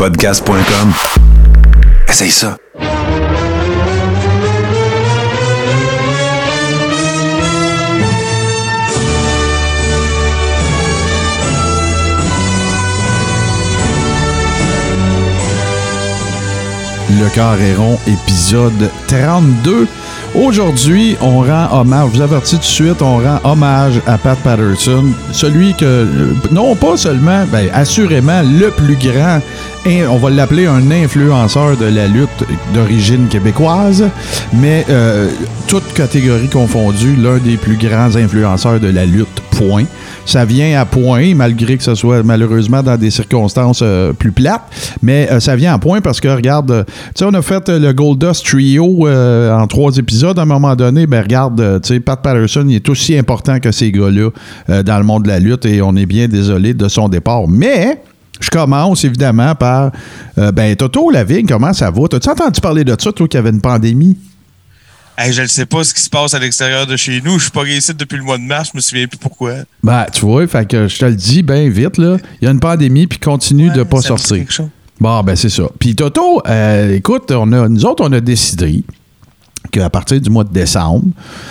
Podcast.com. Essaye ça. Le Carré-Rond, épisode 32. Aujourd'hui, on rend hommage, je vous avertis tout de suite, on rend hommage à Pat Patterson, celui que, non pas seulement, assurément, le plus grand, on va l'appeler un influenceur de la lutte d'origine québécoise, mais toute catégorie confondue, l'un des plus grands influenceurs de la lutte, point. Ça vient à point, malgré que ce soit malheureusement dans des circonstances plus plates, mais ça vient à point parce que, regarde, tu sais, on a fait le Goldust Trio en 3 épisodes à un moment donné, regarde, tu sais, Pat Patterson, il est aussi important que ces gars-là dans le monde de la lutte et on est bien désolé de son départ. Mais je commence évidemment par, Toto Lavigne, comment ça va? T'as-tu entendu parler de ça, toi, qu'il y avait une pandémie? Hey, je ne sais pas ce qui se passe à l'extérieur de chez nous. Je suis pas ici depuis le mois de mars. Je me souviens plus pourquoi. Tu vois, fait que je te le dis bien vite, là. Il y a une pandémie, puis continue de pas sortir. Bon, c'est ça. Puis Toto, écoute, nous autres, on a décidé qu'à partir du mois de décembre,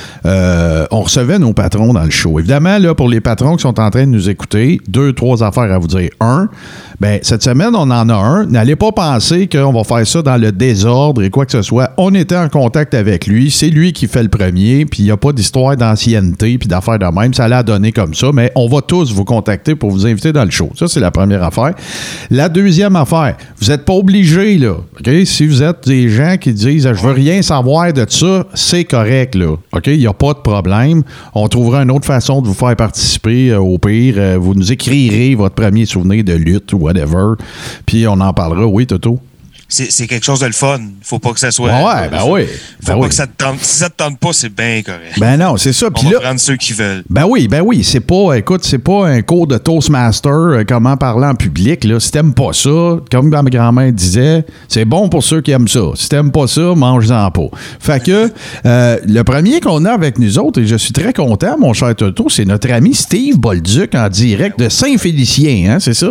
on recevait nos patrons dans le show. Évidemment, là, pour les patrons qui sont en train de nous écouter, 2-3 affaires à vous dire. Cette semaine, on en a un. N'allez pas penser qu'on va faire ça dans le désordre et quoi que ce soit. On était en contact avec lui. C'est lui qui fait le premier, puis il n'y a pas d'histoire d'ancienneté puis d'affaires de même. Ça l'a donné comme ça, mais on va tous vous contacter pour vous inviter dans le show. Ça, c'est la première affaire. La deuxième affaire, vous n'êtes pas obligés, là. OK? Si vous êtes des gens qui disent « Je veux rien savoir de ça », c'est correct, là. OK? Il n'y a pas de problème. On trouvera une autre façon de vous faire participer. Au pire, vous nous écrirez votre premier souvenir de lutte ou whatever. Puis on en parlera. Oui, Toto? C'est quelque chose de le fun. Faut pas que ça soit... oui. Faut pas que ça te tente. Si ça te tente pas, c'est bien correct. Non, c'est ça. On va prendre ceux qui veulent. Oui. C'est pas un cours de Toastmaster, comment parler en public. Là. Si t'aimes pas ça, comme ma grand-mère disait, c'est bon pour ceux qui aiment ça. Si t'aimes pas ça, mange-en pas. Fait que le premier qu'on a avec nous autres, et je suis très content, mon cher Toto, c'est notre ami Steve Bolduc en direct de Saint-Félicien, hein, c'est ça?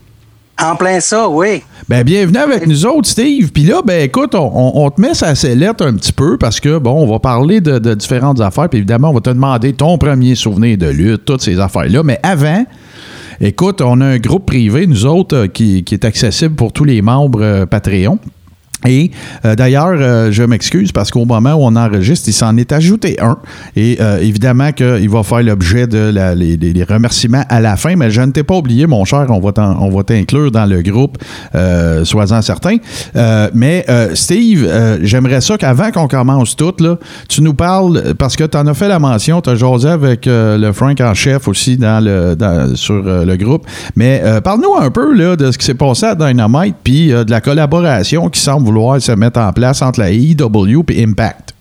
En plein ça, oui. Bienvenue avec nous autres, Steve. Puis là, écoute, on te met sa sellette un petit peu parce que, on va parler de différentes affaires. Puis évidemment, on va te demander ton premier souvenir de lutte, toutes ces affaires-là. Mais avant, écoute, on a un groupe privé, nous autres, qui est accessible pour tous les membres Patreon. Et d'ailleurs, je m'excuse parce qu'au moment où on enregistre, il s'en est ajouté un. Et évidemment qu'il va faire l'objet de les remerciements à la fin. Mais je ne t'ai pas oublié, mon cher, on va t'inclure dans le groupe, sois-en certain. Mais Steve, j'aimerais ça qu'avant qu'on commence tout, là, tu nous parles, parce que tu en as fait la mention, tu as jasé avec le Frank en chef aussi sur le groupe. Mais parle-nous un peu là, de ce qui s'est passé à Dynamite puis de la collaboration qui semble vouloir se mettre en place entre la AEW et Impact.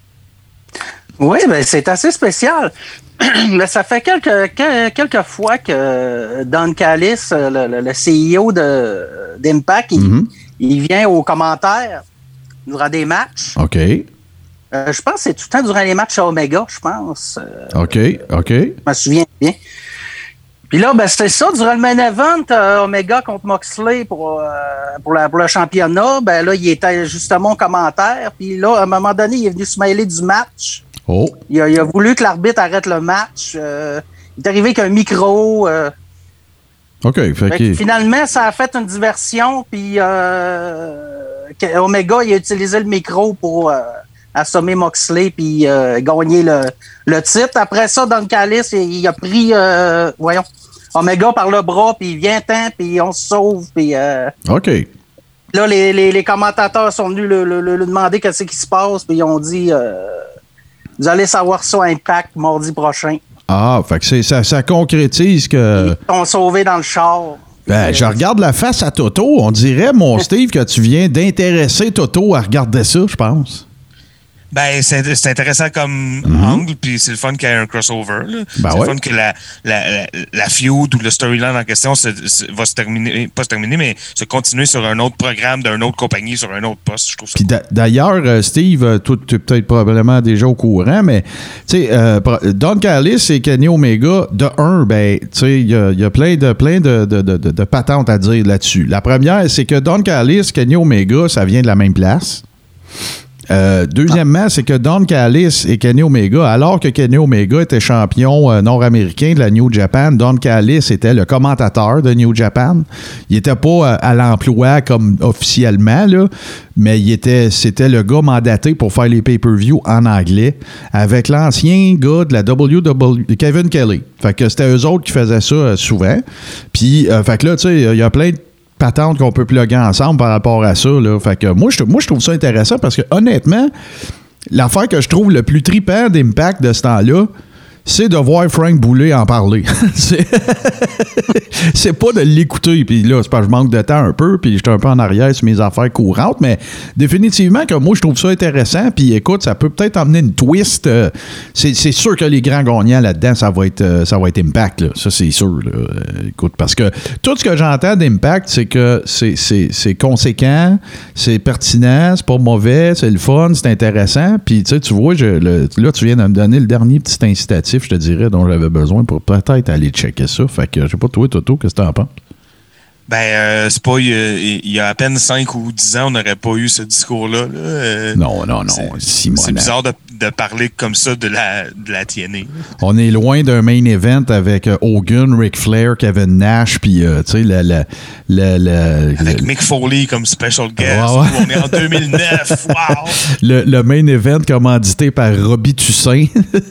Oui, c'est assez spécial. Mais ça fait quelques fois que Don Callis, le CEO d'Impact, il vient aux commentaires durant des matchs. OK. Je pense que c'est tout le temps durant les matchs à Omega, je pense. OK. Je me souviens bien. Puis là, c'est ça, durant le main event, Omega contre Moxley pour le championnat, là, il était justement au commentaire. Puis là, à un moment donné, il est venu se mêler du match. Oh. Il a voulu que l'arbitre arrête le match. Il est arrivé avec un micro. OK. Finalement, ça a fait une diversion. Puis Omega, il a utilisé le micro pour assommer Moxley puis gagner le titre. Après ça, Don Callis, il a pris Omega par le bras, puis vient-t'en, puis on se sauve. Puis, OK. Là, les commentateurs sont venus le demander qu'est-ce qui se passe, puis ils ont dit vous allez savoir ça à Impact mardi prochain. Ah, fait que ça concrétise que... Ils sont sauvés dans le char. Je regarde la face à Toto. On dirait, mon Steve, que tu viens d'intéresser Toto à regarder ça, je pense. Ben, c'est intéressant comme angle, puis c'est le fun qu'il y ait un crossover. Là. Ben c'est le fun que la feud ou le storyline en question va se terminer, pas se terminer, mais se continuer sur un autre programme d'une autre compagnie, sur un autre poste. Je trouve ça Puis cool. d'ailleurs, Steve, toi, tu es peut-être probablement déjà au courant, mais tu sais, Don Callis et Kenny Omega, de un, ben, tu sais, il y a plein de patentes à dire là-dessus. La première, c'est que Don Callis, Kenny Omega, ça vient de la même place. Deuxièmement, c'est que Don Callis et Kenny Omega, alors que Kenny Omega était champion nord-américain de la New Japan, Don Callis était le commentateur de New Japan. Il n'était pas à l'emploi comme officiellement, là, mais c'était le gars mandaté pour faire les pay-per-view en anglais avec l'ancien gars de la WWE, Kevin Kelly. Fait que c'était eux autres qui faisaient ça souvent. Puis, fait que là, tu sais, il y a plein de patentes qu'on peut plugger ensemble par rapport à ça. Là. Fait que moi, je trouve ça intéressant parce que honnêtement, l'affaire que je trouve le plus trippant d'Impact de ce temps-là, c'est de voir Frank Boulet en parler. c'est pas de l'écouter. Puis là, c'est parce que je manque de temps un peu, puis j'étais un peu en arrière sur mes affaires courantes, mais définitivement que moi, je trouve ça intéressant. Puis écoute, ça peut peut-être emmener une twist. C'est sûr que les grands gagnants là-dedans, ça va être Impact. Là. Ça, c'est sûr. Là. Écoute, parce que tout ce que j'entends d'Impact, c'est que c'est conséquent, c'est pertinent, c'est pas mauvais, c'est le fun, c'est intéressant. Puis tu vois, là, tu viens de me donner le dernier petit incitatif, je te dirais, dont j'avais besoin pour peut-être aller checker ça. Fait que, je sais pas, toi, Toto, qu'est-ce que t'en penses? Ben, c'est pas, il y a à peine 5 ou 10 ans, on n'aurait pas eu ce discours-là. Là. Non. C'est bizarre de parler comme ça de la TNA. On est loin d'un main event avec Hogan, Ric Flair, Kevin Nash, puis, tu sais, avec Mick Foley comme special guest. Ouais. On est en 2009. Wow! Le main event commandité par Robbie Toussaint.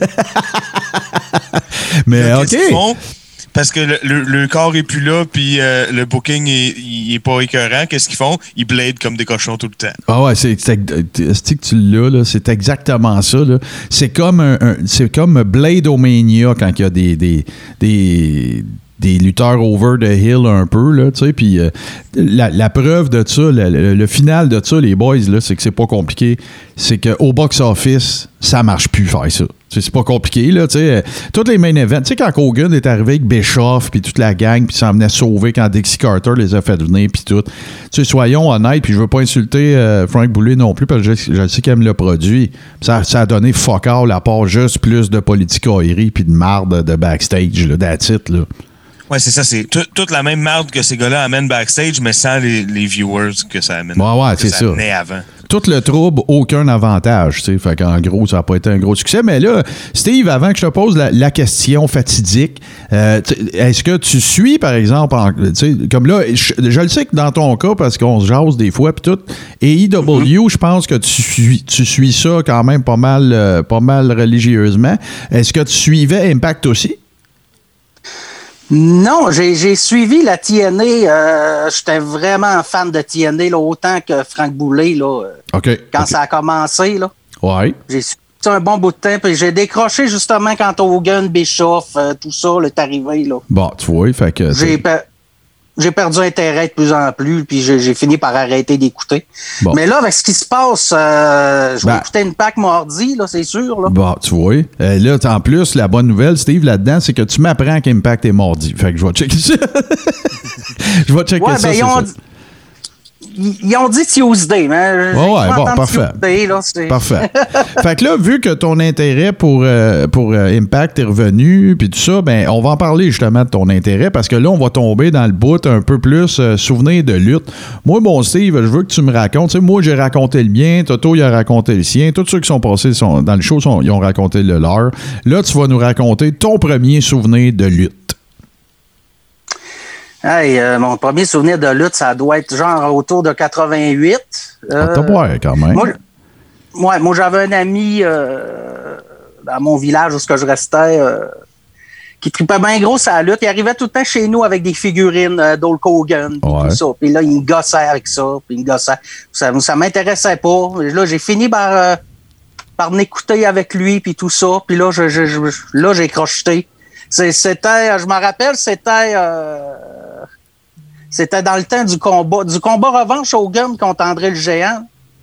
Mais, là, OK. Qu'est-ce qu'ils font? Parce que le corps est plus là, puis le booking il est pas écœurant. Qu'est-ce qu'ils font? Ils bladent comme des cochons tout le temps. Ah ouais, c'est que tu l'as, là, c'est exactement ça. Là. C'est comme Blade-O-Mania quand il y a des lutteurs over the hill un peu, là, tu sais, puis la preuve de ça, le final de ça, les boys, là, c'est que c'est pas compliqué. C'est qu'au box-office, ça marche plus faire ça. C'est pas compliqué, là, tu sais. Tous les main events, tu sais, quand Hogan est arrivé avec Bischoff, puis toute la gang, puis s'en venait sauver quand Dixie Carter les a fait venir, puis tout. Tu sais, soyons honnêtes, puis je veux pas insulter Frank Boulet non plus, parce que je sais qu'il aime le produit. Ça a donné fuck all, à part juste plus de politicoerie, puis de marde de backstage, là, that's it, là. Ouais, c'est ça. C'est toute la même merde que ces gars-là amènent backstage, mais sans les viewers que ça amène. Ouais, c'est ça. Avant. Tout le trouble, aucun avantage. Tu sais. Fait qu'en gros, ça n'a pas été un gros succès. Mais là, Steve, avant que je te pose la question fatidique, est-ce que tu suis, par exemple, comme là, je le sais que dans ton cas, parce qu'on se jase des fois, puis tout, AEW, je pense que tu suis ça quand même pas mal religieusement. Est-ce que tu suivais Impact aussi? Non, j'ai suivi la TNA. J'étais vraiment fan de TNA, là, autant que Frank Boulet, là, quand ça a commencé. Là. Ouais. J'ai suivi ça un bon bout de temps, puis j'ai décroché justement quand Hogan, Bischoff, tout ça est arrivé. Là. Bon, tu vois, fait que... J'ai perdu intérêt de plus en plus, puis j'ai fini par arrêter d'écouter. Bon. Mais là, avec ce qui se passe, je vais écouter Impact mardi, là, c'est sûr. Là. Bon, tu vois. Là, en plus, la bonne nouvelle, Steve, là-dedans, c'est que tu m'apprends qu'Impact est mardi. Fait que je vais checker ça. Je vais checker ça, ils ont dit Tuesday, mais bon, parfait. Tuesday, là, parfait. Fait que là, vu que ton intérêt pour Impact est revenu, puis tout ça, ben, on va en parler justement de ton intérêt, parce que là, on va tomber dans le bout un peu plus souvenir de lutte. Moi, bon, Steve, je veux que tu me racontes. Tu sais, moi, j'ai raconté le mien, Toto, il a raconté le sien. Tous ceux qui sont passés dans le show, ils ont raconté le leur. Là, tu vas nous raconter ton premier souvenir de lutte. Hey, mon premier souvenir de lutte, ça doit être genre autour de 88. Quand même. Moi, j'avais un ami dans mon village où je restais qui tripait bien gros sur la lutte. Il arrivait tout le temps chez nous avec des figurines d'Hulk Hogan, tout ça. Puis là, il me gossait avec ça, puis il me gossait. Ça m'intéressait pas. Là, j'ai fini par m'écouter avec lui, puis tout ça. Puis là, j'ai crocheté. C'était, je me rappelle, c'était dans le temps du combat revanche Hogan contre André le Géant.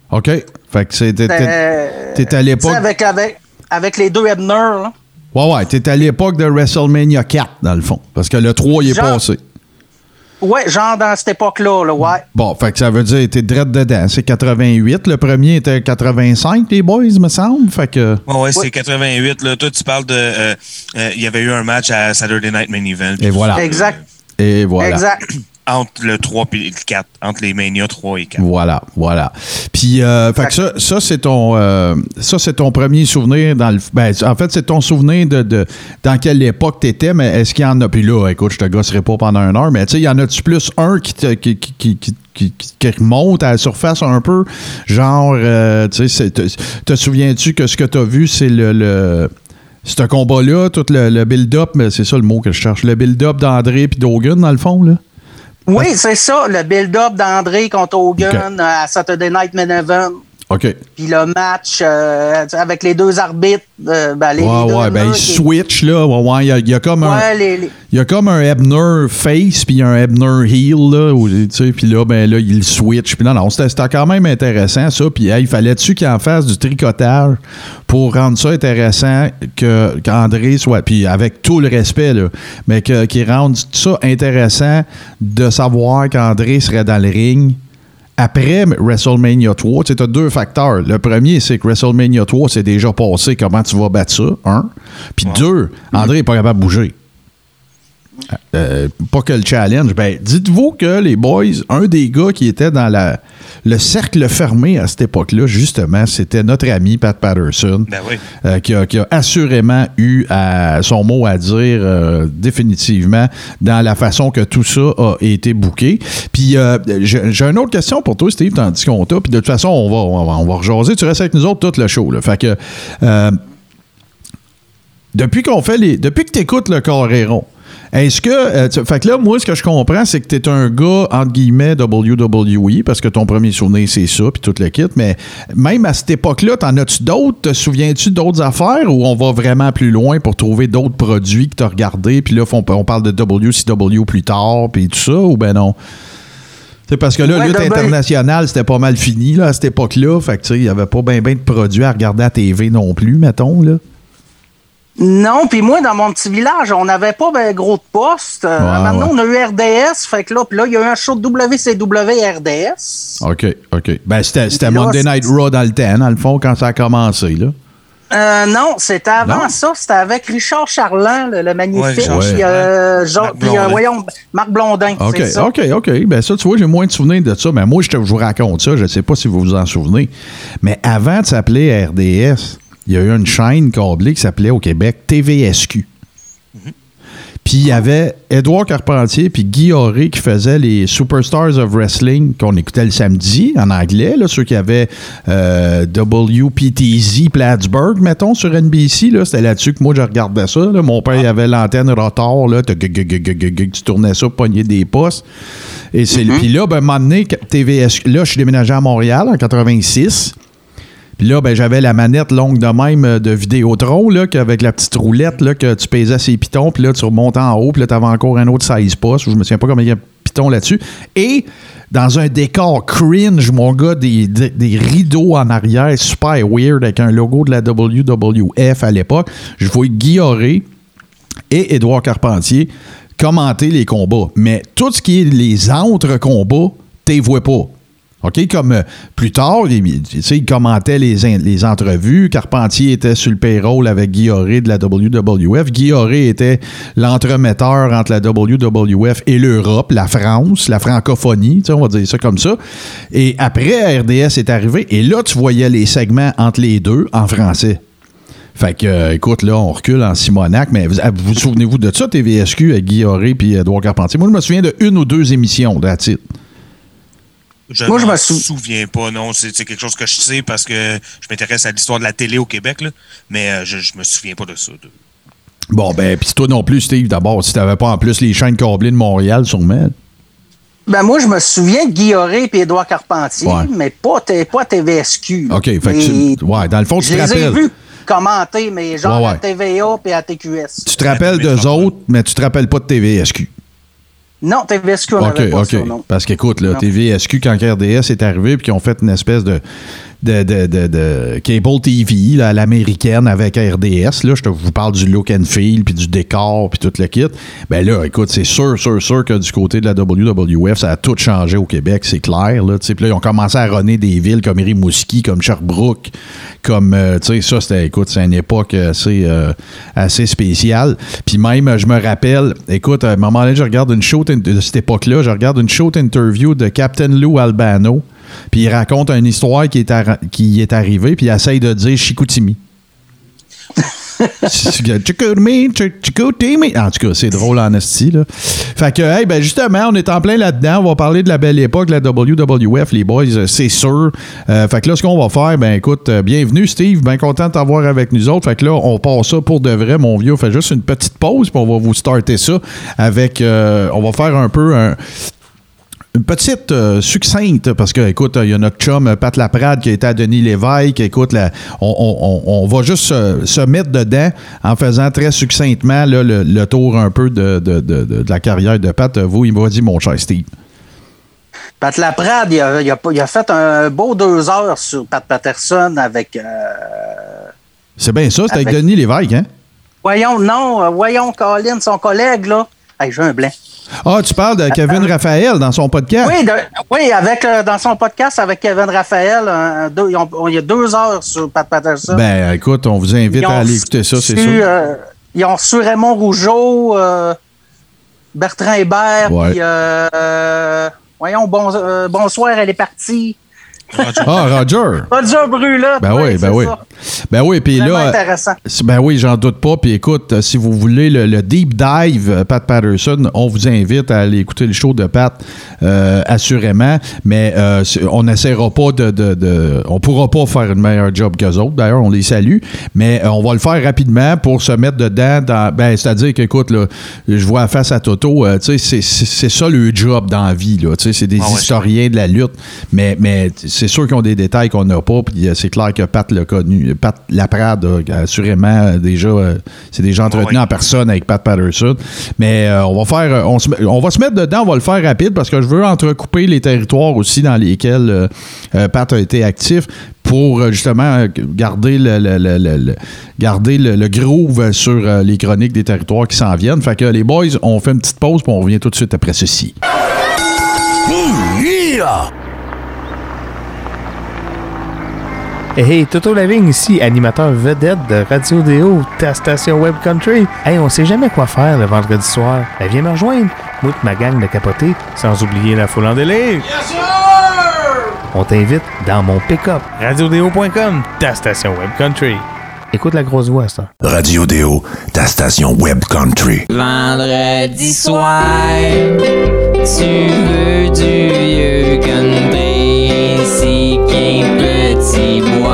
OK. Fait que t'es à l'époque... Avec les deux Hebner, là. Ouais, t'es à l'époque de WrestleMania 4, dans le fond. Parce que le 3, il est passé. Ouais, genre dans cette époque-là, là, ouais. Bon, fait que ça veut dire que t'es direct dedans. C'est 88. Le premier était 85, les boys, me semble. Fait que... Ouais, c'est 88. Là. Toi, tu parles de... il y avait eu un match à Saturday Night Main Event. Et voilà. Exact. Et voilà. Exact. Entre le 3 et le 4. Entre les Mania 3 et 4. Voilà. Puis, fait que ça, c'est ton premier souvenir dans le... Ben, en fait, c'est ton souvenir de dans quelle époque t'étais, mais est-ce qu'il y en a... Puis là, écoute, je te gosserai pas pendant 1 heure, mais tu sais, il y en a-tu plus un qui remonte à la surface un peu? Genre, tu sais, te souviens-tu que ce que t'as vu, c'est ce combat-là, tout le build-up, mais c'est ça le mot que je cherche, le build-up d'André puis d'Hogan, dans le fond, là? Oui, c'est ça, le build-up d'André contre Hogan à Saturday Night Main Event. OK. Puis le match avec les deux arbitres. Il switch, là. Ouais, il y a comme il y a comme un Hebner face puis un Hebner heel, là. Puis là, il switch. Puis non, c'était quand même intéressant, ça. Puis il fallait-tu qu'il en fasse du tricotage pour rendre ça intéressant qu'André soit... Puis avec tout le respect, là, mais qu'il rende ça intéressant de savoir qu'André serait dans le ring après WrestleMania 3, tu as 2 facteurs. Le premier, c'est que WrestleMania 3, c'est déjà passé. Comment tu vas battre ça? 1. Puis 2, André n'est pas capable de bouger. Pas que le challenge. Ben, dites-vous que les boys, un des gars qui était dans le cercle fermé à cette époque-là, justement, c'était notre ami Pat Patterson, qui a assurément eu son mot à dire définitivement dans la façon que tout ça a été booké. Puis j'ai une autre question pour toi, Steve, tandis qu'on t'a. Puis de toute façon, on va rejaser. Tu restes avec nous autres tout le show. Là. Fait que depuis que tu écoutes le Coréron, est-ce que... fait que là, moi, ce que je comprends, c'est que t'es un gars, entre guillemets, WWE, parce que ton premier souvenir, c'est ça, puis tout le kit, mais même à cette époque-là, t'en as-tu d'autres? Te souviens-tu d'autres affaires ou on va vraiment plus loin pour trouver d'autres produits que t'as regardés, puis là, on parle de WCW plus tard, puis tout ça, ou ben non? C'est parce que là, lutte internationale, c'était pas mal fini, là, à cette époque-là, fait que, tu sais, il y avait pas bien de produits à regarder à TV non plus, mettons, là. Non, puis moi, dans mon petit village, on n'avait pas ben gros de postes. Maintenant, on a eu RDS, fait que là, puis là, il y a eu un show de WCW RDS. OK. Ben, c'était Monday Night Raw dans le temps, dans le fond, quand ça a commencé, là. Non, c'était avant ça. C'était avec Richard Charland, le magnifique. Puis, Marc Blondin. OK. Ben, ça, tu vois, j'ai moins de souvenirs de ça. Mais moi, je vous raconte ça. Je ne sais pas si vous vous en souvenez. Mais avant de s'appeler RDS, il y a eu une chaîne câblée qui s'appelait au Québec TVSQ. Puis il y avait Édouard Carpentier puis Guy Auré qui faisaient les Superstars of Wrestling qu'on écoutait le samedi en anglais, là, ceux qui avaient WPTZ Plattsburgh, mettons, sur NBC. Là, c'était là-dessus que moi, je regardais ça. Là. Mon père, il avait l'antenne rotor. Là, tu tournais ça pour pogner des postes. Et puis là, ben, à un moment donné, TVSQ, là, je suis déménagé à Montréal en 86. Puis là, ben, j'avais la manette longue de même de Vidéotron, là, avec la petite roulette, là, que tu pesais ses pitons, puis là, tu remontais en haut, puis là, tu avais encore un autre 16 postes, je me souviens pas combien il y a de pitons là-dessus. Et dans un décor cringe, mon gars, des rideaux en arrière, super weird, avec un logo de la WWF à l'époque, je voyais Guy Auré et Édouard Carpentier commenter les combats. Mais tout ce qui est les entre-combats, t'es vois pas. OK, comme plus tard, il commentait les entrevues. Carpentier était sur le payroll avec Guy Auré de la WWF. Guy Auré était l'entremetteur entre la WWF et l'Europe, la France, la francophonie, on va dire ça comme ça. Et après, RDS est arrivé, et là, tu voyais les segments entre les deux en français. Fait que, écoute, là, on recule en Simonac, mais vous souvenez-vous de ça, TVSQ, avec Guy Auré et Édouard Carpentier? Moi, je me souviens de 1 ou 2 émissions, that's it. Je ne me souviens pas, non. C'est quelque chose que je sais parce que je m'intéresse à l'histoire de la télé au Québec, là, mais je me souviens pas de ça. Bon, ben, puis toi non plus, Steve, d'abord, si t'avais pas en plus les chaînes câblées de Montréal, sûrement. Ben, moi, je me souviens de Guy Auré et Édouard Carpentier, mais pas TVSQ. OK, fait que dans le fond, tu te rappelles. Je les ai vus commenter, mais genre à TVA et à TQS. Tu te rappelles d'eux autres, mais tu te rappelles pas de TVSQ. Non, TVSQ, on n'avait pas ça, non. Parce qu'écoute, là, Non. TVSQ, quand RDS est arrivé, puis qu'ils ont fait une espèce de cable TV là, à l'américaine avec RDS, là, je vous parle du look and feel, puis du décor, puis tout le kit. Ben là, écoute, c'est sûr que du côté de la WWF, ça a tout changé au Québec, c'est clair. Là, puis là, ils ont commencé à runner des villes comme Rimouski, comme Sherbrooke, comme, tu sais, ça, c'est une époque assez spéciale. Puis même, je me rappelle, écoute, à un moment donné, je regarde une show de cette époque-là, je regarde une show interview de Captain Lou Albano. Puis il raconte une histoire qui est arrivée, puis il essaye de dire Chicoutimi. Chicoutimi. En tout cas, c'est drôle en esti, là. Fait que, hey, ben justement, on est en plein là-dedans. On va parler de la belle époque de la WWF, les boys, c'est sûr. Fait que là, ce qu'on va faire, ben écoute, bienvenue, Steve. Bien content de t'avoir avec nous autres. Fait que là, on passe ça pour de vrai, mon vieux. On fait juste une petite pause, puis on va vous starter ça avec... on va faire un peu une petite succincte, parce que, écoute, il y a notre chum Pat Laprade qui a été à Denis Lévesque. Écoute, on va juste se mettre dedans en faisant très succinctement là, le tour un peu de la carrière de Pat. Vous, il m'a dit, mon cher Steve. Pat Laprade, il a fait un beau 2 heures sur Pat Patterson avec... C'est bien ça, c'était avec Denis Lévesque, hein? Voyons, Colin, son collègue, là. Hey, j'ai un blanc. Ah, tu parles de Kevin Raphaël dans son podcast? Oui, dans son podcast avec Kevin Raphaël, il y a 2 heures sur Pat Patterson. Ben, écoute, on vous invite à aller écouter ça, c'est sûr. Ils ont reçu Raymond Rougeau, Bertrand Hébert, puis bonsoir, elle est partie. Roger. Roger Brulat. Ben oui. Ben oui, puis là. Intéressant. Ben oui, j'en doute pas. Puis écoute, si vous voulez le deep dive Pat Patterson, on vous invite à aller écouter le show de Pat, assurément. Mais on n'essaiera pas on pourra pas faire une meilleure job qu'eux autres. D'ailleurs, on les salue. Mais on va le faire rapidement pour se mettre dedans. C'est-à-dire qu'écoute, là, je vois face à Toto, tu sais, c'est ça le job dans la vie. Là, tu sais, c'est des historiens de la lutte. Mais c'est sûr qu'ils ont des détails qu'on n'a pas, puis c'est clair que Pat l'a connu. Pat Laprade a assurément déjà, c'est déjà entretenu en personne avec Pat Patterson. Mais on va se mettre dedans, on va le faire rapide parce que je veux entrecouper les territoires aussi dans lesquels Pat a été actif pour justement garder le groove sur les chroniques des territoires qui s'en viennent. Fait que les boys, on fait une petite pause puis on revient tout de suite après ceci. Hey, Toto Lavigne ici, animateur vedette de Radio Déo, ta station Web Country. Hey, on sait jamais quoi faire le vendredi soir. Ben, viens me rejoindre. Moi ma gang de capoter, sans oublier la foule en délire. Yes, sir! On t'invite dans mon pick-up. RadioDéo.com, ta station Web Country. Écoute la grosse voix, ça. Radio Déo, ta station Web Country. Vendredi soir, tu veux du vieux country, si qu'un petit boire.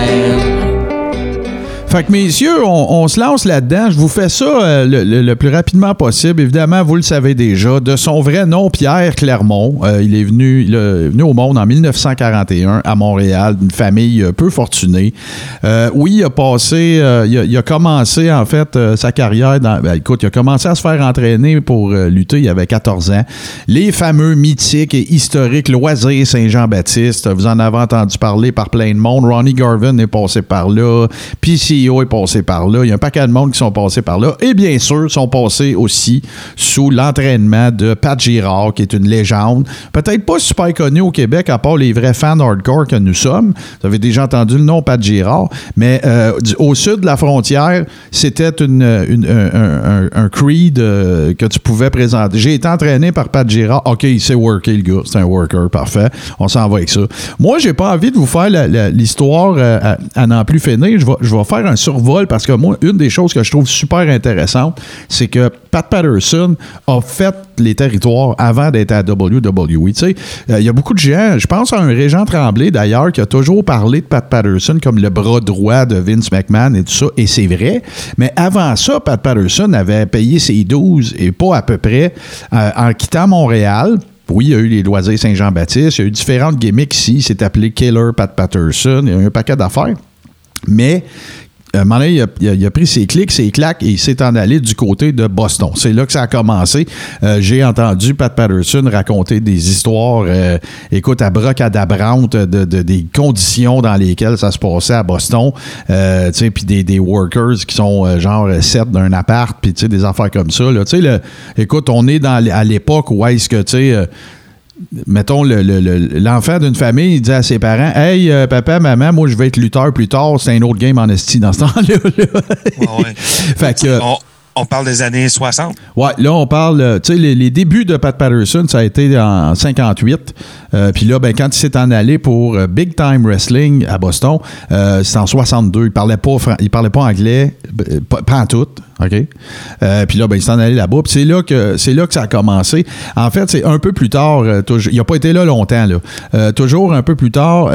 Fait que, messieurs, on se lance là-dedans. Je vous fais ça le plus rapidement possible. Évidemment, vous le savez déjà. De son vrai nom, Pierre Clermont. Il est venu au monde en 1941 à Montréal, d'une famille peu fortunée. Oui, il a passé... il a commencé, en fait, sa carrière écoute, il a commencé à se faire entraîner pour lutter. Il avait 14 ans. Les fameux mythiques et historiques Loisirs Saint-Jean-Baptiste. Vous en avez entendu parler par plein de monde. Ronnie Garvin est passé par là. PCO est passé par là. Il y a un paquet de monde qui sont passés par là. Et bien sûr, sont passés aussi sous l'entraînement de Pat Girard, qui est une légende. Peut-être pas super connu au Québec, à part les vrais fans hardcore que nous sommes. Vous avez déjà entendu le nom Pat Girard. Mais au sud de la frontière, c'était un creed que tu pouvais présenter. J'ai été entraîné par Pat Girard. OK, il sait worker, le gars. C'est un worker, parfait. On s'en va avec ça. Moi, j'ai pas envie de vous faire l'histoire à n'en plus finir. Je vais faire un survol parce que moi, une des choses que je trouve super intéressante, c'est que Pat Patterson a fait les territoires avant d'être à WWE. Tu sais, il y a beaucoup de gens, je pense à un Régent Tremblay d'ailleurs, qui a toujours parlé de Pat Patterson comme le bras droit de Vince McMahon et tout ça, et c'est vrai. Mais avant ça, Pat Patterson avait payé ses 12 et pas à peu près en quittant Montréal. Oui, il y a eu les Loisirs Saint-Jean-Baptiste, il y a eu différentes gimmicks ici, c'est appelé Killer Pat Patterson, il y a eu un paquet d'affaires. Mais à un moment donné, il a pris ses clics, ses claques et il s'est en allé du côté de Boston. C'est là que ça a commencé. J'ai entendu Pat Patterson raconter des histoires, écoute, à brocadabrante des conditions dans lesquelles ça se passait à Boston. Puis des workers qui sont genre 7 d'un appart, puis des affaires comme ça. Là. Écoute, on est à l'époque où est-ce que, tu sais... mettons, l'enfant d'une famille, il dit à ses parents « Hey, papa, maman, moi, je vais être lutteur plus tard. » C'est un autre game en esti dans ce temps-là. Ouais. Fait que... On parle des années 60. Ouais, là, on parle... Tu sais, les débuts de Pat Patterson, ça a été en 58. Puis là, ben, quand il s'est en allé pour Big Time Wrestling à Boston, c'est en 62. Il parlait pas anglais, pas en tout. OK? Puis là, ben, il s'est en allé là-bas. Puis c'est là que ça a commencé. En fait, c'est un peu plus tard. Il n'a pas été là longtemps. Là. Toujours un peu plus tard.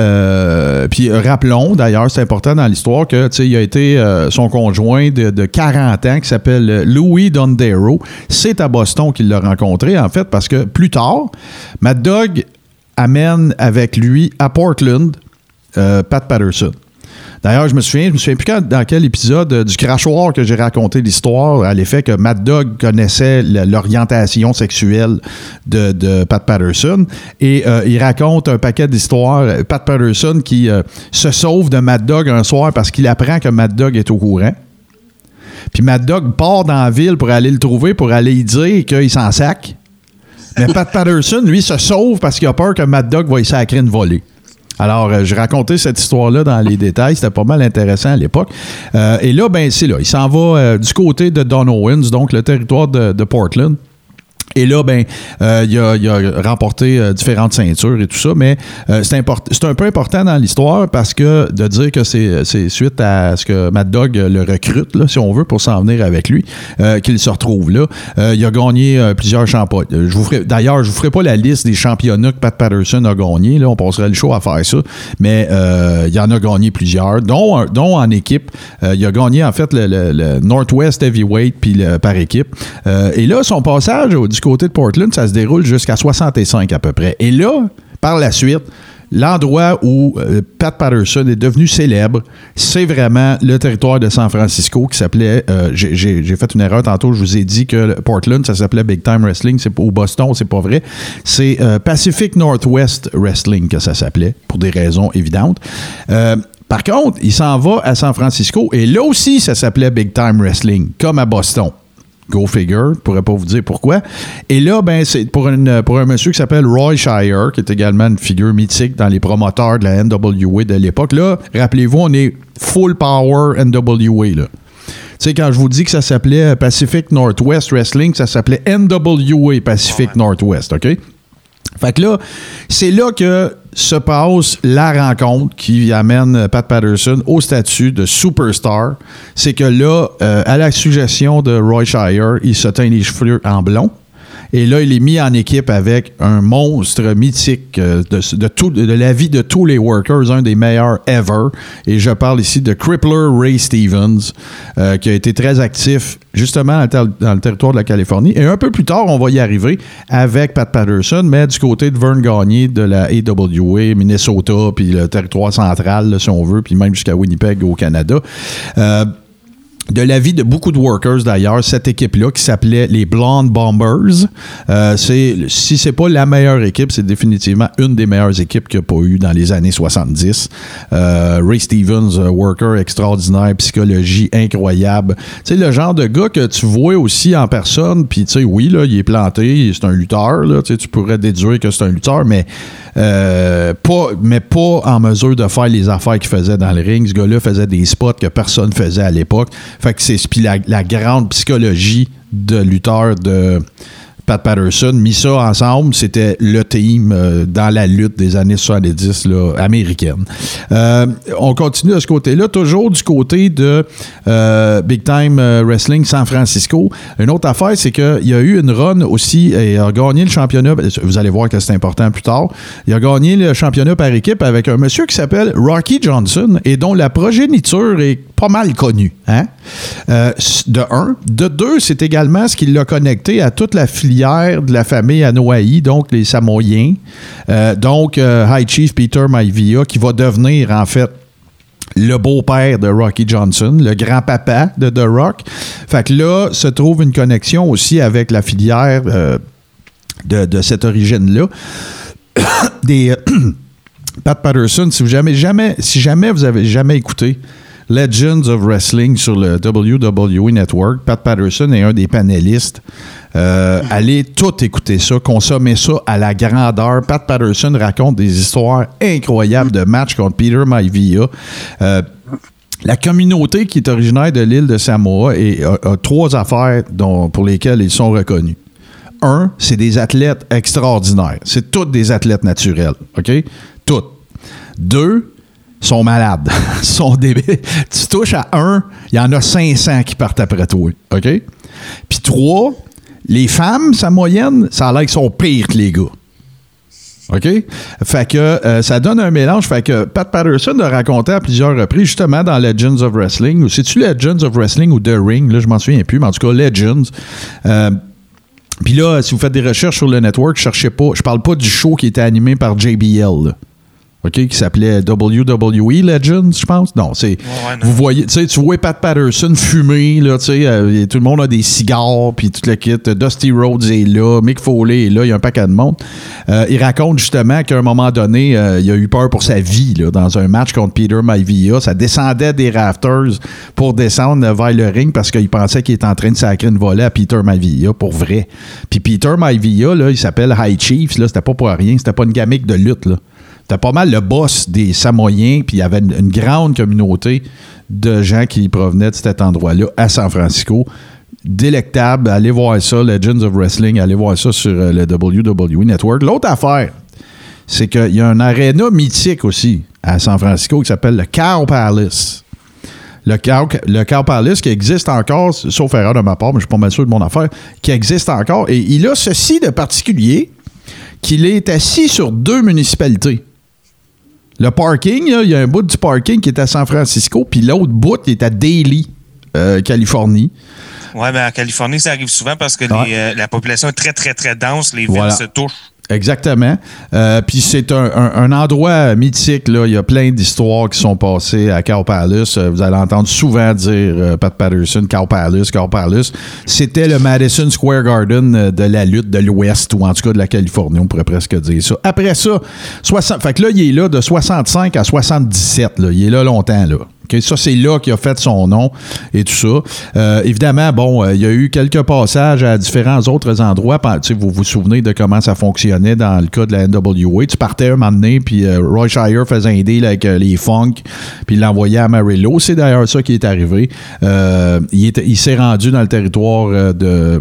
Puis rappelons, d'ailleurs, c'est important dans l'histoire que il a été son conjoint de 40 ans qui s'appelle Louis Dondero. C'est à Boston qu'il l'a rencontré, en fait, parce que plus tard, Mad Dog amène avec lui à Portland Pat Patterson. D'ailleurs, je me souviens plus dans quel épisode du crachoir que j'ai raconté l'histoire à l'effet que Mad Dog connaissait l'orientation sexuelle de Pat Patterson. Et il raconte un paquet d'histoires. Pat Patterson qui se sauve de Mad Dog un soir parce qu'il apprend que Mad Dog est au courant. Puis Mad Dog part dans la ville pour aller le trouver, pour aller y dire qu'il s'en sac. Mais Pat Patterson, lui, se sauve parce qu'il a peur que Mad Dog va y sacrer une volée. Alors, j'ai raconté cette histoire-là dans les détails. C'était pas mal intéressant à l'époque. Et là, ben c'est là. Il s'en va du côté de Don Owens, donc le territoire de Portland. Et là, ben, il a remporté différentes ceintures et tout ça, mais c'est un peu important dans l'histoire parce que de dire que c'est suite à ce que Mad Dog le recrute, là, si on veut, pour s'en venir avec lui, qu'il se retrouve là. Il a gagné plusieurs championnats. D'ailleurs, je vous ferai pas la liste des championnats que Pat Patterson a gagné. Là, on passerait le show à faire ça, mais il en a gagné plusieurs, dont en équipe. Il a gagné, en fait, le Northwest Heavyweight puis par équipe. Et là, son passage du côté de Portland, ça se déroule jusqu'à 65 à peu près. Et là, par la suite, l'endroit où Pat Patterson est devenu célèbre, c'est vraiment le territoire de San Francisco qui s'appelait... j'ai fait une erreur tantôt, je vous ai dit que Portland, ça s'appelait Big Time Wrestling. Au Boston, c'est pas vrai. C'est Pacific Northwest Wrestling que ça s'appelait, pour des raisons évidentes. Par contre, il s'en va à San Francisco, et là aussi, ça s'appelait Big Time Wrestling, comme à Boston. Go figure, je pourrais pas vous dire pourquoi. Et là, ben, c'est pour un monsieur qui s'appelle Roy Shire, qui est également une figure mythique dans les promoteurs de la NWA de l'époque. Là, rappelez-vous, on est full power NWA, là. Tu sais, quand je vous dis que ça s'appelait Pacific Northwest Wrestling, ça s'appelait NWA Pacific Northwest, OK? Fait que là, c'est là que se passe la rencontre qui amène Pat Patterson au statut de superstar. C'est que là, à la suggestion de Roy Shire, il se teint les cheveux en blond. Et là, il est mis en équipe avec un monstre mythique de la vie de tous les workers, un des meilleurs ever. Et je parle ici de Crippler Ray Stevens, qui a été très actif justement dans le territoire de la Californie. Et un peu plus tard, on va y arriver avec Pat Patterson, mais du côté de Vern Gagne de la AWA, Minnesota, puis le territoire central, là, si on veut, puis même jusqu'à Winnipeg au Canada. De l'avis de beaucoup de workers, d'ailleurs, cette équipe-là qui s'appelait les Blonde Bombers, si c'est pas la meilleure équipe, c'est définitivement une des meilleures équipes qu'il n'y a pas eu dans les années 70. Ray Stevens, worker extraordinaire, psychologie incroyable. Tu sais, le genre de gars que tu vois aussi en personne, puis tu sais, oui, là, il est planté, c'est un lutteur, là, tu pourrais déduire que c'est un lutteur, mais pas en mesure de faire les affaires qu'il faisait dans le ring. Ce gars-là faisait des spots que personne faisait à l'époque. Fait que c'est la grande psychologie de lutteur de Pat Patterson, mis ça ensemble, c'était le team dans la lutte des années 70 là, américaine. On continue de ce côté-là, toujours du côté de Big Time Wrestling San Francisco. Une autre affaire, c'est qu'il y a eu une run aussi, et il a gagné le championnat, vous allez voir que c'est important plus tard, il a gagné le championnat par équipe avec un monsieur qui s'appelle Rocky Johnson et dont la progéniture est pas mal connue. Hein? De un. De deux, c'est également ce qui l'a connecté à toute la filière de la famille Anoa'i, donc les Samoyens. High Chief Peter Maivia, qui va devenir, en fait, le beau-père de Rocky Johnson, le grand-papa de The Rock. Fait que là, se trouve une connexion aussi avec la filière de cette origine-là. Des Pat Patterson, si jamais vous avez jamais écouté Legends of Wrestling sur le WWE Network, Pat Patterson est un des panélistes. Allez tout écouter ça, consommer ça à la grandeur. Pat Patterson raconte des histoires incroyables de matchs contre Peter Maivia. La communauté qui est originaire de l'île de Samoa a 3 affaires pour lesquelles ils sont reconnus. 1, c'est des athlètes extraordinaires. C'est tous des athlètes naturels. OK? Toutes. 2, sont malades. Sont débiles. Tu touches à 1, il y en a 500 qui partent après toi. OK? Puis 3, les femmes, sa moyenne, ça a l'air qu'ils sont pires que les gars. OK? Fait que ça donne un mélange. Fait que Pat Patterson a raconté à plusieurs reprises, justement dans Legends of Wrestling, ou c'est-tu Legends of Wrestling ou The Ring? Là, je m'en souviens plus, mais en tout cas, Legends. Puis là, si vous faites des recherches sur le network, cherchez pas. Je parle pas du show qui était animé par JBL, là. OK, qui s'appelait WWE Legends, je pense. Non, c'est. Vous voyez, tu sais, tu vois Pat Patterson fumer, là, tu sais, tout le monde a des cigares, puis tout le kit. Dusty Rhodes est là, Mick Foley est là, il y a un paquet de monde. Il raconte justement qu'à un moment donné, il a eu peur pour sa vie, là, dans un match contre Peter Maivia. Ça descendait des rafters pour descendre vers le ring parce qu'il pensait qu'il était en train de sacrer une volée à Peter Maivia, pour vrai. Puis Peter Maivia, là, il s'appelle High Chiefs, là, c'était pas pour rien, c'était pas une gimmick de lutte, là. C'était pas mal le boss des Samoyens, puis il y avait une grande communauté de gens qui provenaient de cet endroit-là à San Francisco. Délectable, allez voir ça, Legends of Wrestling, allez voir ça sur le WWE Network. L'autre affaire, c'est qu'il y a un aréna mythique aussi à San Francisco qui s'appelle le Cow Palace. Le Cow Palace qui existe encore, sauf erreur de ma part, mais je suis pas mal sûr de mon affaire, qui existe encore. Et il a ceci de particulier, qu'il est assis sur 2 municipalités. Le parking, là, il y a un bout du parking qui est à San Francisco, puis l'autre bout qui est à Daly, Californie. Oui, mais en Californie, ça arrive souvent parce que la population est très, très, très dense. Les villes se touchent. Exactement. Puis c'est un endroit mythique, là. Il y a plein d'histoires qui sont passées à Cow Palace. Vous allez entendre souvent dire Pat Patterson, Cow Palace, Cow Palace. C'était le Madison Square Garden de la lutte de l'Ouest, ou en tout cas de la Californie, on pourrait presque dire ça. Après ça, fait que là, il est là de 65 à 77. Là. Il est là longtemps, là. Okay, ça, c'est là qu'il a fait son nom et tout ça. Évidemment, bon, il y a eu quelques passages à différents autres endroits. Vous vous souvenez de comment ça fonctionnait dans le cas de la NWA. Tu partais un moment donné, puis Roy Shire faisait un deal avec les Funk, puis il l'envoyait à Amarillo. C'est d'ailleurs ça qui est arrivé. Il s'est rendu dans le territoire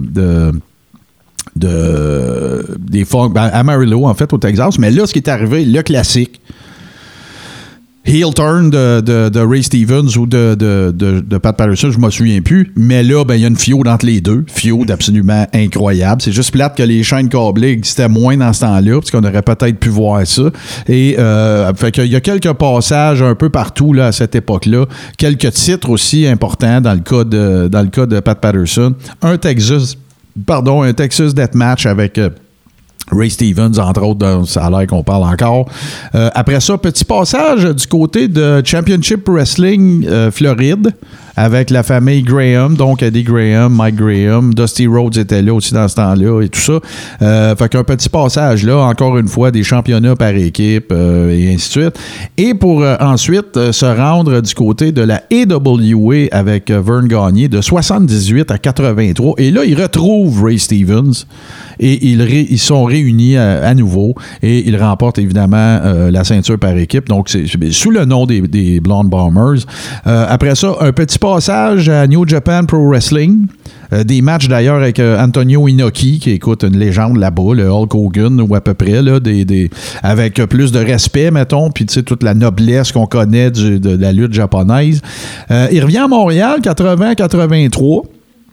des Funk, à Amarillo, en fait, au Texas. Mais là, ce qui est arrivé, le classique, heel turn de Ray Stevens ou de Pat Patterson, je ne me souviens plus. Mais là, il y a une fiode entre les deux. Fiode absolument incroyable. C'est juste plate que les chaînes câblées existaient moins dans ce temps-là, parce qu'on aurait peut-être pu voir ça. Et fait qu'il y a quelques passages un peu partout là, à cette époque-là. Quelques titres aussi importants dans le cas de Pat Patterson. Un Texas Deathmatch avec Ray Stevens, entre autres, ça a l'air qu'on parle encore. Après ça, petit passage du côté de Championship Wrestling Floride avec la famille Graham, donc Eddie Graham, Mike Graham, Dusty Rhodes était là aussi dans ce temps-là et tout ça. Fait qu'un petit passage là, encore une fois, des championnats par équipe et ainsi de suite. Et pour ensuite se rendre du côté de la AWA avec Vern Gagne de 78 à 83. Et là, il retrouve Ray Stevens et ils sont réunis à nouveau et ils remportent évidemment la ceinture par équipe. Donc, c'est sous le nom des Blonde Bombers. Après ça, un petit passage à New Japan Pro Wrestling. Des matchs d'ailleurs avec Antonio Inoki, qui écoute une légende là-bas, le Hulk Hogan ou à peu près, là, avec plus de respect, mettons, puis tu sais, toute la noblesse qu'on connaît de la lutte japonaise. Il revient à Montréal, 80-83.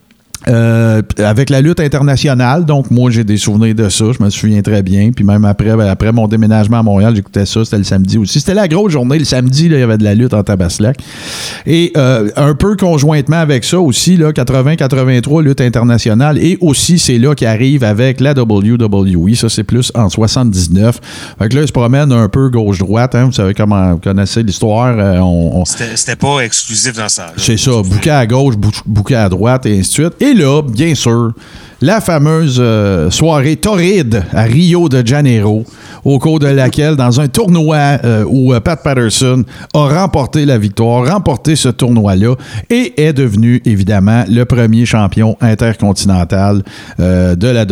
Avec la lutte internationale, donc moi j'ai des souvenirs de ça, je me souviens très bien. Puis même après mon déménagement à Montréal, j'écoutais ça, c'était le samedi aussi. C'était la grosse journée, le samedi, là, il y avait de la lutte en Tabaslac. Et un peu conjointement avec ça aussi, là, 80-83, lutte internationale. Et aussi, c'est là qu'il arrive avec la WWE. Ça, c'est plus en 79. Fait que là, il se promène un peu gauche-droite. Hein, vous savez comment vous connaissez l'histoire. C'était pas exclusif dans ça. C'est ça, bouquet à gauche, bouquet à droite, et ainsi de suite. Et là, bien sûr, la fameuse soirée torride à Rio de Janeiro, au cours de laquelle, dans un tournoi où Pat Patterson a remporté la victoire, remporté ce tournoi-là, et est devenu, évidemment, le premier champion intercontinental de la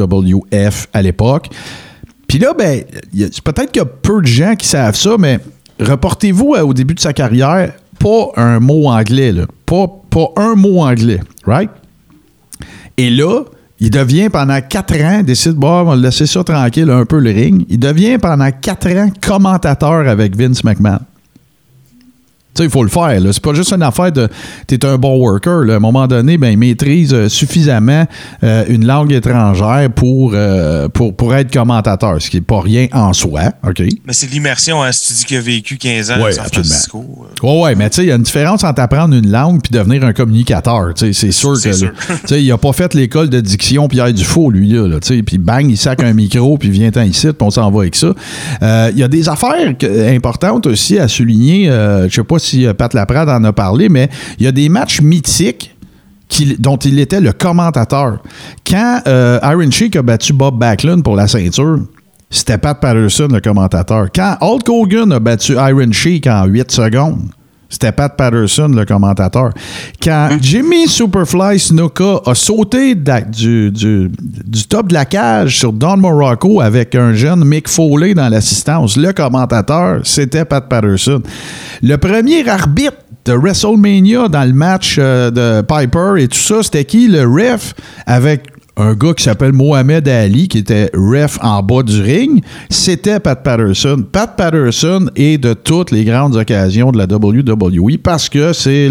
WWF à l'époque. Puis là, ben, peut-être qu'il y a peu de gens qui savent ça, mais reportez-vous au début de sa carrière, pas un mot anglais, là. Pas un mot anglais, right? Et là, il devient pendant 4 ans, décide, bon, on va laisser ça tranquille un peu le ring. Il devient pendant 4 ans commentateur avec Vince McMahon. Tu sais, il faut le faire, là. C'est pas juste une affaire de t'es un bon worker, là. À un moment donné, ben, il maîtrise suffisamment une langue étrangère pour être commentateur, ce qui n'est pas rien en soi, OK? Mais c'est l'immersion, hein, si tu dis qu'il a vécu 15 ans à San Francisco. Oui, mais tu sais, il y a une différence entre apprendre une langue puis devenir un communicateur. Tu sais, c'est sûr que tu sais, il a pas fait l'école de diction Pierre Dufault, lui, là, tu sais, puis bang, il sac un micro puis vient-en ici, puis on s'en va avec ça. Il y a des affaires importantes aussi à souligner. Je sais pas si Pat Laprade en a parlé, mais il y a des matchs mythiques dont il était le commentateur. Quand Iron Sheik a battu Bob Backlund pour la ceinture, c'était Pat Patterson le commentateur. Quand Hulk Hogan a battu Iron Sheik en 8 secondes, c'était Pat Patterson le commentateur. Quand Jimmy Superfly Snuka a sauté du top de la cage sur Don Morocco avec un jeune Mick Foley dans l'assistance, le commentateur, c'était Pat Patterson. Le premier arbitre de WrestleMania dans le match de Piper et tout ça, c'était qui? Le ref avec un gars qui s'appelle Mohamed Ali, qui était ref en bas du ring, c'était Pat Patterson. Pat Patterson est de toutes les grandes occasions de la WWE parce que c'est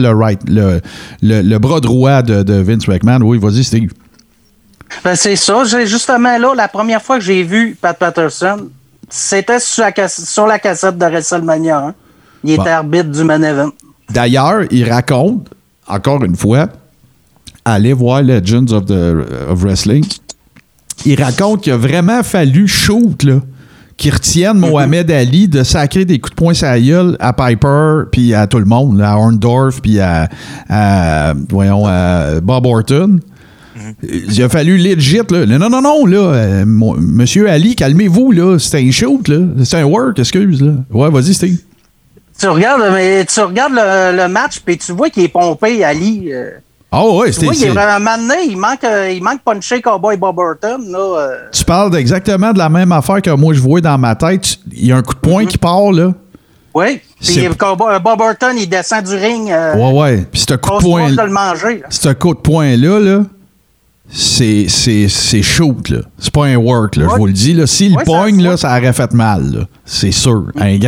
le bras droit de Vince McMahon. Oui, vas-y, Steve. Ben, c'est ça. Justement, là, la première fois que j'ai vu Pat Patterson, c'était sur la cassette de WrestleMania 1. Il était arbitre du main event. D'ailleurs, il raconte, encore une fois, allez voir Legends of Wrestling. Il raconte qu'il a vraiment fallu shoot, là, qu'il retienne Mohamed Ali de sacrer des coups de poing sur la gueule à Piper puis à tout le monde, là, à Orndorff puis à Bob Orton. Il a fallu legit, là. Non, là, Monsieur Ali, calmez-vous, là. C'est un shoot, là. C'est un work, excuse, là. Ouais, vas-y, Steve. Tu regardes le match puis tu vois qu'il est pompé, Ali. Oh oui, c'était ça. À un moment donné, il manque puncher Cowboy Bob Orton. Là. Tu parles exactement de la même affaire que moi je vois dans ma tête. Il y a un coup de poing qui part, là. Oui. Puis Bob Orton, il descend du ring. Ouais. Puis ce coup de poing. De le manger. Ce coup de poing-là, c'est shoot, là. C'est pas un work, là. Je vous le dis, là. S'il pogne, là, ça aurait fait mal, là. C'est sûr. Un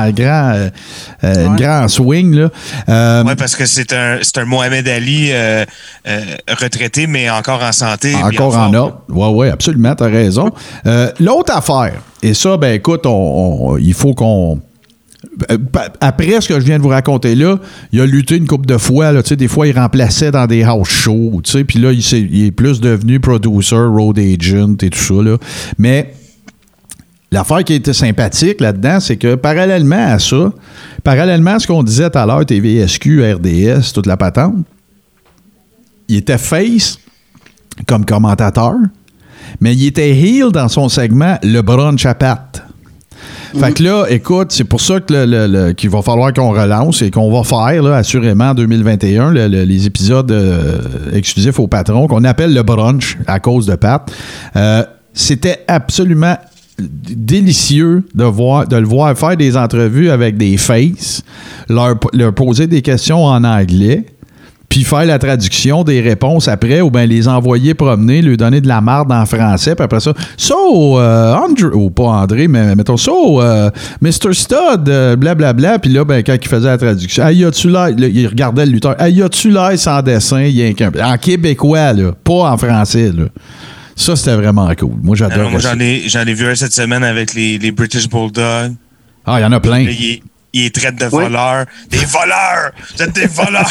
grand swing, là. Oui, parce que c'est un Mohamed Ali retraité, mais encore en santé. Encore en ordre. Oui, absolument, t'as raison. L'autre affaire, et ça, ben écoute, il faut qu'on... Après ce que je viens de vous raconter là, il a lutté une couple de fois. Là, des fois, il remplaçait dans des house shows. Puis là, il est plus devenu producer, road agent et tout ça. Là. Mais l'affaire qui était sympathique là-dedans, c'est que parallèlement à ce qu'on disait tout à l'heure, TVSQ, RDS, toute la patente, il était face comme commentateur, mais il était heel dans son segment Le Brunch à Pat. Fait que là, écoute, c'est pour ça que qu'il va falloir qu'on relance et qu'on va faire, là, assurément, en 2021, les épisodes exclusifs aux patrons qu'on appelle le brunch à cause de Pat. C'était absolument délicieux de le voir faire des entrevues avec des faces, leur poser des questions en anglais. puis faire la traduction des réponses après, ou bien les envoyer promener, lui donner de la marde en français, puis après ça, André, ou pas André, mais mettons, Mr. Stud, blablabla, puis là, ben, quand il faisait la traduction, y a-tu l'air, il regardait le lutteur, y a-tu l'air sans dessin, en québécois, là, pas en français, là. Ça, c'était vraiment cool. Moi, j'adore. Moi, j'en ai vu un cette semaine avec les British Bulldogs. Ah, il y en a plein. Il traite de voleurs. Des voleurs! Vous êtes des voleurs!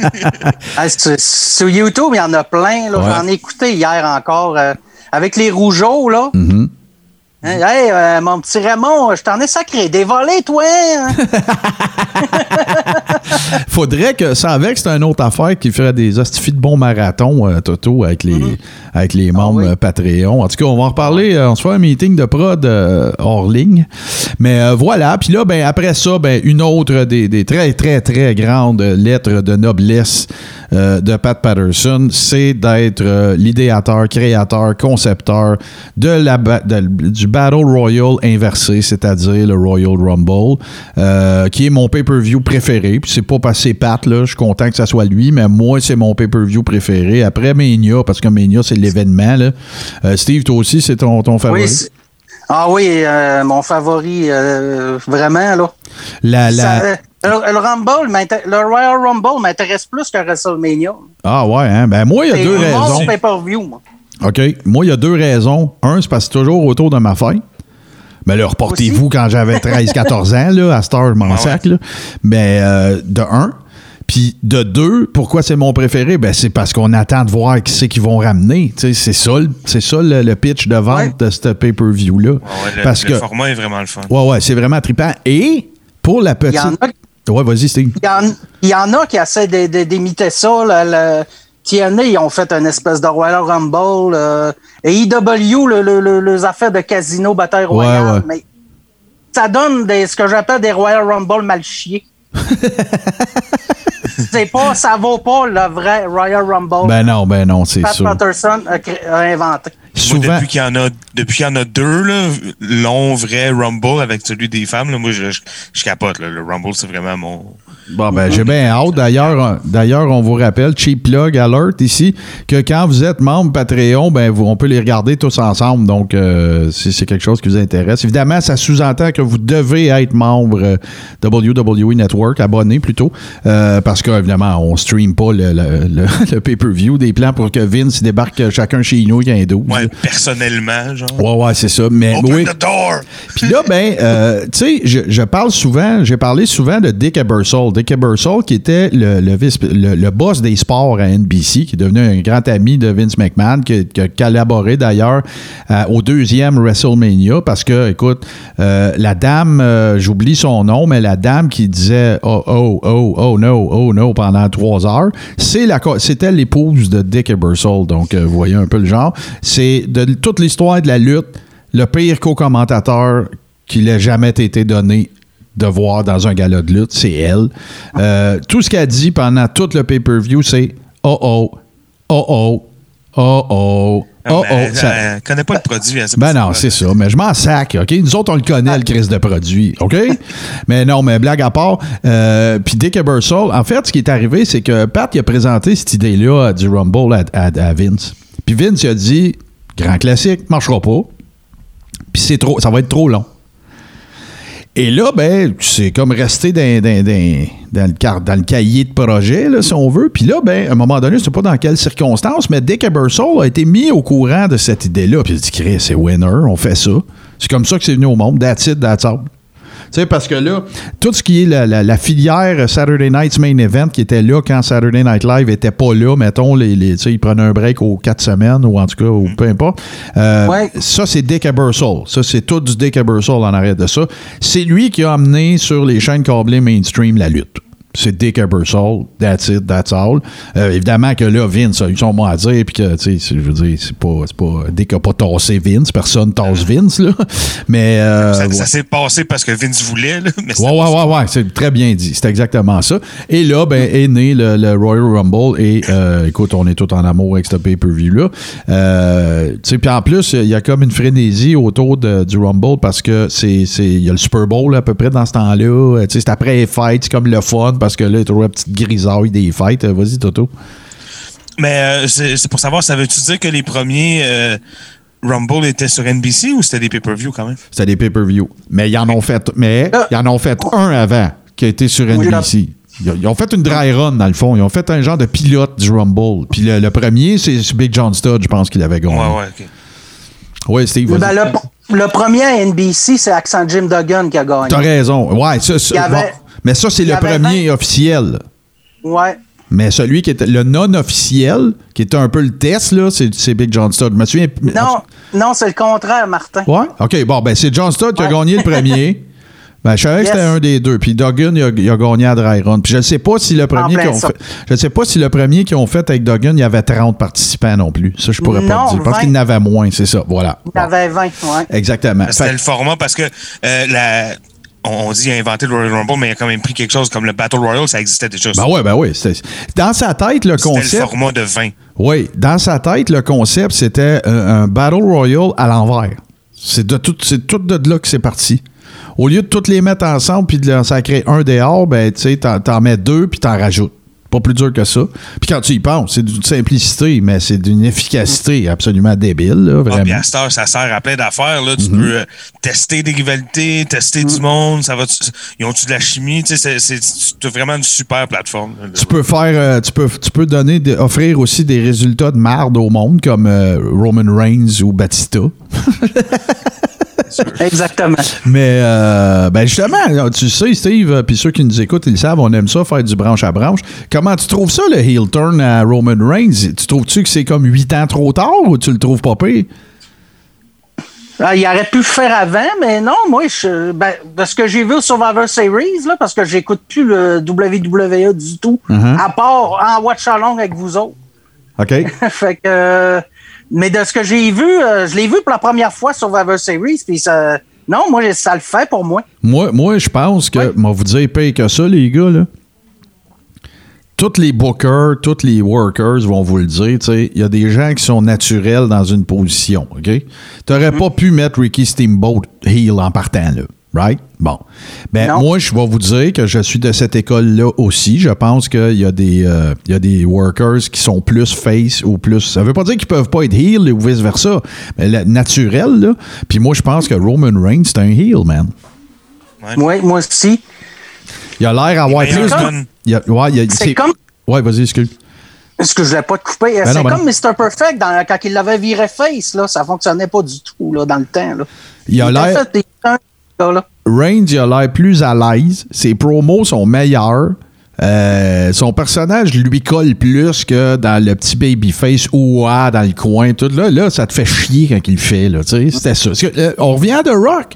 Sur YouTube, il y en a plein. Là. Ouais. J'en ai écouté hier encore. Avec les rougeaux, là. Mm-hmm. Hey, mon petit Raymond, je t'en ai sacré. Dévolé, toi! Hein? Faudrait que ça avec, c'est une autre affaire qui ferait des hostifis de bons marathons, Toto, avec les membres Patreon. En tout cas, on va en reparler. On se fait un meeting de prod hors ligne. Mais voilà. Puis là, ben, après ça, ben, une autre des très, très, très grandes lettres de noblesse de Pat Patterson, c'est d'être l'idéateur, créateur, concepteur du Battle Royal inversé, c'est-à-dire le Royal Rumble, qui est mon pay-per-view préféré. Puis c'est pas parce que c'est Pat, là, je suis content que ça soit lui, mais moi, c'est mon pay-per-view préféré. Après Mania, parce que Mania, c'est l'événement. Là. Steve, toi aussi, c'est ton favori? Oui, mon favori, vraiment, là. Le Rumble, le Royal Rumble m'intéresse plus que WrestleMania. Ah ouais, hein? Ben moi, il y a deux raisons. Pay-per-view, moi. OK. Moi, il y a deux raisons. Un, c'est parce que c'est toujours autour de ma fête. Mais là, reportez-vous quand j'avais 13-14 ans, là, à Star, je m'en sac, là. Mais de un. Puis de deux, pourquoi c'est mon préféré? Ben, c'est parce qu'on attend de voir qui c'est qu'ils vont ramener. Tu sais, c'est ça le pitch de vente de ce pay-per-view-là. Le format est vraiment le fun. Ouais, c'est vraiment trippant. Et pour la petite... Ouais, vas-y, Steve. Il y en a qui essaient d'imiter ça. TNA, ils ont fait une espèce de Royal Rumble. Et EW, les affaires de casino, bataille royale. Ouais. Mais ça donne ce que j'appelle des Royal Rumble mal chiés. Ça vaut pas le vrai Royal Rumble. Ben non, c'est sûr. Pat Patterson a inventé. Moi, depuis qu'il y en a deux, là, long vrai Rumble avec celui des femmes, là, moi, je capote. Là. Le Rumble, c'est vraiment mon... Bon, ben, j'ai bien hâte. D'ailleurs, on vous rappelle, cheap plug alert ici, que quand vous êtes membre Patreon, ben, on peut les regarder tous ensemble. Donc, si c'est quelque chose qui vous intéresse. Évidemment, ça sous-entend que vous devez être membre WWE Network, abonné plutôt, parce qu'évidemment, on stream pas le pay-per-view, des plans pour que Vince débarque chacun chez nous, il y a un 12. Ouais, personnellement, genre. Ouais, c'est ça. Mais Open the door! Puis là, ben, tu sais, j'ai parlé souvent de Dick Ebersol. Dick Ebersol, qui était le boss des sports à NBC, qui est devenu un grand ami de Vince McMahon, qui a collaboré d'ailleurs au deuxième WrestleMania, parce que, écoute, la dame, j'oublie son nom, mais la dame qui disait oh no pendant 3 heures, c'était l'épouse de Dick Ebersol. Donc, vous voyez un peu le genre. C'est de toute l'histoire de la lutte, le pire co-commentateur qu'il ait jamais été donné de voir dans un gala de lutte, c'est elle. Tout ce qu'elle dit pendant tout le pay-per-view, c'est Elle connaît pas le produit. Ben non, c'est ça. Mais je m'en sac, OK? Nous autres, on le connaît, le crise de produit, OK? Mais non, mais blague à part. Puis Dick Ebersol, en fait, ce qui est arrivé, c'est que Pat il a présenté cette idée-là du Rumble à Vince. Puis Vince il a dit, grand classique, marchera pas. Puis ça va être trop long. Et là, ben, c'est comme rester dans le cahier de projet, là, si on veut. Puis là, ben, à un moment donné, je ne sais pas dans quelles circonstances, mais Dick Ebersol a été mis au courant de cette idée-là. Puis il a dit, Chris, c'est winner, on fait ça. C'est comme ça que c'est venu au monde. That's it, that's all. Tu sais, parce que là, tout ce qui est la filière Saturday Night's Main Event qui était là quand Saturday Night Live était pas là, mettons, tu sais, ils prenaient un break aux 4 semaines ou en tout cas, ou peu importe. Ça, c'est Dick Ebersol. Ça, c'est tout du Dick Ebersol en arrière de ça. C'est lui qui a amené sur les chaînes câblées mainstream la lutte. C'est Dick Ebersol, that's it, that's all. Évidemment que là, Vince a eu son mot à dire, puis que, tu sais, je veux dire, c'est pas Dick a pas tassé Vince, personne tasse Vince, là. Mais. Ça s'est passé parce que Vince voulait, là. Mais ouais, c'est très bien dit. C'est exactement ça. Et là, ben, est né le Royal Rumble, et écoute, on est tous en amour avec ce pay-per-view-là. Tu sais, puis en plus, il y a comme une frénésie autour du Rumble parce que il y a le Super Bowl, à peu près, dans ce temps-là. Tu sais, c'est après les fêtes, c'est comme le fun. parce que là, il trouve la petite grisaille des fêtes. Vas-y, Toto. Mais c'est pour savoir, ça veut-tu dire que les premiers Rumble étaient sur NBC ou c'était des pay-per-view quand même? C'était des pay-per-view. Mais ils en ont fait un avant qui a été sur NBC. Ils ont fait une dry run, dans le fond. Ils ont fait un genre de pilote du Rumble. Puis le premier, c'est Big John Studd, je pense qu'il avait gagné. Ouais, OK. Oui, Steve. Ben, le premier à NBC, c'est Accent Jim Duggan qui a gagné. T'as raison. Ouais, ça, mais ça, c'est le premier officiel. Ouais. Mais celui qui était le non-officiel, qui était un peu le test, là, c'est Big John Studd. Je me souviens. Non, c'est le contraire, Martin. Ouais? OK, bon, ben c'est John Studd qui a gagné le premier. Ben, je savais que c'était un des deux. Puis Duggan, il a gagné à Dry Run. Puis je ne sais pas si le premier qu'ils ont fait. Je ne sais pas si le premier qu'ils ont fait avec Duggan, il y avait 30 participants non plus. Ça, je pourrais pas te dire. Je pense qu'il y en avait moins, c'est ça. Voilà. Il y en avait 20, ouais. Exactement. C'était le format parce que on dit qu'il a inventé le Royal Rumble, mais il a quand même pris quelque chose comme le Battle Royale, ça existait déjà. Ben oui. Dans sa tête, le concept. C'était le format de 20. Oui, dans sa tête, le concept, c'était un Battle Royale à l'envers. C'est tout de là que c'est parti. Au lieu de toutes les mettre ensemble puis de en sacrer un dehors, ben, tu sais, t'en mets deux puis t'en rajoutes. Pas plus dur que ça. Puis quand tu y penses, c'est d'une simplicité, mais c'est d'une efficacité absolument débile, là, vraiment. Puis à cette heure, ça sert à plein d'affaires. Là. Tu peux tester des rivalités, tester du monde. Ils ont-tu de la chimie? Tu sais, c'est vraiment une super plateforme. Là. Tu peux faire, tu peux offrir aussi des résultats de marde au monde, comme Roman Reigns ou Batista. Exactement. Mais, ben justement, tu sais, Steve, puis ceux qui nous écoutent, ils le savent, on aime ça, faire du branche à branche. Comment tu trouves ça, le heel turn à Roman Reigns? Tu trouves-tu que c'est comme 8 ans trop tard ou tu le trouves pas pire? Il aurait pu le faire avant, mais non, moi, de ce que j'ai vu au Survivor Series, là, parce que j'écoute plus le WWE du tout, à part en watch-along avec vous autres. OK. Fait que... mais de ce que j'ai vu, je l'ai vu pour la première fois sur Survivor Series, puis ça... Non, moi, ça le fait pour moi. Moi, je pense que... Moi, vous dire pire que ça, les gars, là. Tous les bookers, tous les workers vont vous le dire, tu sais, il y a des gens qui sont naturels dans une position, OK? T'aurais pas pu mettre Ricky Steamboat heel en partant, là. Right? Bon. Ben, moi, je vais vous dire que je suis de cette école-là aussi. Je pense qu'il y a des workers qui sont plus face ou plus... Ça veut pas dire qu'ils peuvent pas être heel ou vice-versa. Mais naturel, là. Puis moi, je pense que Roman Reigns, c'est un heel, man. Oui, moi aussi. Il a l'air d'avoir plus... C'est comme... Ouais, vas-y, excuse. Excuse, je ne voulais pas te couper. C'est comme Mr. Perfect, quand il l'avait viré face, là, ça fonctionnait pas du tout là, dans le temps. Là. Il a l'air... Reigns, il a l'air plus à l'aise. Ses promos sont meilleurs. Son personnage lui colle plus que dans le petit babyface ouah dans le coin. Tout là, ça te fait chier quand il le fait. Là, c'était ça. On revient de Rock.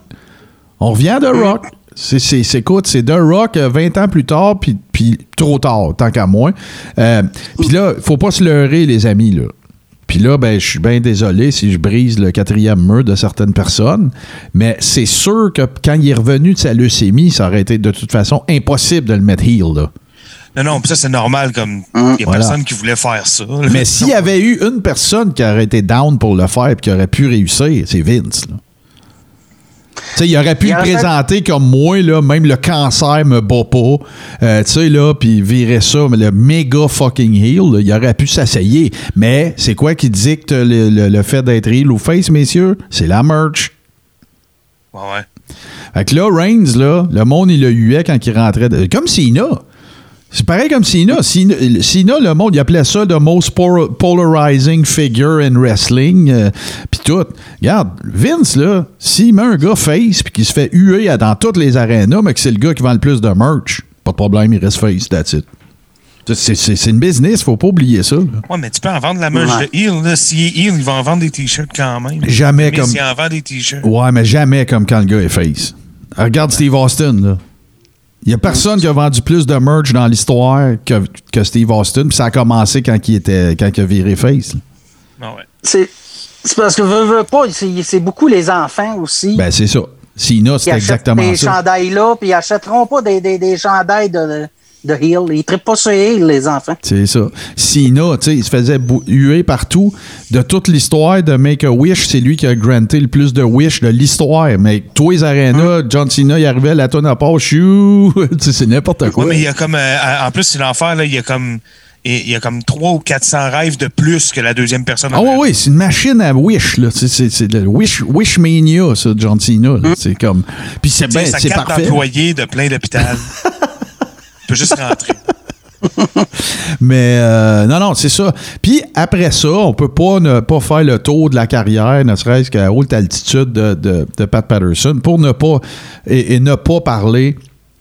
Écoute, c'est The Rock 20 ans plus tard, puis trop tard, tant qu'à moi. Puis là, faut pas se leurrer, les amis, là. Puis là, ben, je suis bien désolé si je brise le 4e mur de certaines personnes, mais c'est sûr que quand il est revenu de sa leucémie, ça aurait été de toute façon impossible de le mettre heel, là. Non, ça, c'est normal, comme il n'y a personne qui voulait faire ça. Là. Mais s'il y avait eu une personne qui aurait été down pour le faire et qui aurait pu réussir, c'est Vince, là. Tu sais, il aurait pu le présenter comme moi, là, même le cancer me bat pas, tu sais, là, puis virer ça, mais le méga fucking heel, là, il aurait pu s'essayer. Mais c'est quoi qui dicte le fait d'être heel ou face, messieurs? C'est la merch. Ouais. Fait que là, Reigns, là, le monde, il le huait quand il rentrait. Comme Cena. C'est pareil comme Cena. Cena, le monde, il appelait ça the most polarizing figure in wrestling. Puis tout. Regarde, Vince, là, s'il met un gars face puis qu'il se fait huer dans toutes les arénas, mais que c'est le gars qui vend le plus de merch, pas de problème, il reste face, that's it. C'est une business, faut pas oublier ça. Là. Ouais, mais tu peux en vendre la merch de heel. Là. S'il est heel, il va en vendre des t-shirts quand même. Jamais mais comme... s'il en vend des t-shirts. Ouais, mais jamais comme quand le gars est face. Regarde Steve Austin, là. Il n'y a personne qui a vendu plus de merch dans l'histoire que Steve Austin, puis ça a commencé quand il a viré face. Ah ouais. C'est parce que veux pas, c'est beaucoup les enfants aussi. Ben, c'est ça. Cena, c'est exactement ça. Ils achètent des chandails là, puis ils achèteront pas des chandails de heel. Ils trippent pas sur heel, les enfants. C'est ça. Cena, tu sais, il se faisait huer partout. De toute l'histoire de Make-A-Wish, c'est lui qui a granté le plus de wish de l'histoire. Mais tous les arénas, John Cena, il arrivait à la tonne à part, chou! C'est n'importe quoi. Oui, mais il y a comme... en plus, c'est l'enfer, là, il y a comme 300 ou 400 rêves de plus que la deuxième personne. Ah oui, c'est une machine à wish, là. C'est le Wishmania, ça, John Cena. Là. C'est comme... Puis c'est bien, sa c'est carte parfait. d'employé de plein d'hôpital. Tu peux juste rentrer. Mais non, c'est ça. Puis après ça, on peut pas ne pas faire le tour de la carrière, ne serait-ce qu'à haute altitude de Pat Patterson, pour ne pas et ne pas parler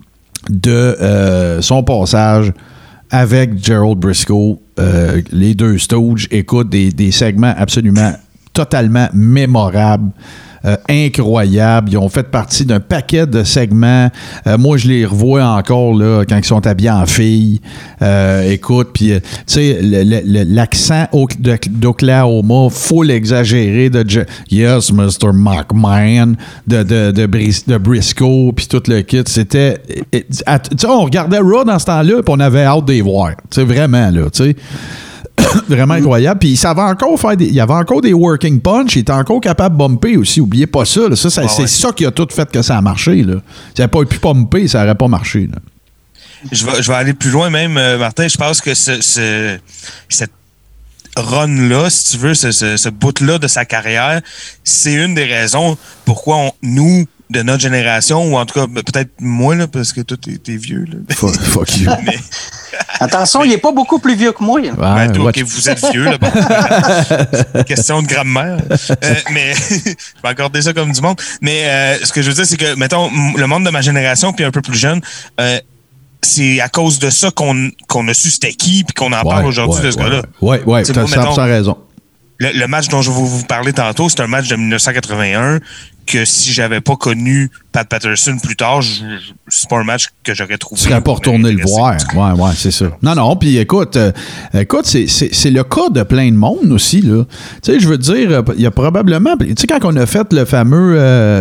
de son passage avec Gerald Briscoe. Les deux Stooges, écoute, des segments absolument totalement mémorables. Incroyable. Ils ont fait partie d'un paquet de segments. Moi, je les revois encore là, quand ils sont habillés en filles. Écoute, puis tu sais, l'accent d'Oklahoma, full exagéré de Yes, Mr. McMahon, de Briscoe, puis tout le kit. C'était... Tu sais, on regardait Raw dans ce temps-là, puis on avait hâte de les voir. Tu sais, vraiment, là, tu sais. Vraiment incroyable. Puis il savait encore faire il y avait encore des working punch. Il était encore capable de bumper aussi. Oubliez pas ça. Là. C'est ça qui a tout fait que ça a marché. Là. S'il n'avait pas pu bumper, ça n'aurait pas marché. Là. Je vais aller plus loin même, Martin. Je pense que cette run-là, si tu veux, ce bout-là de sa carrière, c'est une des raisons pourquoi nous, de notre génération, ou en tout cas, peut-être moi, là, parce que toi, t'es vieux. Là. Fuck you. Mais... Attention, il n'est pas beaucoup plus vieux que moi. Ben, toi, OK, vous êtes vieux. Là, bon, question de grammaire. Mais je vais accorder ça comme du monde. Mais ce que je veux dire, c'est que, mettons, le monde de ma génération, puis un peu plus jeune, c'est à cause de ça qu'on a su c'était qui, puis qu'on en parle aujourd'hui de ce gars-là. Oui, tu as 100% raison. Le match dont je vais vous parler tantôt, c'est un match de 1981 que si j'avais pas connu Pat Patterson plus tard, c'est pas un match que j'aurais trouvé. Tu serais pas retourné le voir. Ouais, c'est ça. Non, puis écoute, c'est le cas de plein de monde aussi, là. Tu sais, je veux dire, il y a probablement... Tu sais, quand on a fait le fameux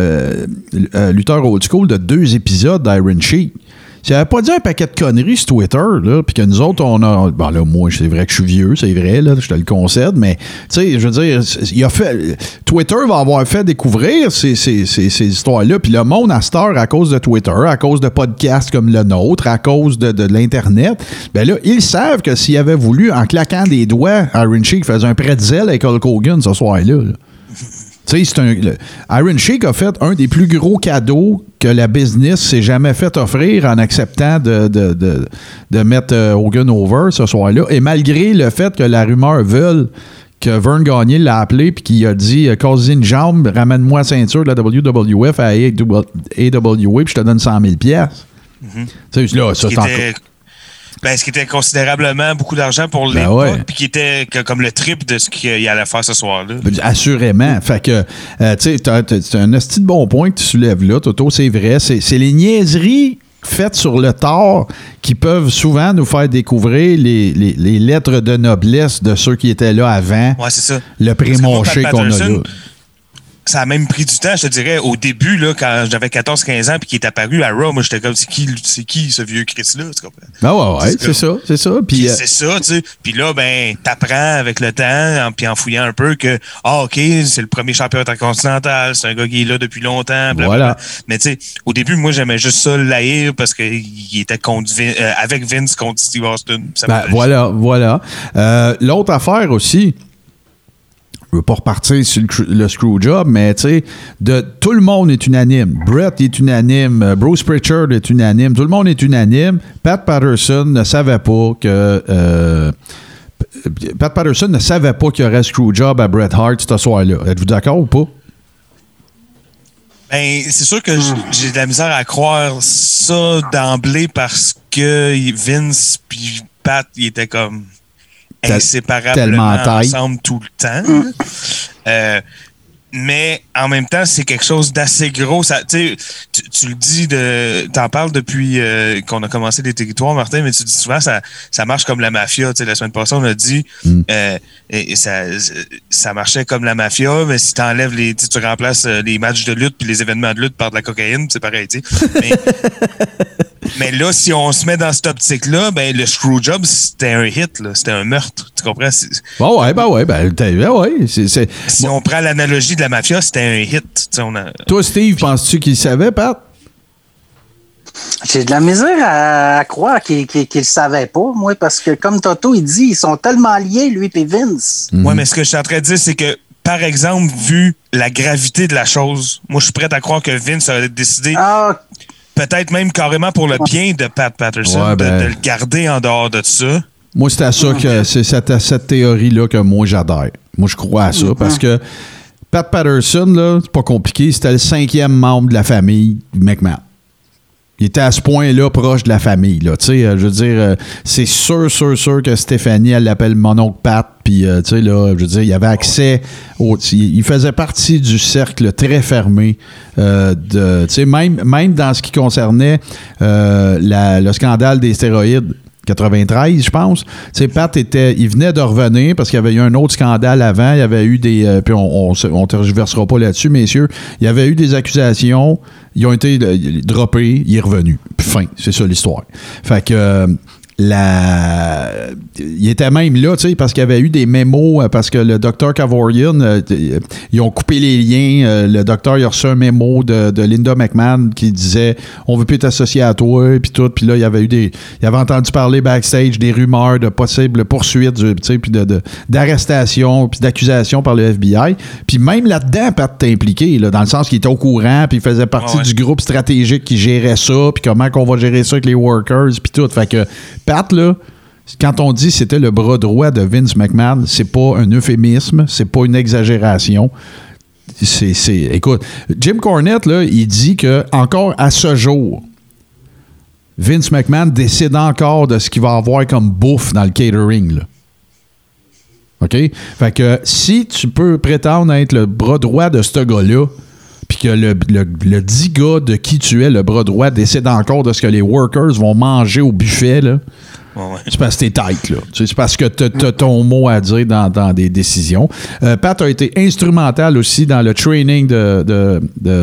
lutteur old school de 2 épisodes d'Iron Sheik, s'il n'avait pas dit un paquet de conneries sur Twitter, là, puis que nous autres, on a... Bon, là, moi, c'est vrai que je suis vieux, c'est vrai, là, je te le concède, mais, tu sais, je veux dire, il a fait... Twitter va avoir fait découvrir ces histoires-là, puis le monde, à cette heure, à cause de Twitter, à cause de podcasts comme le nôtre, à cause de l'Internet, ben là, ils savent que s'ils avaient voulu, en claquant des doigts, Iron Sheik faisait un pretzel avec Hulk Hogan ce soir-là, là. Tu sais, Iron Sheik a fait un des plus gros cadeaux que la business s'est jamais fait offrir en acceptant de mettre Hogan over ce soir-là. Et malgré le fait que la rumeur veut que Vern Gagné l'a appelé puis qu'il a dit « Casse-y une jambe, ramène-moi la ceinture de la WWF à AWA puis je te donne 100 000 piastres. » Tu sais, là, ça, c'est encore... Ce qui était considérablement beaucoup d'argent pour l'époque, puis qui était comme le triple de ce qu'il allait faire ce soir-là. Assurément. Fait que, tu sais, c'est un esti de bon point que tu soulèves là, Toto, c'est vrai. C'est les niaiseries faites sur le tard qui peuvent souvent nous faire découvrir les lettres de noblesse de ceux qui étaient là avant. Ouais, c'est ça. Le pré-monché qu'on a là. Ça a même pris du temps, je te dirais. Au début, là, quand j'avais 14-15 ans puis qu'il est apparu à Raw, moi, j'étais comme, c'est qui ce vieux Chris-là? Tu comprends? Ah ouais, c'est ça. Puis c'est ça, tu sais. Puis là, ben, t'apprends avec le temps, puis en fouillant un peu que, OK, c'est le premier champion intercontinental, c'est un gars qui est là depuis longtemps. Blablabla. Voilà. Mais tu sais, au début, moi, j'aimais juste ça le haïr parce qu'il était avec Vince contre Steve Austin. Voilà. L'autre affaire aussi, je veux pas repartir sur le screwjob, mais tu sais, tout le monde est unanime. Brett est unanime, Bruce Pritchard est unanime, tout le monde est unanime. Pat Patterson ne savait pas que qu'il y aurait screwjob à Bret Hart ce soir-là. Êtes-vous d'accord ou pas? Ben, c'est sûr que j'ai de la misère à croire ça d'emblée parce que Vince puis Pat, ils étaient comme inséparablement ensemble tout le temps. Mais en même temps, c'est quelque chose d'assez gros. Ça, tu le dis, t'en parles depuis qu'on a commencé les territoires, Martin, mais tu dis souvent ça marche comme la mafia. La semaine passée, on a dit et ça marchait comme la mafia, mais si t'enlèves tu remplaces les matchs de lutte puis les événements de lutte par de la cocaïne, c'est pareil. Mais là, si on se met dans cette optique-là, ben le Screwjob, c'était un hit, là. C'était un meurtre. Tu comprends? Si on prend l'analogie de la mafia, c'était un hit. Toi, Steve, penses-tu qu'il savait, Pat? J'ai de la misère à croire qu'il le savait pas, moi, parce que comme Toto, il dit, ils sont tellement liés, lui et Vince. Oui, mais ce que je suis en train de dire, c'est que, par exemple, vu la gravité de la chose, moi, je suis prêt à croire que Vince a décidé, peut-être même carrément pour le bien de Pat Patterson, de le garder en dehors de ça. Moi, c'est à ça que c'est à cette théorie-là que moi, j'adhère. Moi, je crois à ça, parce que Pat Patterson, là, c'est pas compliqué, c'était le 5e membre de la famille McMahon. Il était à ce point-là proche de la famille. Là. Je veux dire, c'est sûr que Stéphanie, elle l'appelle mon oncle Pat. Puis, tu sais, là, je veux dire, il avait accès il faisait partie du cercle très fermé tu sais, même dans ce qui concernait le scandale des stéroïdes. 93, je pense. Tu sais, Pat il venait de revenir parce qu'il y avait eu un autre scandale avant. Il y avait eu des... puis on ne tergiversera pas là-dessus, messieurs. Il y avait eu des accusations. Ils ont été droppés. Il est revenu. Puis fin. C'est ça l'histoire. Fait que... il était même là, tu sais, parce qu'il y avait eu des mémos, parce que le docteur Kavorian, ils ont coupé les liens. Le docteur, il a reçu un mémo de Linda McMahon qui disait « On veut plus t'associer à toi », puis tout. Puis là, il avait entendu parler backstage des rumeurs de possibles poursuites, tu sais, puis d'arrestations, puis d'accusations par le FBI. Puis même là-dedans, Pat t'es impliqué, là, dans le sens qu'il était au courant, puis il faisait partie du groupe stratégique qui gérait ça, puis comment qu'on va gérer ça avec les workers, puis tout. Fait que Pat, là, quand on dit c'était le bras droit de Vince McMahon, c'est pas un euphémisme, c'est pas une exagération. Écoute, Jim Cornette, là, il dit que encore à ce jour, Vince McMahon décide encore de ce qu'il va avoir comme bouffe dans le catering, là. OK? Fait que si tu peux prétendre être le bras droit de ce gars-là, puis que le 10 gars de qui tu es le bras droit décide encore de ce que les workers vont manger au buffet, là, c'est parce que t'es tight, là. C'est parce que t'as ton mot à dire dans des décisions. Pat a été instrumental aussi dans le training de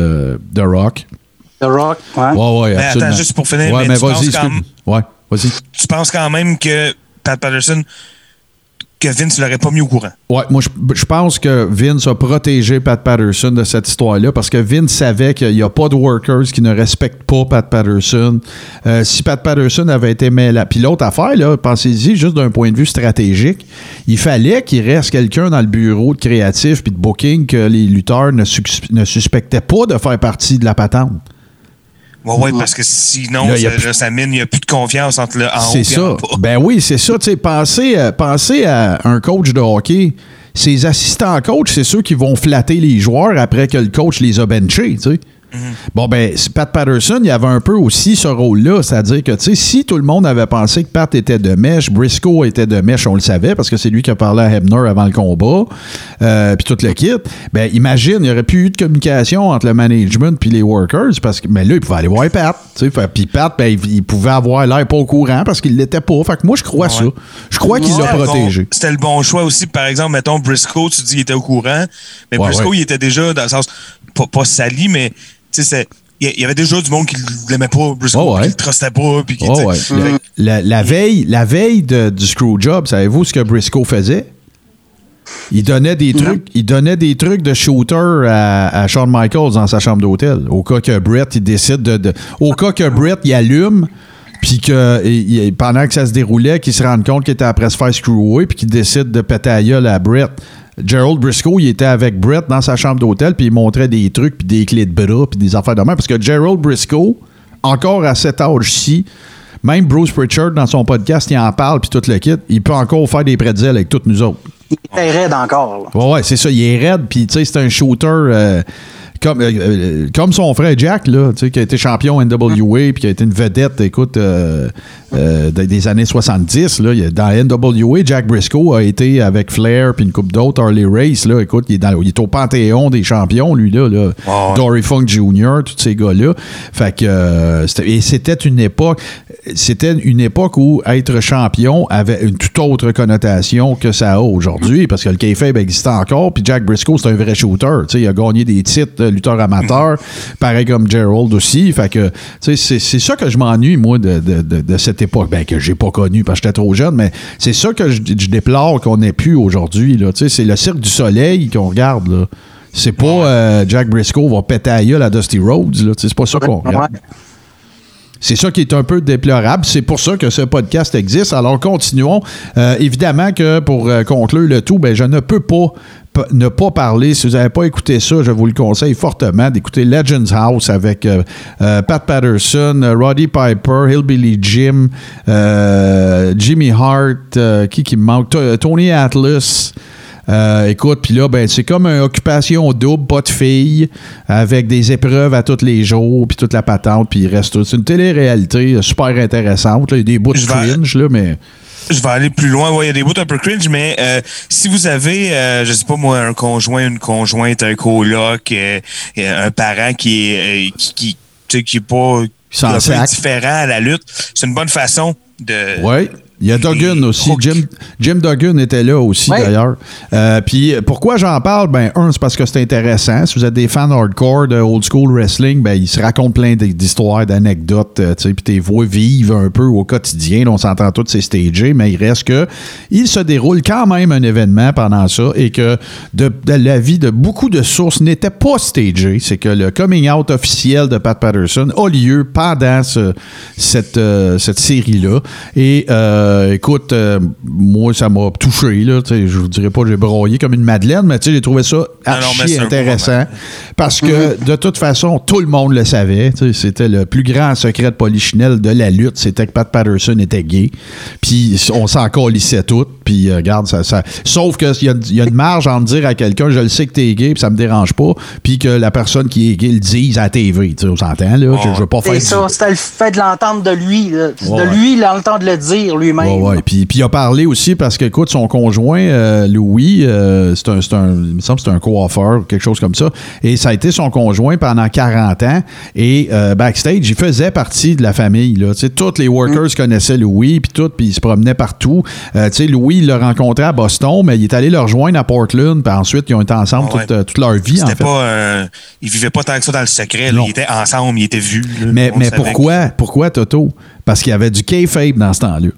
Rock. The Rock, ouais, mais attends, juste pour finir, mais vas-y. Tu penses quand même que Pat Patterson, que Vince ne l'aurait pas mis au courant? Ouais, moi, je pense que Vince a protégé Pat Patterson de cette histoire-là parce que Vince savait qu'il n'y a pas de workers qui ne respectent pas Pat Patterson. Si Pat Patterson avait été mêlé... Puis l'autre affaire, là, pensez-y, juste d'un point de vue stratégique, il fallait qu'il reste quelqu'un dans le bureau de créatif puis de booking que les lutteurs ne suspectaient pas de faire partie de la patente. Oui, parce que sinon, ça mine, il n'y a plus de confiance entre le en haut et en bas. Ben oui, c'est ça. Pensez à un coach de hockey. Ses assistants coachs, c'est ceux qui vont flatter les joueurs après que le coach les a benchés, tu sais. Bon, ben, Pat Patterson, il avait un peu aussi ce rôle-là, c'est-à-dire que, tu sais, si tout le monde avait pensé que Pat était de mèche, Briscoe était de mèche, on le savait, parce que c'est lui qui a parlé à Hebner avant le combat, puis tout le kit, ben, imagine, il n'y aurait plus eu de communication entre le management puis les workers, mais là, il pouvait aller voir Pat, tu sais, puis Pat, ben, il pouvait avoir l'air pas au courant parce qu'il l'était pas, fait que moi, je crois ça. Je crois qu'il l'a protégé. C'était le bon choix aussi, par exemple, mettons, Briscoe, tu dis qu'il était au courant, mais Briscoe, il était déjà, dans le sens, pas sali, mais tu sais, il y avait déjà du monde qui l'aimait pas, Briscoe, qui le trustait pas. Puis la veille du Screwjob, savez-vous ce que Briscoe faisait? Il donnait des trucs de shooter à Shawn Michaels dans sa chambre d'hôtel. Au cas que Brett, il décide au cas que Brett, il allume, puis que pendant que ça se déroulait, qu'il se rende compte qu'il était après se faire screwer, puis qu'il décide de péter la gueule à Brett. Gerald Briscoe, il était avec Brett dans sa chambre d'hôtel, puis il montrait des trucs, puis des clés de bras, puis des affaires de main. Parce que Gerald Briscoe, encore à cet âge-ci, même Bruce Pritchard, dans son podcast, il en parle, puis tout le kit, il peut encore faire des pretzels avec toutes nous autres. Il est raide encore. Ouais, c'est ça, il est raide, puis tu sais, c'est un shooter... comme son frère Jack, là, qui a été champion NWA puis qui a été une vedette, écoute, des années 70. Là, dans NWA, Jack Briscoe a été avec Flair puis une couple d'autres, Harley Race. Là, écoute, il est au panthéon des champions, lui. Là. Dory Funk Jr., tous ces gars-là. Fait que et c'était une époque... c'était une époque où être champion avait une toute autre connotation que ça a aujourd'hui, parce que le kayfabe existait encore, puis Jack Briscoe, c'est un vrai shooter. Il a gagné des titres lutteur amateur, pareil comme Gerald aussi. Fait que, c'est ça que je m'ennuie, moi, de cette époque. Ben, que j'ai pas connu parce que j'étais trop jeune, mais c'est ça que je déplore qu'on n'ait plus aujourd'hui. Là. C'est le Cirque du Soleil qu'on regarde, là. C'est pas Jack Briscoe va péter à gueule à Dusty Rhodes, là. C'est pas ça qu'on regarde. C'est ça qui est un peu déplorable. C'est pour ça que ce podcast existe. Alors, continuons. Évidemment que pour conclure le tout, ben, je ne peux pas ne pas parler. Si vous n'avez pas écouté ça, je vous le conseille fortement d'écouter Legends House avec Pat Patterson, Roddy Piper, Hillbilly Jim, Jimmy Hart, qui me manque, Tony Atlas. Écoute, puis là, ben, c'est comme une occupation double, pas de filles, avec des épreuves à tous les jours, puis toute la patente, puis il reste tout. C'est une télé-réalité super intéressante. Là. Il y a des bouts de cringe, là, mais... Je vais aller plus loin. Ouais, il y a des bouts un peu cringe, mais si vous avez, je sais pas moi, un conjoint, une conjointe, un coloc, un parent qui est pas indifférent à la lutte, c'est une bonne façon de... Ouais. Il y a Duggan aussi. Jim Duggan était là aussi, d'ailleurs. Puis pourquoi j'en parle? Ben, c'est parce que c'est intéressant. Si vous êtes des fans hardcore de old school wrestling, ben, il se raconte plein d'histoires, d'anecdotes, puis tes voix vivent un peu au quotidien. Là, on s'entend tous ces stagés, mais il reste que il se déroule quand même un événement pendant ça et que de l'avis de beaucoup de sources n'était pas stagé. C'est que le coming out officiel de Pat Patterson a lieu pendant cette série-là. Et écoute, moi, ça m'a touché. Là, je vous dirais pas que j'ai broyé comme une madeleine, mais j'ai trouvé ça archi intéressant. Parce que, de toute façon, tout le monde le savait. C'était le plus grand secret de Polichinelle de la lutte. C'était que Pat Patterson était gay. Puis, on s'en calissait tout. Puis, regarde, ça. Sauf qu'il y a une marge en dire à quelqu'un, je le sais que t'es gay, puis ça me dérange pas. Puis que la personne qui est gay le dise à la TV. On s'entend, là. Je veux pas faire. C'est ça, c'était le fait de l'entendre de lui. Là. De lui, l'entendre le dire lui-même. Ouais. Puis il a parlé aussi parce que, écoute, son conjoint, Louis, il me semble que c'est un coiffeur ou quelque chose comme ça. Et ça a été son conjoint pendant 40 ans. Et backstage, il faisait partie de la famille. Là. Tous les workers connaissaient Louis, puis il se promenait partout. Louis, il l'a rencontré à Boston, mais il est allé le rejoindre à Portland. Puis ensuite, ils ont été ensemble toute leur vie. C'était en fait. Pas, ils vivaient pas tant que ça dans le secret. Là. Ils étaient ensemble, ils étaient vus. Là. Mais pourquoi, Toto? Parce qu'il y avait du kayfabe dans ce temps-là.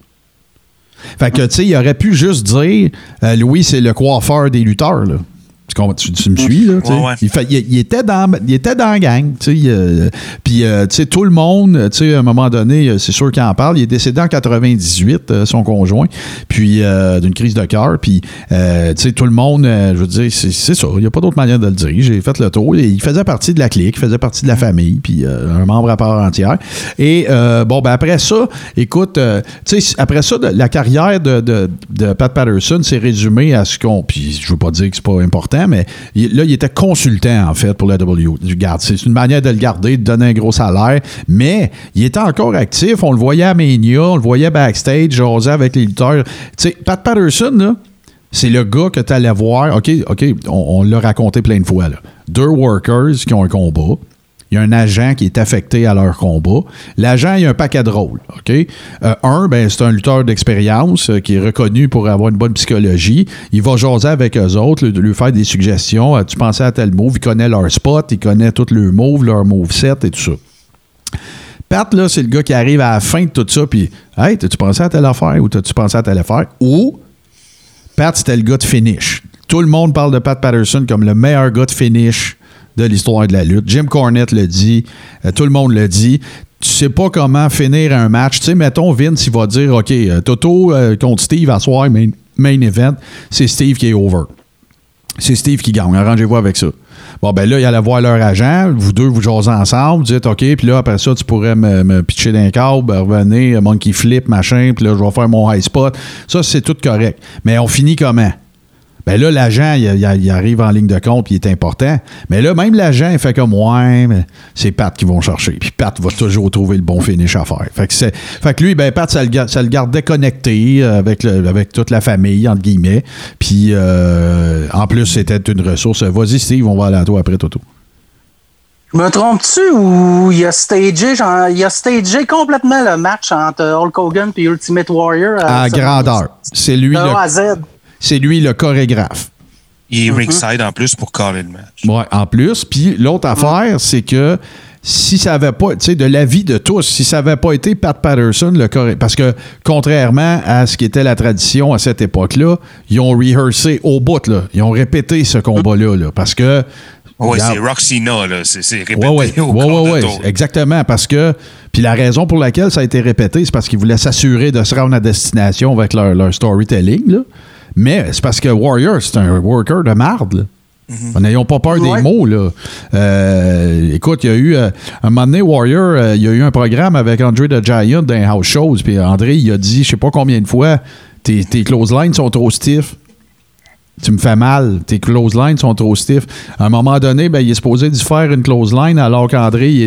Fait que, tu sais, il aurait pu juste dire Louis, c'est le coiffeur des lutteurs, là. Tu me suis, là? Ouais. Il était dans la gang, tu sais. Puis, tu sais, tout le monde, tu sais, à un moment donné, c'est sûr qu'il en parle. Il est décédé en 98, son conjoint, puis d'une crise de cœur. Puis, tu sais, tout le monde, je veux dire, c'est ça. Il n'y a pas d'autre manière de le dire. J'ai fait le tour. Il faisait partie de la clique, il faisait partie de la famille, puis un membre à part entière. Et, après ça, écoute, tu sais, après ça, la carrière de Pat Patterson s'est résumée à ce qu'on... Puis, je veux pas dire que c'est pas important, mais là, il était consultant, en fait, pour la W. C'est une manière de le garder, de donner un gros salaire, mais il était encore actif. On le voyait à Mania, on le voyait backstage, jaser avec les lutteurs. Tu sais, Pat Patterson, là, c'est le gars que tu allais voir. OK, on l'a raconté plein de fois, là. 2 workers qui ont un combat. Il y a un agent qui est affecté à leur combat. L'agent, il a un paquet de rôles. OK? C'est un lutteur d'expérience qui est reconnu pour avoir une bonne psychologie. Il va jaser avec eux autres, lui faire des suggestions. Tu pensais à tel move, il connaît leur spot, il connaît tous leurs moves, leur moveset et tout ça. Pat, là, c'est le gars qui arrive à la fin de tout ça, puis « Hey, t'as-tu pensé à telle affaire? Ou t'as-tu pensé à telle affaire? » Ou Pat, c'était le gars de finish. Tout le monde parle de Pat Patterson comme le meilleur gars de finish de l'histoire de la lutte. Jim Cornette le dit, tout le monde le dit. Tu sais pas comment finir un match. Tu sais, mettons, Vince, il va dire, OK, Toto contre Steve à soir, main event, c'est Steve qui est over. C'est Steve qui gagne. Arrangez-vous avec ça. Bon, ben là, il allait voir leur agent. Vous deux, vous jasez ensemble. Vous dites, OK, puis là, après ça, tu pourrais me pitcher d'un câble, revenir, monkey flip, machin, puis là, je vais faire mon high spot. Ça, c'est tout correct. Mais on finit comment? Ben là, l'agent, il arrive en ligne de compte puis il est important. Mais là, même l'agent, il fait comme ouais, mais c'est Pat qui vont chercher. Puis Pat va toujours trouver le bon finish à faire. Fait que lui, ben Pat, ça le gardait connecté avec toute la famille, entre guillemets. Puis en plus, c'était une ressource. Vas-y, Steve, on va aller à toi après, Toto. Je me trompe-tu ou il a stagé complètement le match entre Hulk Hogan et Ultimate Warrior? À grandeur. C'est lui, c'est lui le chorégraphe. Il est ringside en plus pour caler le match. Oui, en plus. Puis l'autre affaire, c'est que si ça n'avait pas, tu sais, de l'avis de tous, si ça n'avait pas été Pat Patterson, parce que contrairement à ce qui était la tradition à cette époque-là, ils ont rehearsé au bout, là. Ils ont répété ce combat-là, là, parce que... Oui, c'est Roxina, là. C'est répété au corps de tour. Exactement, parce que... Puis la raison pour laquelle ça a été répété, c'est parce qu'ils voulaient s'assurer de se rendre à destination avec leur storytelling, là. Mais c'est parce que Warrior, c'est un worker de marde, là. N'ayons pas peur des mots, là. Écoute, il y a eu... un moment donné, Warrior, il y a eu un programme avec André the Giant dans House Shows, puis André, il a dit, je sais pas combien de fois, tes clotheslines sont trop stiffs. Tu me fais mal, tes clotheslines sont trop stiffs. À un moment donné, ben, il est supposé d'y faire une clothesline alors qu'André, il est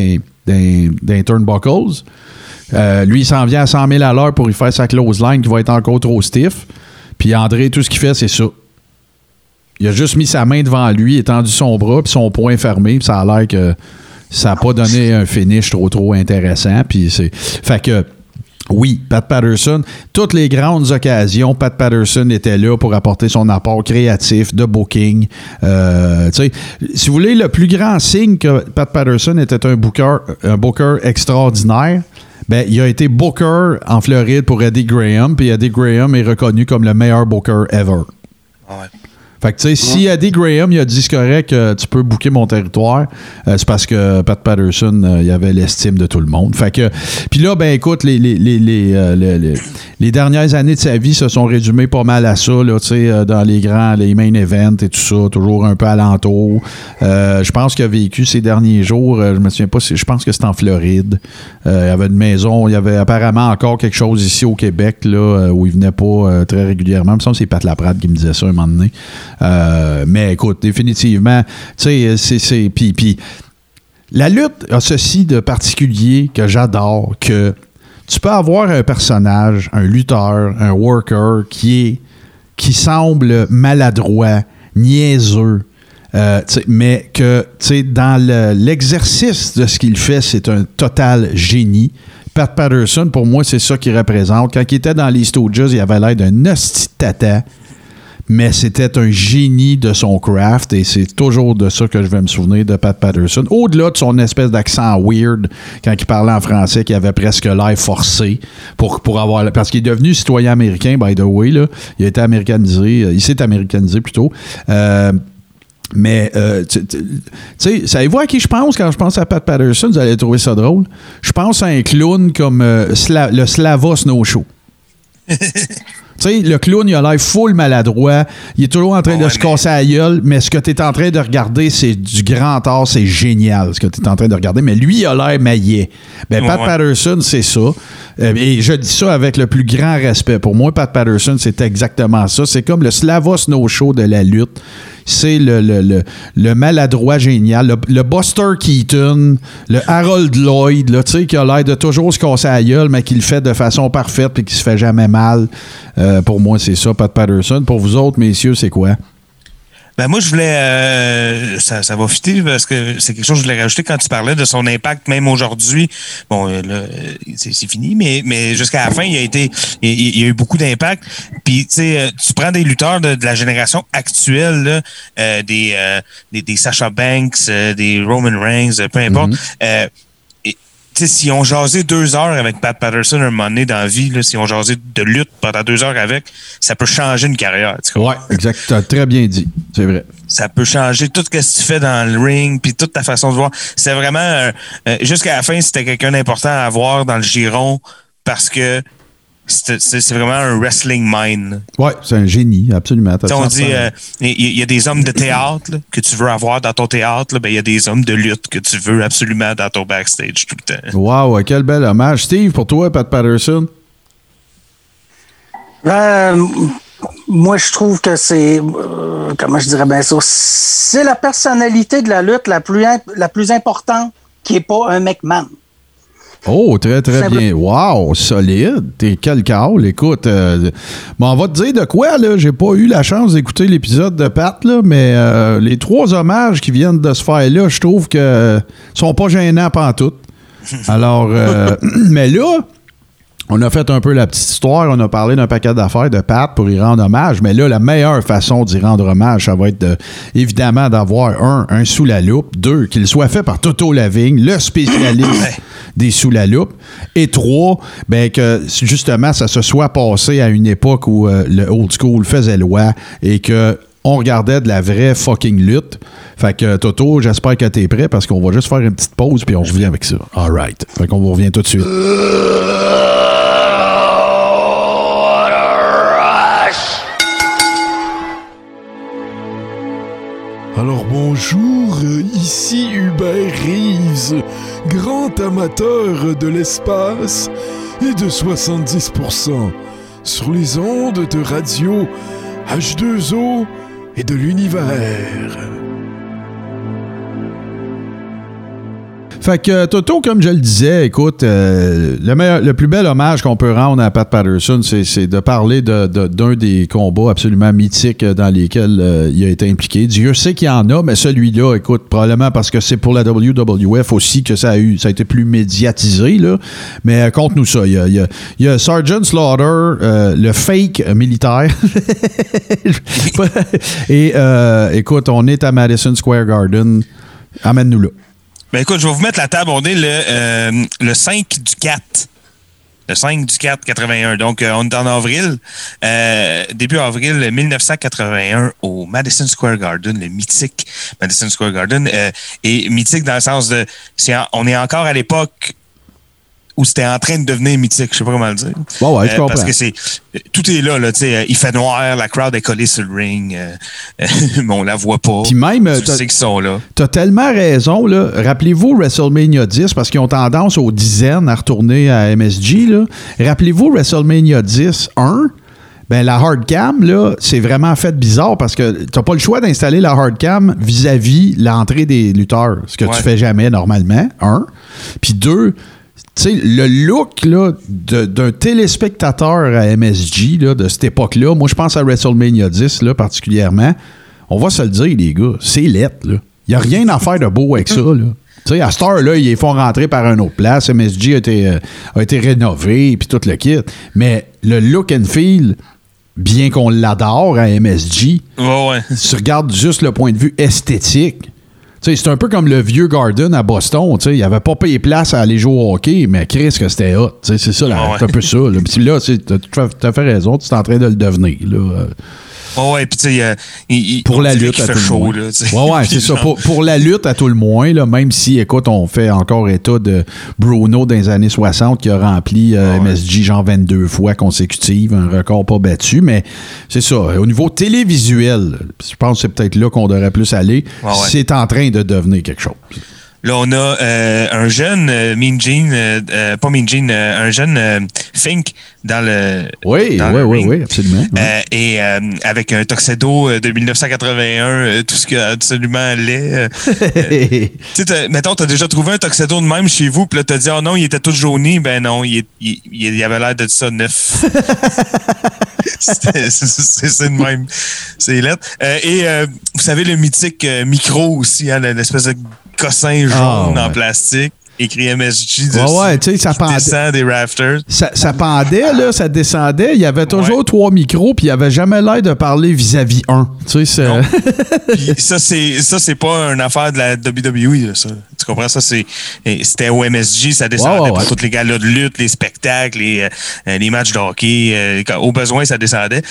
dans turnbuckles. Lui, il s'en vient à 100 000 à l'heure pour y faire sa clothesline qui va être encore trop stiff. Puis André, tout ce qu'il fait, c'est ça. Il a juste mis sa main devant lui, étendu son bras, puis son poing fermé, puis ça a l'air que ça n'a pas donné un finish trop intéressant. Puis c'est... Fait que... Oui, Pat Patterson, toutes les grandes occasions, Pat Patterson était là pour apporter son apport créatif de booking. Si vous voulez, le plus grand signe que Pat Patterson était un booker extraordinaire, ben, il a été booker en Floride pour Eddie Graham, puis Eddie Graham est reconnu comme le meilleur booker ever. Ouais. Fait que, tu sais, si Eddie Graham, il a dit c'est correct, tu peux booker mon territoire, c'est parce que Pat Patterson, il avait l'estime de tout le monde. Fait que, puis là, ben, écoute, les dernières années de sa vie se sont résumées pas mal à ça, là, tu sais, dans les main events et tout ça, toujours un peu alentour. Je pense qu'il a vécu ces derniers jours, je me souviens pas, je pense que c'était en Floride. Il y avait une maison, il y avait apparemment encore quelque chose ici au Québec, là, où il venait pas très régulièrement. Il me semble que c'est Pat Laprade qui me disait ça un moment donné. Mais écoute, définitivement, tu sais, c'est puis la lutte a ceci de particulier que j'adore, que tu peux avoir un personnage, un lutteur, un worker qui semble maladroit, niaiseux, mais que, tu sais, dans l'exercice de ce qu'il fait, c'est un total génie. Pat Patterson, pour moi, c'est ça qu'il représente. Quand il était dans les Stooges, il avait l'air d'un hostie de tata. Mais c'était un génie de son craft et c'est toujours de ça que je vais me souvenir de Pat Patterson. Au-delà de son espèce d'accent weird quand il parlait en français, qui avait presque l'air forcé pour avoir... Parce qu'il est devenu citoyen américain, by the way, là. Il a été américanisé. Il s'est américanisé plutôt. Mais, tu sais, savez-vous à qui je pense quand je pense à Pat Patterson? Vous allez trouver ça drôle. Je pense à un clown comme le Slava Snowshow. Tu sais, le clown, il a l'air full maladroit. Il est toujours en train de se casser la gueule, mais ce que tu es en train de regarder, c'est du grand art, c'est génial ce que tu es en train de regarder. Mais lui, il a l'air maillet. Ben, Pat Patterson, c'est ça. Et je dis ça avec le plus grand respect. Pour moi, Pat Patterson, c'est exactement ça. C'est comme le Slava Snowshow de la lutte. C'est le maladroit génial, le Buster Keaton, le Harold Lloyd, là, tu sais, qui a l'air de toujours se casser la gueule, mais qui le fait de façon parfaite et qui se fait jamais mal. Pour moi, c'est ça, Pat Patterson. Pour vous autres, messieurs, c'est quoi? Ben moi, je voulais... ça va fitter parce que c'est quelque chose que je voulais rajouter quand tu parlais de son impact, même aujourd'hui. Bon, là, c'est fini, mais jusqu'à la fin, il y a eu beaucoup d'impact. Puis, tu sais, tu prends des lutteurs de la génération actuelle, là, des Sasha Banks, des Roman Reigns, peu importe. S'ils ont jasé 2 heures avec Pat Patterson un moment donné dans la vie, s'ils ont jasé de lutte pendant 2 heures avec, ça peut changer une carrière. Oui, exact. Tu as très bien dit. C'est vrai. Ça peut changer tout ce que tu fais dans le ring, puis toute ta façon de voir. C'est vraiment... jusqu'à la fin, c'était quelqu'un d'important à avoir dans le giron parce que c'est vraiment un wrestling mind. Oui, c'est un génie, absolument. On dit, il y a des hommes de théâtre là, que tu veux avoir dans ton théâtre, il y a des hommes de lutte que tu veux absolument dans ton backstage tout le temps. Wow, quel bel hommage. Steve, pour toi, Pat Patterson? Moi, je trouve que c'est... comment je dirais bien ça? C'est la personnalité de la lutte la plus importante qui n'est pas un McMahon. Oh, très, très bien. Wow, solide. T'es quel call. Écoute, on va te dire de quoi, là. J'ai pas eu la chance d'écouter l'épisode de Pat, là, mais les 3 hommages qui viennent de se faire là, je trouve que sont pas gênants pantoute. Alors, mais là, on a fait un peu la petite histoire, on a parlé d'un paquet d'affaires de Pat pour y rendre hommage, mais là, la meilleure façon d'y rendre hommage, ça va être évidemment d'avoir un sous la loupe, 2, qu'il soit fait par Toto Lavigne, le spécialiste des sous la loupe, et 3, ben que justement, ça se soit passé à une époque où le old school faisait loi et que on regardait de la vraie fucking lutte. Fait que Toto, j'espère que t'es prêt parce qu'on va juste faire une petite pause puis on revient avec ça. All right. Fait qu'on revient tout de suite. Alors bonjour, ici Hubert Reeves, grand amateur de l'espace et de 70% sur les ondes de radio H2O et de l'univers. Fait que Toto, comme je le disais, écoute, le plus bel hommage qu'on peut rendre à Pat Patterson, c'est de parler d'un des combats absolument mythiques dans lesquels il a été impliqué. Dieu sait qu'il y en a, mais celui-là, écoute, probablement parce que c'est pour la WWF aussi que ça a été plus médiatisé, là. Mais conte-nous ça. Il y a Sergeant Slaughter, le fake militaire. Et écoute, on est à Madison Square Garden. Amène-nous là. Ben écoute, je vais vous mettre la table. On est le 5 du 4. Le 5 du 4 81. Donc, on est en avril. Début avril 1981 au Madison Square Garden, le mythique Madison Square Garden. Et mythique dans le sens de... on est encore à l'époque où c'était en train de devenir mythique. Je sais pas comment le dire. Bon, ouais, je comprends. Parce que tout est là, tu sais. Il fait noir, la crowd est collée sur le ring. Mais on la voit pas. Puis même, tu sais qu'ils sont là. T'as tellement raison, là. Rappelez-vous WrestleMania 10, parce qu'ils ont tendance aux dizaines à retourner à MSG, là. Rappelez-vous WrestleMania 10, 1. Ben, la hardcam, là, c'est vraiment fait bizarre parce que t'as pas le choix d'installer la hardcam vis-à-vis l'entrée des lutteurs. Ce que tu fais jamais normalement, 1. Puis 2, tu sais, le look là, d'un téléspectateur à MSG là, de cette époque-là, moi, je pense à WrestleMania 10 là, particulièrement. On va se le dire, les gars, c'est lettre. Il n'y a rien à faire de beau avec ça. Là. Tu sais, à cette heure-là, ils les font rentrer par une autre place. MSG a été rénové, puis tout le kit. Mais le look and feel, bien qu'on l'adore à MSG, tu regardes juste le point de vue esthétique. T'sais, c'est un peu comme le vieux Garden à Boston. Il n'y avait pas payé place à aller jouer au hockey, mais Chris, que c'était hot. C'est ça, c'est un peu ça. Là, puis là, t'as fait raison, tu es en train de le devenir. Là. Ouais, puis tu sais, pour la lutte à tout le moins. Ouais, c'est ça. Pour la lutte à tout le moins, là, même si, écoute, on fait encore état de Bruno dans les années 60 qui a rempli MSG genre 22 fois consécutives, un record pas battu, mais c'est ça. Au niveau télévisuel, je pense que c'est peut-être là qu'on devrait plus aller. C'est en train de devenir quelque chose. Là, on a un jeune Mean Gene, pas Mean Gene, un jeune Fink dans le Oui, absolument. Et avec un tuxedo de 1981, tout ce qui est absolument laid. Tu sais, mettons, t'as déjà trouvé un tuxedo de même chez vous, puis là, t'as dit, oh non, il était tout jauni. Ben non, il avait l'air de ça neuf. C'est de même. C'est lettre. Et vous savez, le mythique micro aussi, hein, l'espèce de cossin jaune en plastique, écrit MSG dessus, tu sais, ça descend des rafters. Ça pendait, là, ça descendait. Il y avait toujours 3 micros, puis il n'y avait jamais l'air de parler vis-à-vis un. Tu sais, puis ça, c'est pas une affaire de la WWE, là, ça. Tu comprends? Ça, c'était au MSG, ça descendait pour tous les galas de lutte, les spectacles, les matchs de hockey. Au besoin, ça descendait.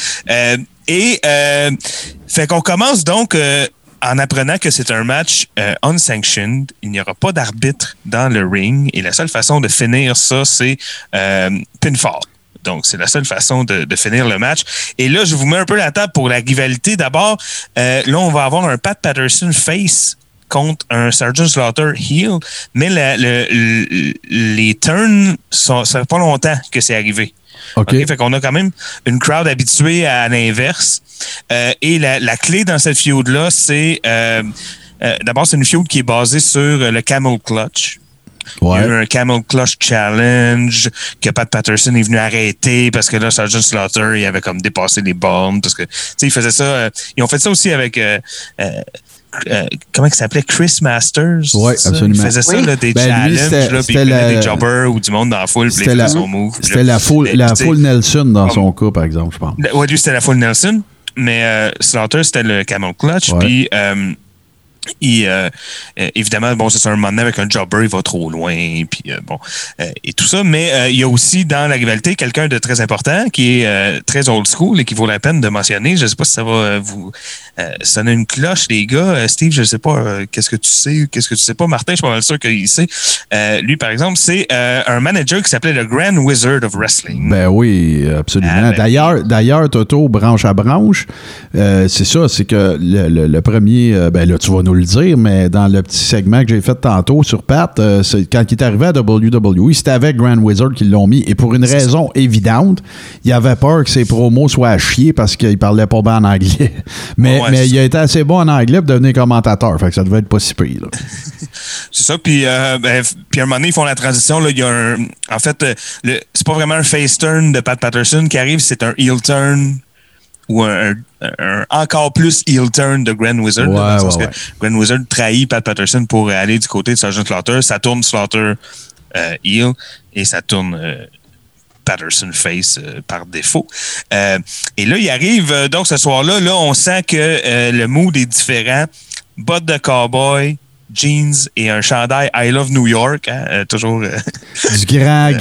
Fait qu'on commence donc... en apprenant que c'est un match unsanctioned, il n'y aura pas d'arbitre dans le ring et la seule façon de finir ça, c'est pinfall. Donc, c'est la seule façon de finir le match. Et là, je vous mets un peu la table pour la rivalité. D'abord, là, on va avoir un Pat Patterson face contre un Sergeant Slaughter heel, mais les turns, ça fait pas longtemps que c'est arrivé. Okay, fait qu'on a quand même une crowd habituée à l'inverse. Et la clé dans cette feud-là, c'est... d'abord, c'est une feud qui est basée sur le Camel Clutch. Il y a eu un Camel Clutch Challenge que Pat Patterson est venu arrêter parce que là, Sergeant Slaughter, il avait comme dépassé les bornes. Parce que, tu sais, il faisait ça. Ils ont fait ça aussi avec... comment il s'appelait? Chris Masters. Oui, absolument. Il faisait ça, là, des challenges, là, puis il prenait des jobbers ou du monde dans la foule, puis il faisait son move. C'était la foule Nelson dans son cas, par exemple, je pense. Oui, lui, c'était la foule Nelson, mais Slaughter, c'était le Camel Clutch, puis... évidemment, bon, c'est un moment donné avec un jobber, il va trop loin, puis et tout ça. Mais il y a aussi dans la rivalité quelqu'un de très important qui est très old school et qui vaut la peine de mentionner. Je ne sais pas si ça va vous sonner une cloche, les gars. Steve, je ne sais pas qu'est-ce que tu sais, qu'est-ce que tu sais pas. Martin, je suis pas mal sûr qu'il sait. Lui, par exemple, c'est un manager qui s'appelait le Grand Wizard of Wrestling. Ben oui, absolument. D'ailleurs, Toto, branche à branche, c'est ça, c'est que le premier, ben là, tu vas nous le dire, mais dans le petit segment que j'ai fait tantôt sur Pat, quand il est arrivé à WWE, c'était avec Grand Wizard qu'ils l'ont mis. Et pour une raison évidente, il avait peur que ses promos soient à chier parce qu'il parlait pas bien en anglais. Mais il a été assez bon en anglais pour devenir commentateur. Fait que ça devait être pas si pire. C'est ça. Puis à un moment donné, ils font la transition. Là, il y a en fait, c'est pas vraiment un face turn de Pat Patterson qui arrive, c'est un heel turn ou un encore plus heel turn de Grand Wizard. Que Grand Wizard trahit Pat Patterson pour aller du côté de Sergeant Slaughter. Ça tourne Slaughter heel et ça tourne Patterson face par défaut. Et là, il arrive, donc ce soir-là, on sent que le mood est différent. Bottes de cowboy, jeans et un chandail I Love New York. Toujours... du grand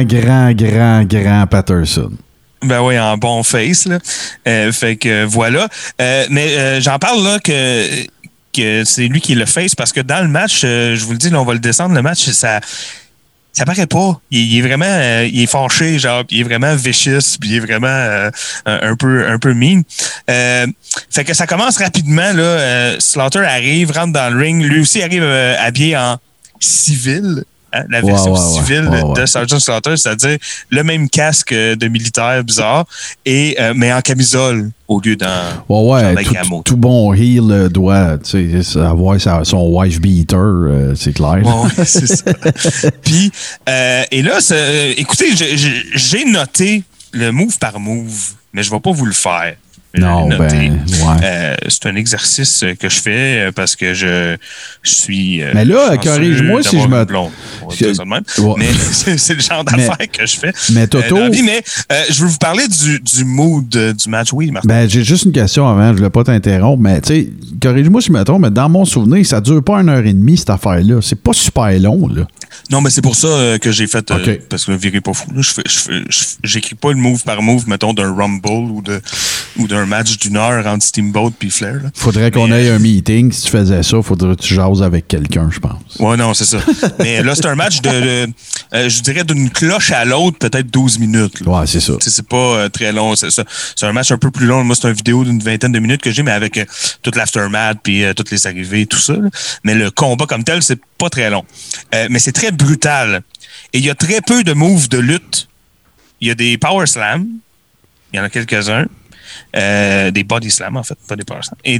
Patterson. Ben oui, en bon face, là. Fait que voilà. Mais j'en parle là que c'est lui qui est le face parce que dans le match, je vous le dis, là, on va le descendre, le match, ça paraît pas. Il est vraiment, il est fâché, genre, puis il est vraiment vicious, puis il est vraiment un peu mean. Fait que ça commence rapidement, là. Slaughter arrive, rentre dans le ring. Lui aussi arrive habillé en civil. Hein, la version civile de Sergeant Slaughter, c'est-à-dire le même casque de militaire bizarre, mais en camisole au lieu d'un camo. Tout bon heel doit avoir son wife beater, c'est clair. Ouais, c'est ça. Puis, et là, écoutez, j'ai noté le move par move, mais je ne vais pas vous le faire. Non, c'est un exercice que je fais parce que je suis. Mais là, corrige-moi si je me trompe. Mais c'est le genre d'affaire que je fais. Mais Toto. Je veux vous parler du mood du match. Oui, Martin. Ben, j'ai juste une question avant, je ne voulais pas t'interrompre, mais tu sais, corrige-moi si je me trompe, mais dans mon souvenir, ça ne dure pas 1h30 cette affaire-là. C'est pas super long, là. Non, mais c'est pour ça que j'ai fait. Parce que le viré pas fou. Là, j'écris pas le move par move, mettons, d'un Rumble ou d'un match d'une heure entre Steamboat puis Flair. Là. Faudrait qu'on ait un meeting. Si tu faisais ça, faudrait que tu jases avec quelqu'un, je pense. Ouais, non, c'est ça. Mais là, c'est un match je dirais d'une cloche à l'autre, peut-être 12 minutes. Là. Ouais, c'est ça. C'est pas très long. C'est un match un peu plus long. Moi, c'est une vidéo d'une vingtaine de minutes que j'ai, mais avec toute l'aftermath puis toutes les arrivées et tout ça. Là. Mais le combat comme tel, c'est pas très long. Mais c'est très brutal. Et il y a très peu de moves de lutte. Il y a des power slams. Il y en a quelques-uns. Des body slams, en fait, pas des power slams. Et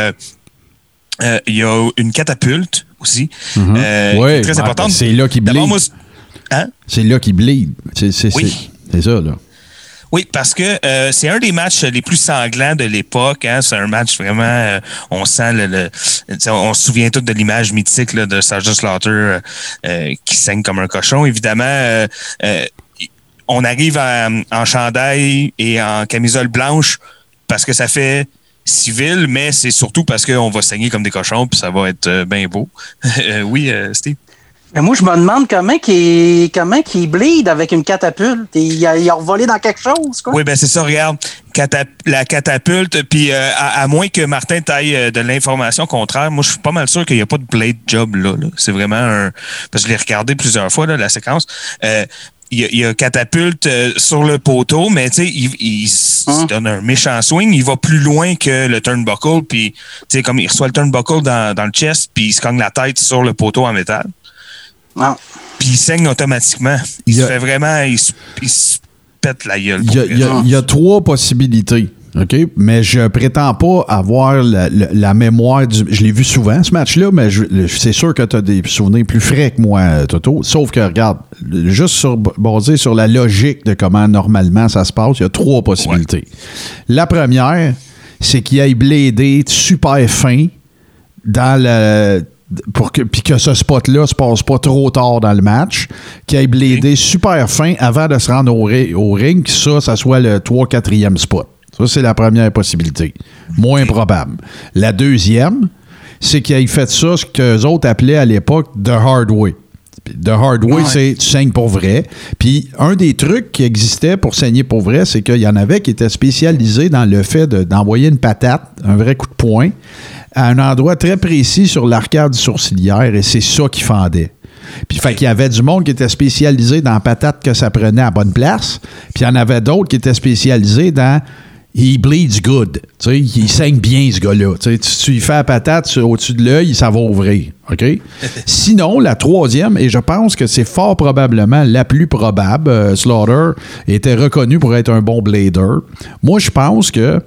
il y a une catapulte aussi. Qui est très importante. C'est là qu'il bleed. C'est là qu'il bleed. C'est ça, là. Oui, parce que c'est un des matchs les plus sanglants de l'époque. Hein. C'est un match vraiment... on sent on se souvient tous de l'image mythique là, de Sergeant Slaughter qui saigne comme un cochon. Évidemment, on arrive en chandail et en camisole blanche parce que ça fait civil, mais c'est surtout parce qu'on va saigner comme des cochons puis ça va être bien beau. Oui, Steve? Mais moi, je me demande comment qu'il bleed avec une catapulte. Il a revolé dans quelque chose, quoi. Oui, ben c'est ça, regarde. La catapulte, puis à moins que Martin t'aille de l'information contraire, moi, je suis pas mal sûr qu'il n'y a pas de blade job là. C'est vraiment parce que je l'ai regardé plusieurs fois, là, la séquence. Il y a catapulte sur le poteau, mais tu sais, il se donne un méchant swing. Il va plus loin que le turnbuckle, puis tu sais, comme il reçoit le turnbuckle dans le chest, puis il se cogne la tête sur le poteau en métal. Non. Puis il saigne automatiquement. Il se pète la gueule. Il y a 3 possibilités. OK? Mais je prétends pas avoir la mémoire je l'ai vu souvent, ce match-là, mais c'est sûr que tu as des souvenirs plus frais que moi, Toto. Sauf que, regarde, juste basé sur la logique de comment normalement ça se passe, il y a 3 possibilités. Ouais. La première, c'est qu'il aille bladé super fin dans puis que ce spot-là se passe pas trop tard dans le match, qu'il aille bladé super fin avant de se rendre au ring, que ça soit le 3-4e spot. Ça, c'est la première possibilité. Moins probable. La deuxième, c'est qu'il ait fait ça, ce qu'eux autres appelaient à l'époque « the hard way ». The hard way, c'est tu saignes pour vrai. Puis un des trucs qui existait pour saigner pour vrai, c'est qu'il y en avait qui étaient spécialisés dans le fait d'envoyer une patate, un vrai coup de poing, à un endroit très précis sur l'arcade sourcilière, et c'est ça qui fendait. Puis fait qu'il y avait du monde qui était spécialisé dans la patate que ça prenait à bonne place, puis il y en avait d'autres qui étaient spécialisés dans he bleeds good. Tu sais, il saigne bien, ce gars-là. Tu sais, tu lui fais la patate au-dessus de l'œil, ça va ouvrir. OK? Sinon, la troisième, et je pense que c'est fort probablement la plus probable, Slaughter était reconnu pour être un bon blader. Moi, je pense que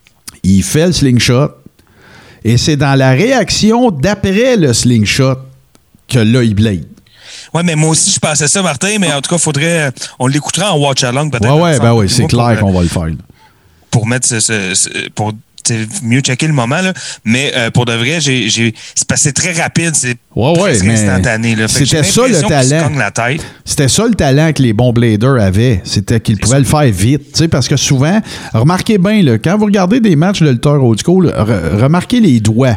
il fait le slingshot, et c'est dans la réaction d'après le slingshot que là, il blade. Oui, mais moi aussi, je pensais ça, Martin, mais en tout cas, on l'écoutera en watch-along peut-être. Oui, c'est clair qu'on va le faire. Pour mettre pour mieux checker le moment, là. Mais pour de vrai, c'est très rapide, c'est presque instantané. Là. C'était ça le talent. C'était ça le talent que les bons bladers avaient. C'était qu'ils pouvaient le faire vite. Parce que souvent, remarquez bien, là, quand vous regardez des matchs de lutteurs old school, remarquez les doigts.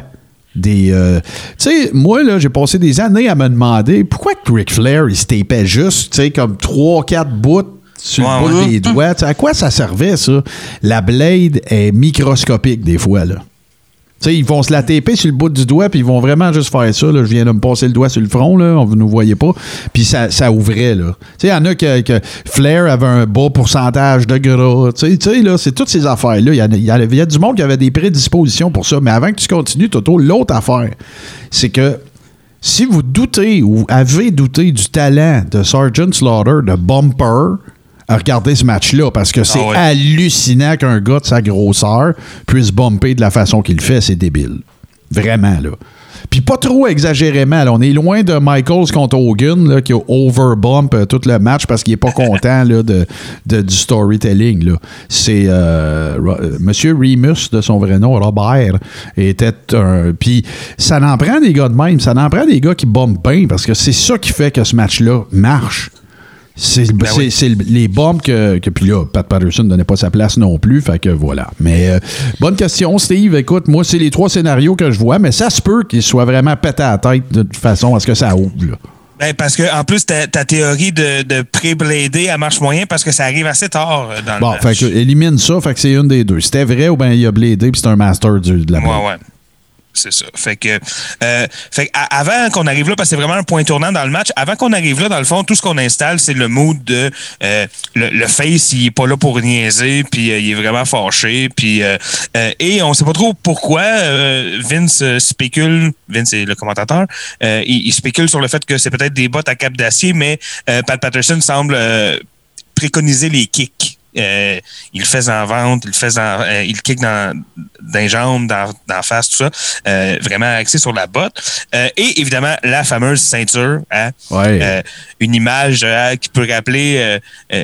Tu sais, moi, là, j'ai passé des années à me demander pourquoi Ric Flair, il se tapait juste, tu sais, comme 3-4 bouts sur le bout des doigts. T'sais, à quoi ça servait, ça? La blade est microscopique, des fois, là. Tu sais, ils vont se la taper sur le bout du doigt, puis ils vont vraiment juste faire ça, là. Je viens de me passer le doigt sur le front, là. Vous ne voyez pas. Puis ça ouvrait, là. Tu sais, il y en a que Flair avait un bas pourcentage de gras. Tu sais, là, c'est toutes ces affaires-là. Il y a du monde qui avait des prédispositions pour ça. Mais avant que tu continues, Toto, l'autre affaire, c'est que si vous doutez ou avez douté du talent de Sergeant Slaughter, de Bumper, à regarder ce match-là, parce que c'est hallucinant qu'un gars de sa grosseur puisse bumper de la façon qu'il le fait. C'est débile. Vraiment, là. Puis pas trop exagérément. Là. On est loin de Michaels contre Hogan, là, qui a overbump tout le match parce qu'il est pas content là, du storytelling. Là. C'est Monsieur Remus, de son vrai nom, Robert, était un... Puis ça n'en prend des gars de même. Ça n'en prend des gars qui bumpent bien, parce que c'est ça qui fait que ce match-là marche. C'est les bombes que puis là, Pat Patterson ne donnait pas sa place non plus, fait que voilà. Mais bonne question, Steve. Écoute, moi, c'est les 3 scénarios que je vois, mais ça se peut qu'il soit vraiment pété à la tête de toute façon à ce que ça ouvre, là. Ben, parce que en plus, ta théorie de pré-blader, elle marche moyen parce que ça arrive assez tard dans le match. Fait que élimine ça, fait que c'est une des deux. C'était vrai ou bien il a bladé puis c'est un master de la blade. Ouais. C'est ça. Fait que avant qu'on arrive là, parce que c'est vraiment un point tournant dans le match, avant qu'on arrive là, dans le fond, tout ce qu'on installe, c'est le mood de le face, il est pas là pour niaiser, puis il est vraiment fâché, puis et on sait pas trop pourquoi Vince spécule, Vince est le commentateur, il spécule sur le fait que c'est peut-être des bottes à cap d'acier, mais Pat Patterson semble préconiser les kicks. Il le fait en vente, il kick dans les jambes, dans la face, tout ça. Vraiment axé sur la botte. Et évidemment, la fameuse ceinture. Une image qui peut rappeler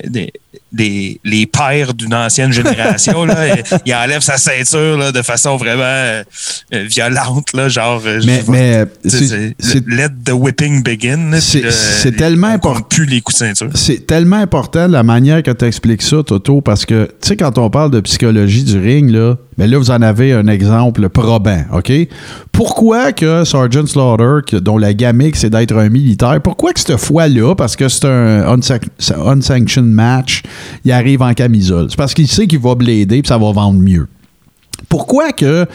les pères d'une ancienne génération. Là. Il enlève sa ceinture là, de façon vraiment violente. Là, genre, mais let the whipping begin. Là, c'est tellement important. Plus les coups de ceinture. C'est tellement important la manière que tu expliques ça, Toto, parce que, tu sais, quand on parle de psychologie du ring, là, ben là, vous en avez un exemple probant, OK? Pourquoi que Sergeant Slaughter, dont la gimmick, c'est d'être un militaire, pourquoi que cette fois-là, parce que c'est un unsanctioned match, il arrive en camisole? C'est parce qu'il sait qu'il va blader et ça va vendre mieux. Pourquoi que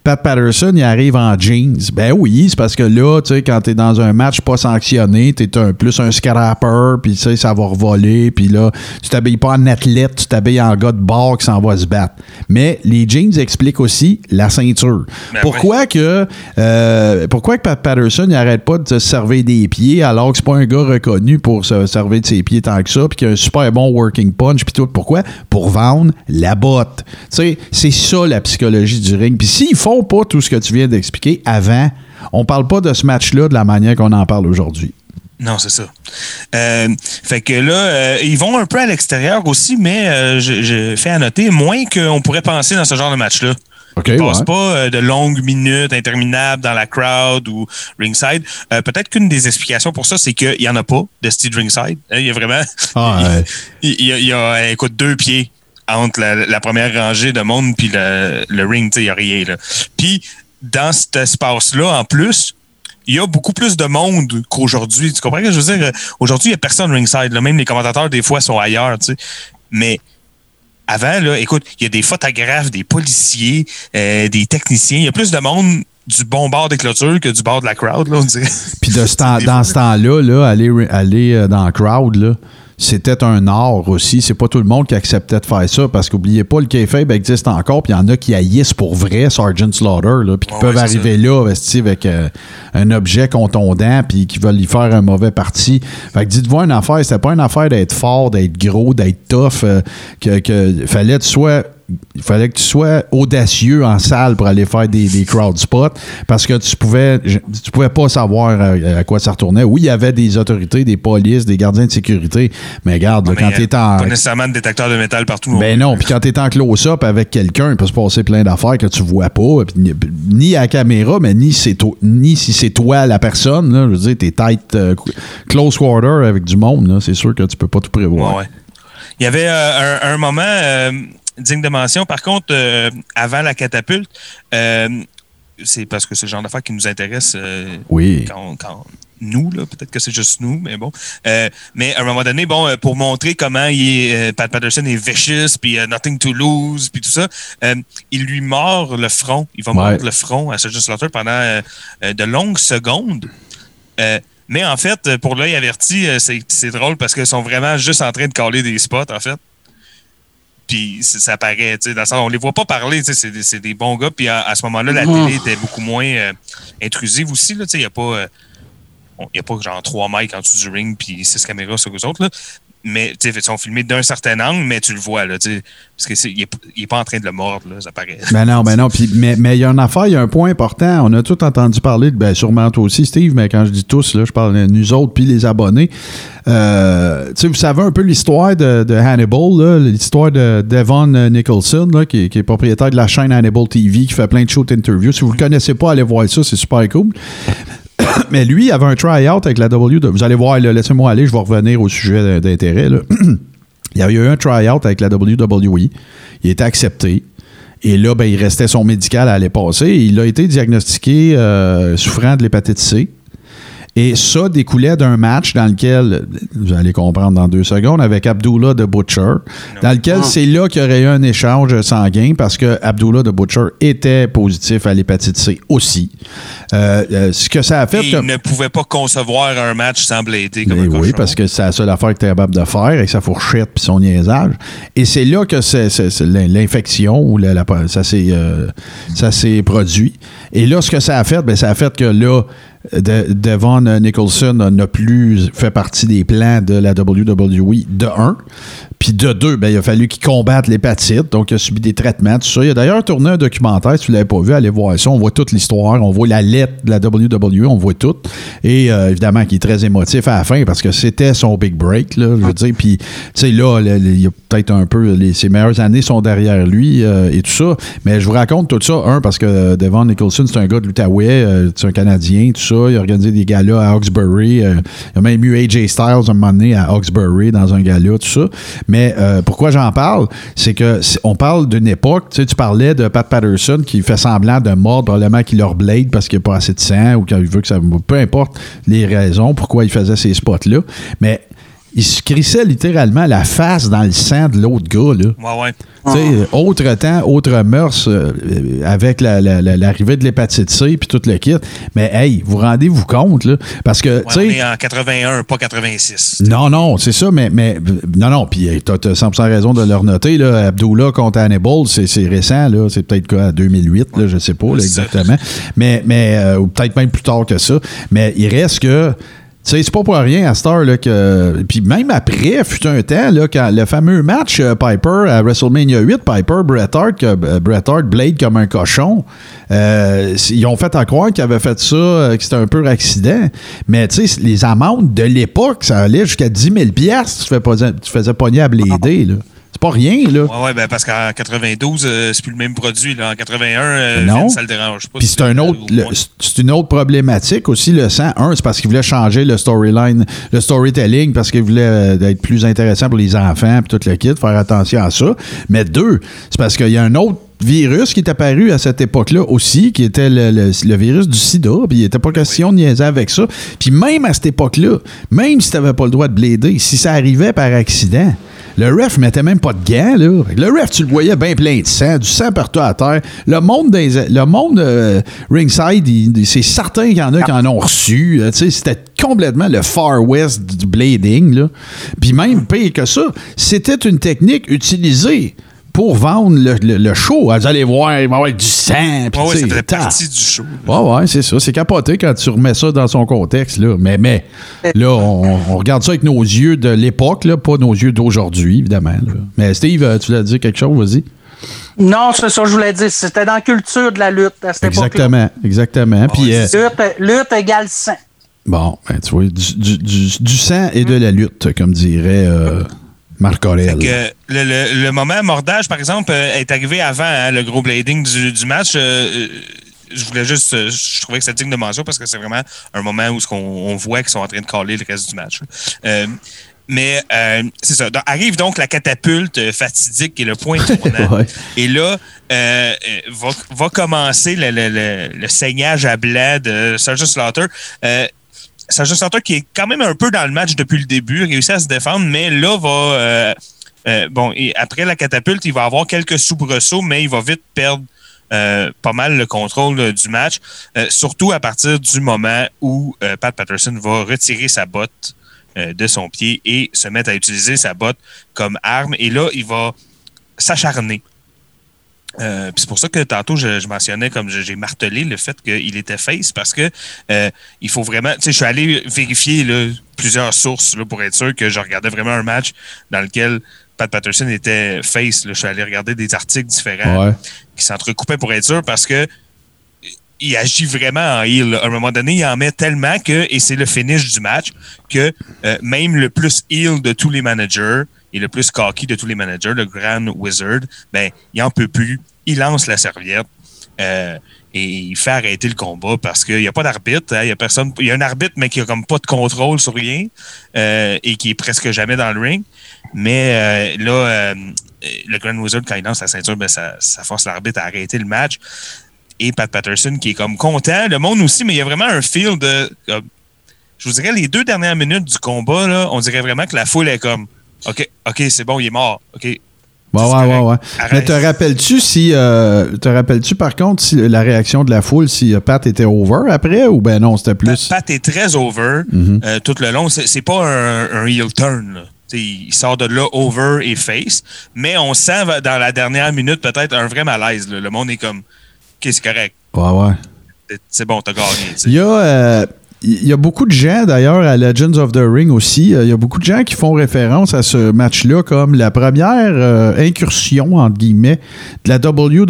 Pat Patterson, il arrive en jeans. Ben oui, c'est parce que là, tu sais, quand t'es dans un match pas sanctionné, t'es plus un scrapper, puis tu sais, ça va revoler, puis là, tu t'habilles pas en athlète, tu t'habilles en gars de bar qui s'en va se battre. Mais les jeans expliquent aussi la ceinture. Ben pourquoi que Pat Patterson n'arrête pas de se servir des pieds alors que c'est pas un gars reconnu pour se servir de ses pieds tant que ça, puis qu'il a un super bon working punch, puis tout. Pourquoi? Pour vendre la botte. Tu sais, c'est ça la psychologie du ring. Puis s'ils font pas tout ce que tu viens d'expliquer avant, on parle pas de ce match-là de la manière qu'on en parle aujourd'hui. Non, c'est ça. Fait que là, ils vont un peu à l'extérieur aussi, mais je fais à noter moins qu'on pourrait penser dans ce genre de match-là. Okay, ils ne passent pas de longues minutes interminables dans la crowd ou ringside. Peut-être qu'une des explications pour ça, c'est qu'il n'y en a pas de Steve ringside. Il y a vraiment... il y a, écoute, 2 pieds entre la première rangée de monde puis le ring. Il n'y a rien. Là. Puis, dans cet espace-là, en plus, il y a beaucoup plus de monde qu'aujourd'hui. Tu comprends ce que je veux dire? Aujourd'hui, il n'y a personne ringside. Là. Même les commentateurs, des fois, sont ailleurs. T'sais. Mais... avant, là, écoute, il y a des photographes, des policiers, des techniciens. Il y a plus de monde du bon bord des clôtures que du bord de la crowd, là, on dirait. Puis dans ce temps-là, là, aller dans la crowd, là, c'était un art aussi. C'est pas tout le monde qui acceptait de faire ça parce qu'oubliez pas, le kayfabe existe encore, puis il y en a qui haïssent pour vrai Sergeant Slaughter, là, puis qui peuvent arriver là avec un objet contondant, puis qui veulent y faire un mauvais parti. Fait que dites-vous une affaire, c'était pas une affaire d'être fort, d'être gros, d'être tough, il fallait que tu sois audacieux en salle pour aller faire des crowd spots parce que tu pouvais pas savoir à quoi ça retournait. Oui, il y avait des autorités, des polices, des gardiens de sécurité, mais regarde, là, quand t'es en... Pas nécessairement de détecteur de métal partout. Ben non, puis quand t'es en close-up avec quelqu'un, il peut se passer plein d'affaires que tu vois pas, ni à la caméra, mais ni si c'est toi la personne. Là, je veux dire, t'es tight, close quarter avec du monde, là, c'est sûr que tu peux pas tout prévoir. Ouais. Il y avait un moment... digne de mention. Par contre, avant la catapulte, c'est parce que c'est le genre d'affaires qui nous intéresse quand nous, là, peut-être que c'est juste nous, mais bon. Mais à un moment donné, bon, pour montrer comment Pat Patterson est vicious, puis nothing to lose, puis tout ça, il lui mord le front. Il va mordre le front à Sergeant Slaughter pendant de longues secondes. Mais en fait, pour l'œil averti, c'est drôle parce qu'ils sont vraiment juste en train de caler des spots, en fait. Puis ça paraît, tu sais, dans le sens, on les voit pas parler, tu sais, c'est des bons gars. Puis à ce moment-là, la télé était beaucoup moins intrusive aussi, là, tu sais, il n'y a pas genre 3 mics en dessous du ring puis 6 caméras sur eux autres, là. Mais, tu sais, ils sont filmés d'un certain angle, mais tu le vois, là, tu sais, parce qu'il n'est pas en train de le mordre, là, ça paraît. Ben non, puis, mais il y a une affaire, il y a un point important. On a tout entendu parler, sûrement toi aussi, Steve, mais quand je dis tous, là, je parle de nous autres puis les abonnés. Tu sais, vous savez un peu l'histoire de Hannibal, là, l'histoire de Devon Nicholson, là, qui est propriétaire de la chaîne Hannibal TV, qui fait plein de shows interviews. Si vous ne le connaissez pas, allez voir ça, c'est super cool. Mais lui, il avait un try-out avec la WWE. Vous allez voir, là, laissez-moi aller, je vais revenir au sujet d'intérêt. Là. Il y a eu un try-out avec la WWE. Il était accepté. Et là, il restait son médical à aller passer. Et il a été diagnostiqué souffrant de l'hépatite C. Et ça découlait d'un match dans lequel, vous allez comprendre dans 2 secondes, avec Abdullah the Butcher, dans lequel c'est là qu'il y aurait eu un échange sanguin parce que Abdullah the Butcher était positif à l'hépatite C aussi. Ce que ça a fait... il ne pouvait pas concevoir un match sans blader comme un cochon. Oui, parce que c'est la seule affaire qu'il était capable de faire avec sa fourchette puis son niaisage. Et c'est là que c'est l'infection ou ça s'est produit. Et là, ce que ça a fait, ça a fait que là, Devon Nicholson n'a plus fait partie des plans de la WWE de 1. Puis de 2, il a fallu qu'il combatte l'hépatite. Donc, il a subi des traitements, tout ça. Il a d'ailleurs tourné un documentaire. Si vous ne l'avez pas vu, allez voir ça. On voit toute l'histoire. On voit la lettre de la WWE. On voit tout. Et évidemment, qui est très émotif à la fin parce que c'était son big break, là, je veux dire. Puis, tu sais, là, il y a peut-être un peu... ses meilleures années sont derrière lui et tout ça. Mais je vous raconte tout ça. Parce que Devon Nicholson, c'est un gars de l'Outaouais. C'est un Canadien, tout ça. Il a organisé des galas à Hawkesbury. Il a même eu AJ Styles à un moment donné à Hawkesbury dans un gala, tout ça. Mais pourquoi j'en parle, c'est que on parle d'une époque, tu sais, tu parlais de Pat Patterson qui fait semblant de mordre, probablement qu'il leur blade parce qu'il n'y a pas assez de sang ou qu'il veut que ça... Peu importe les raisons pourquoi il faisait ces spots-là. Mais il se crissait littéralement la face dans le sang de l'autre gars, là. Ouais. Tu sais, autre temps, autre mœurs avec l'arrivée de l'hépatite C puis tout le kit. Mais hey, vous rendez-vous compte, là? Parce que, tu sais... On est en 81, pas 86. Non, c'est ça, mais non, puis t'as 100% raison de le noter, là. Abdullah contre Hannibal, c'est récent, là. C'est peut-être quoi, 2008, là, je sais pas, là, exactement. Mais ou peut-être même plus tard que ça. Mais il reste que... Tu sais, c'est pas pour rien à cette heure là, que. Puis même après, fut un temps, là, quand le fameux match Piper à WrestleMania 8, Piper, Bret Hart Blade comme un cochon, ils ont fait à croire qu'ils avaient fait ça, que c'était un pur accident. Mais tu sais, les amendes de l'époque, ça allait jusqu'à 10 000 $, tu faisais pogner à blader, là. C'est pas rien, là. Ouais, ben parce qu'en 92, c'est plus le même produit. Là. En 81, non. ça le dérange pas. Puis c'est une autre problématique aussi, le sang. Un, c'est parce qu'il voulait changer le storyline, le storytelling, parce qu'il voulait être plus intéressant pour les enfants et tout le kit, faire attention à ça. Mais deux, c'est parce qu'il y a un autre virus qui est apparu à cette époque-là aussi, qui était le virus du sida, puis il n'était pas question de niaiser avec ça. Puis même à cette époque-là, même si tu n'avais pas le droit de blader, si ça arrivait par accident, le ref mettait même pas de gants, là. Le ref, tu le voyais bien plein de sang, du sang partout à terre. Le monde ringside, c'est certain qu'il y en a qui en ont reçu. Tu sais, c'était complètement le Far West du blading, là. Puis même, pire que ça, c'était une technique utilisée pour vendre le show. Vous allez voir, il va y avoir du sang. Oui, ça faisait partie du show. Oui, c'est ça. C'est capoté quand tu remets ça dans son contexte. Là. Mais là, on regarde ça avec nos yeux de l'époque, là, pas nos yeux d'aujourd'hui, évidemment. Là. Mais Steve, tu voulais dire quelque chose? Vas-y. Non, c'est ça, je voulais dire. C'était dans la culture de la lutte à cette époque-là. Exactement. Puis, lutte égale sang. Bon, ben, tu vois, du sang et de la lutte, comme dirait... Marc Aurèle. Le moment mordage, par exemple, est arrivé avant le gros blading du match. Je voulais juste... je trouvais que c'était digne de mention parce que c'est vraiment un moment où on voit qu'ils sont en train de caler le reste du match. Mais c'est ça. Donc, arrive donc la catapulte fatidique et le point tournant. Ouais. Et là, va commencer le saignage à blanc de Sergeant Slaughter. Sergeant Slaughter qui est quand même un peu dans le match depuis le début, réussit à se défendre, mais là et après la catapulte, il va avoir quelques soubresauts, mais il va vite perdre pas mal le contrôle du match, surtout à partir du moment où Pat Patterson va retirer sa botte de son pied et se mettre à utiliser sa botte comme arme, et là, il va s'acharner. Puis c'est pour ça que tantôt je mentionnais, comme j'ai martelé le fait qu'il était face, parce que il faut vraiment, tu sais, je suis allé vérifier là, plusieurs sources là, pour être sûr que je regardais vraiment un match dans lequel Pat Patterson était face. Là. Je suis allé regarder des articles différents qui s'entrecoupaient pour être sûr, parce que il agit vraiment en heel. À un moment donné, il en met tellement et c'est le finish du match, que même le plus heel de tous les managers et le plus cocky de tous les managers, le Grand Wizard, ben, il en peut plus. Il lance la serviette et il fait arrêter le combat parce qu'il n'y a pas d'arbitre. Hein, il y a personne. Il y a un arbitre, mais qui n'a comme pas de contrôle sur rien et qui est presque jamais dans le ring. Mais le Grand Wizard, quand il lance la ceinture, ben, ça force l'arbitre à arrêter le match. Et Pat Patterson qui est comme content. Le monde aussi, mais il y a vraiment un feel de... je vous dirais, les 2 dernières minutes du combat, là, on dirait vraiment que la foule est comme... OK, c'est bon, il est mort. OK. Ouais. Mais te rappelles-tu par contre si la réaction de la foule, si Pat était over après ou ben non, c'était plus... Pat est très over tout le long. C'est pas un heel turn, là. Il sort de là over et face, mais on sent dans la dernière minute peut-être un vrai malaise. Là. Le monde est comme... OK, c'est correct. Ouais. C'est bon, t'as gagné. T'sais. Il y a beaucoup de gens, d'ailleurs, à Legends of the Ring aussi, il y a beaucoup de gens qui font référence à ce match-là comme la première incursion, entre guillemets, de la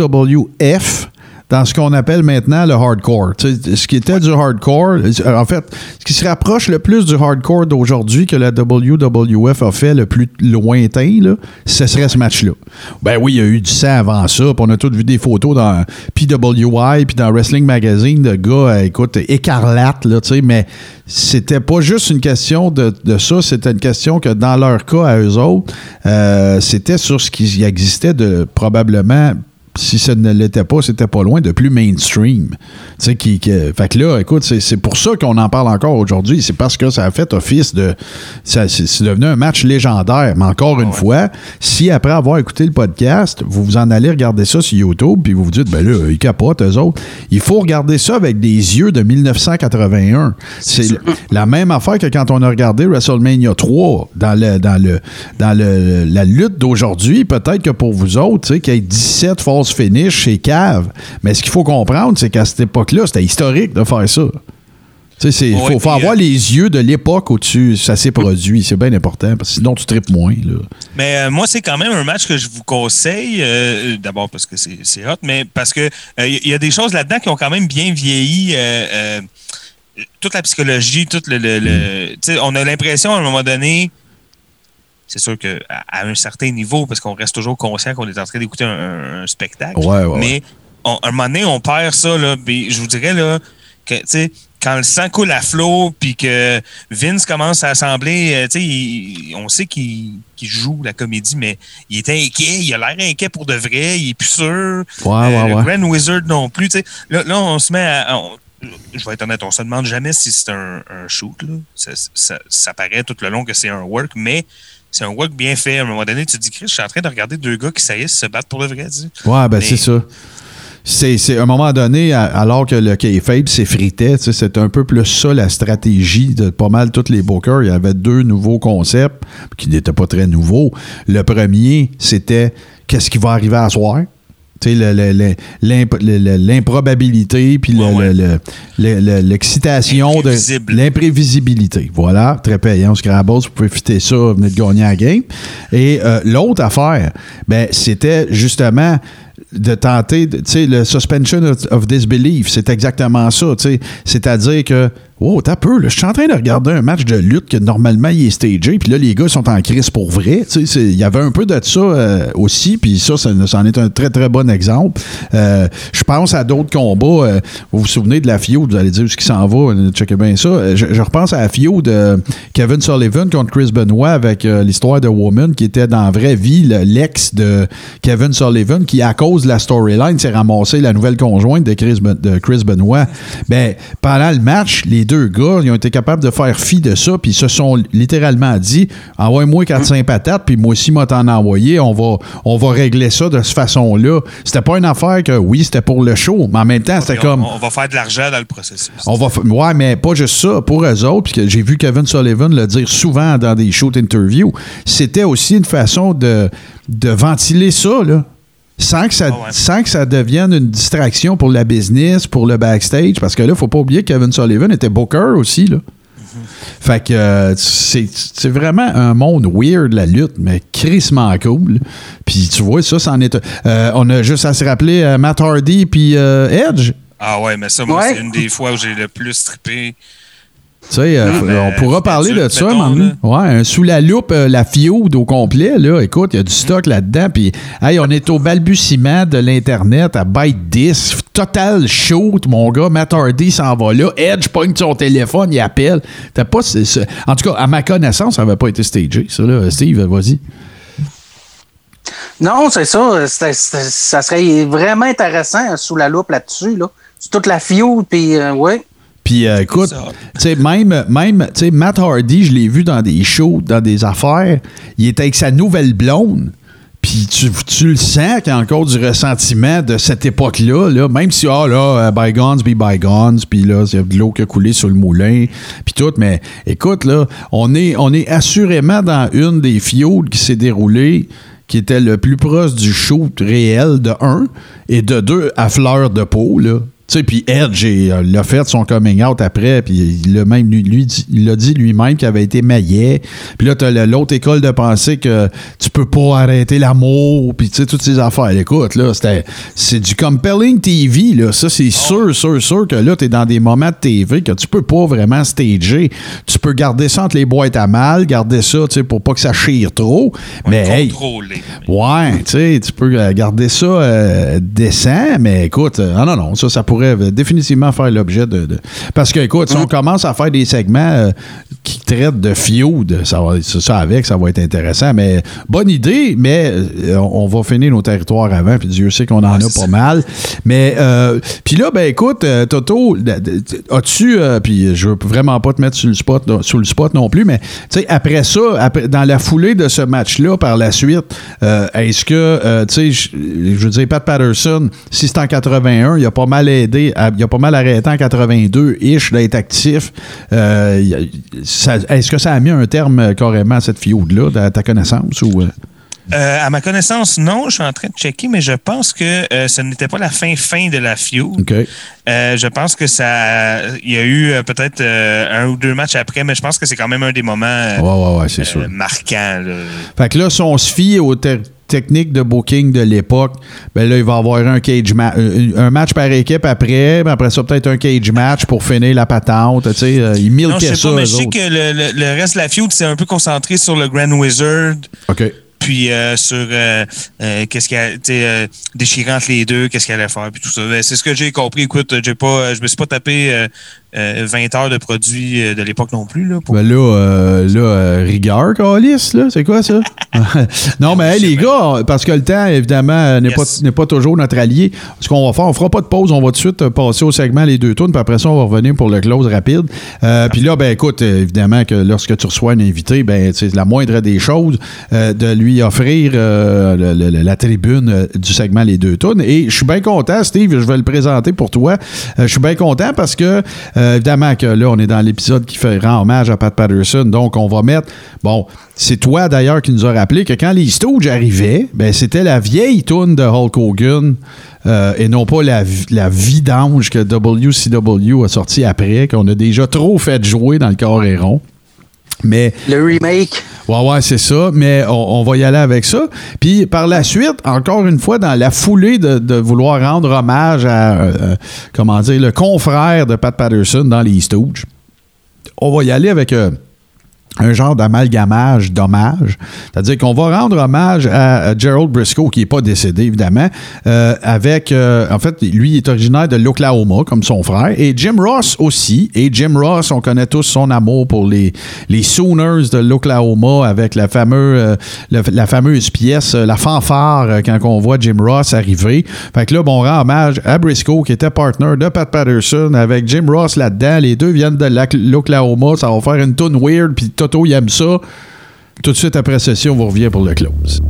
WWF dans ce qu'on appelle maintenant le hardcore. Tu sais, ce qui était du hardcore, en fait, ce qui se rapproche le plus du hardcore d'aujourd'hui que la WWF a fait le plus lointain, là, ce serait ce match-là. Ben oui, il y a eu du sang avant ça, puis on a tous vu des photos dans PWI puis dans Wrestling Magazine de gars, écoute, écarlates, là, tu sais, mais c'était pas juste une question de ça, c'était une question que dans leur cas, à eux autres, c'était sur ce qui existait de probablement si ça ne l'était pas, c'était pas loin de plus mainstream. Tu sais, fait que là, écoute, c'est pour ça qu'on en parle encore aujourd'hui. C'est parce que ça a fait office de... c'est devenu un match légendaire. Mais encore une fois, si après avoir écouté le podcast, vous vous en allez regarder ça sur YouTube, puis vous vous dites, ben là, ils capotent, eux autres. Il faut regarder ça avec des yeux de 1981. C'est la même affaire que quand on a regardé WrestleMania 3 dans la lutte d'aujourd'hui. Peut-être que pour vous autres, tu sais, qu'il y ait 17 false finish chez Cave. Mais ce qu'il faut comprendre, c'est qu'à cette époque-là, c'était historique de faire ça. Tu sais, il faut avoir les yeux de l'époque où ça s'est produit. C'est bien important, parce que sinon, tu tripes moins. Là. Mais moi, c'est quand même un match que je vous conseille. D'abord parce que c'est hot, mais parce que il y a des choses là-dedans qui ont quand même bien vieilli. Toute la psychologie, tout on a l'impression, à un moment donné, c'est sûr qu'à un certain niveau, parce qu'on reste toujours conscient qu'on est en train d'écouter un spectacle, mais à un moment donné, on perd ça. Là, je vous dirais là, que quand le sang coule à flot, puis que Vince commence à assembler, on sait qu'il joue la comédie, mais il est inquiet, il a l'air inquiet pour de vrai, il est plus sûr. Le Grand Wizard non plus. Là, on se met à... je vais être honnête, on se demande jamais si c'est un shoot. Là. Ça paraît tout le long que c'est un work, mais c'est un work bien fait. À un moment donné, tu te dis, Chris, je suis en train de regarder deux gars qui saillissent se battre pour le vrai. C'est ça. C'est à un moment donné, alors que le kayfabe s'effritait, c'est un peu plus ça la stratégie de pas mal tous les bookers. Il y avait deux nouveaux concepts qui n'étaient pas très nouveaux. Le premier, c'était qu'est-ce qui va arriver à soir? L'improbabilité puis l'excitation de l'imprévisibilité. Voilà, très payant. Scrabble, vous pouvez fitter ça, vous venez de gagner la game. Et l'autre affaire, c'était justement de tenter, le suspension of disbelief, c'est exactement ça, c'est-à-dire que t'as peu, là, je suis en train de regarder un match de lutte que normalement il est stagé, puis là les gars sont en crise pour vrai, il y avait un peu de ça aussi, puis ça en est un très très bon exemple. Je pense à d'autres combats, vous vous souvenez de la feud, vous allez dire où ce qui s'en va, checkez bien ça, je repense à la feud de Kevin Sullivan contre Chris Benoit avec l'histoire de Woman qui était dans la vraie vie l'ex de Kevin Sullivan qui, à cause de la storyline, s'est ramassé la nouvelle conjointe de Chris Benoit. Pendant le match, les deux gars, ils ont été capables de faire fi de ça, puis ils se sont littéralement dit, envoie-moi 4-5 patates, puis moi aussi, moi t'en envoyer, on va régler ça de cette façon-là. C'était pas une affaire que, c'était pour le show, mais en même temps, c'était comme... On va faire de l'argent dans le processus. Mais pas juste ça, pour eux autres, puis j'ai vu Kevin Sullivan le dire souvent dans des shows d'interview, c'était aussi une façon de ventiler ça, là. Sans que ça devienne une distraction pour la business, pour le backstage, parce que là, il ne faut pas oublier que Kevin Sullivan était booker aussi, là. Fait que c'est vraiment un monde weird, la lutte, mais crissement cool. Puis tu vois, ça en est... on a juste à se rappeler Matt Hardy puis Edge. Ah ouais, mais ça, moi, c'est une des fois où j'ai le plus trippé. Tu sais, on pourra parler de ça, maintenant. Ouais, sous la loupe, la feud au complet, là, écoute, il y a du stock là-dedans, puis on est au balbutiement de l'Internet à byte 10, total shoot, mon gars, Matt Hardy s'en va là, Edge pogne son téléphone, il appelle. En tout cas, à ma connaissance, ça n'avait pas été stagé, ça, là. Steve, vas-y. Non, c'est ça, ça serait vraiment intéressant sous la loupe là-dessus, là. C'est toute la feud, puis Puis écoute, même Matt Hardy, je l'ai vu dans des shows, dans des affaires, il était avec sa nouvelle blonde. Puis tu le sens qu'il y a encore du ressentiment de cette époque-là, là, même si, bygones be bygones, puis là, il y a de l'eau qui a coulé sur le moulin, puis tout. Mais écoute, là, on est assurément dans une des feuds qui s'est déroulée, qui était le plus proche du shoot réel, de 1, et de 2, à fleur de peau, là. Tu sais, puis Edge, il a fait son coming out après, puis il a dit lui-même qu'il avait été maillet. Puis là, t'as l'autre école de pensée que tu peux pas arrêter l'amour, puis tu sais, toutes ces affaires. Écoute, là, c'est du compelling TV, là. Ça, c'est sûr que là, t'es dans des moments de TV que tu peux pas vraiment stager. Tu peux garder ça entre les boîtes à mal, garder ça, tu sais, pour pas que ça chire trop. Mais, contrôler. Ouais, tu sais, tu peux garder ça décent, mais écoute, non, ça pourrait pourrait définitivement faire l'objet de... Parce que, écoute, si on commence à faire des segments qui traitent de feud, ça va être intéressant. Mais bonne idée, mais on va finir nos territoires avant, puis Dieu sait qu'on en a pas mal. Mais, puis là, ben écoute, Toto, as-tu... puis je veux vraiment pas te mettre sur le spot non plus, mais tu sais, après ça, dans la foulée de ce match-là, par la suite, est-ce que, tu sais, je veux dire, Pat Patterson, si c'est en 81, il a pas mal aidé, il a pas mal arrêté en 82-ish d'être actif. Est-ce que ça a mis un terme carrément à cette feud-là, à ta connaissance, ou... À ma connaissance, non. Je suis en train de checker, mais je pense que ce n'était pas la fin de la feud. Okay. Je pense que il y a eu peut-être un ou deux matchs après, mais je pense que c'est quand même un des moments c'est sûr. Marquants. Là. Fait que là, si on se fie aux techniques de booking de l'époque, ben là, il va y avoir un match par équipe après ça, peut-être un cage match pour finir la patente. Tu sais, ils milquaient ça. Mais je sais que le reste de la feud, c'est un peu concentré sur le Grand Wizard. OK. Puis sur qu'est-ce qu'il y a, déchirant entre les deux, qu'est-ce qu'il allait faire, puis tout ça. C'est ce que j'ai compris. Écoute, je me suis pas tapé 20 heures de produits de l'époque non plus. Là, Ben là, rigueur, Calis, là, c'est quoi ça? Non, mais les gars, parce que le temps, évidemment, n'est pas toujours notre allié. Ce qu'on va faire, on fera pas de pause, on va tout de suite passer au segment les deux tours, puis après ça, on va revenir pour le close rapide. Puis là, ben écoute, évidemment que lorsque tu reçois un invité, ben c'est la moindre des choses de lui offrir la tribune du segment les deux tours. Et je suis bien content, Steve, je vais le présenter pour toi. Je suis bien content parce que évidemment que là, on est dans l'épisode qui rend hommage à Pat Patterson. Donc, on va mettre... Bon, c'est toi, d'ailleurs, qui nous a rappelé que quand les Stooges arrivaient, ben c'était la vieille toune de Hulk Hogan et non pas la vidange que WCW a sorti après, qu'on a déjà trop fait jouer dans le Carré rond. Mais, le remake. Ouais, c'est ça. Mais on va y aller avec ça. Puis par la suite, encore une fois, dans la foulée de vouloir rendre hommage à, le confrère de Pat Patterson dans les Stooges, on va y aller avec un genre d'amalgamage d'hommage. C'est-à-dire qu'on va rendre hommage à Gerald Briscoe, qui n'est pas décédé, évidemment, avec... en fait, lui, il est originaire de l'Oklahoma, comme son frère, et Jim Ross aussi. Et Jim Ross, on connaît tous son amour pour les Sooners de l'Oklahoma, avec la fameuse pièce, la fanfare, quand on voit Jim Ross arriver. Fait que là, on rend hommage à Briscoe, qui était partner de Pat Patterson, avec Jim Ross là-dedans. Les deux viennent de l'Oklahoma. Ça va faire une tune weird, puis Toto, il aime ça. Tout de suite après ceci, on va revenir pour le close.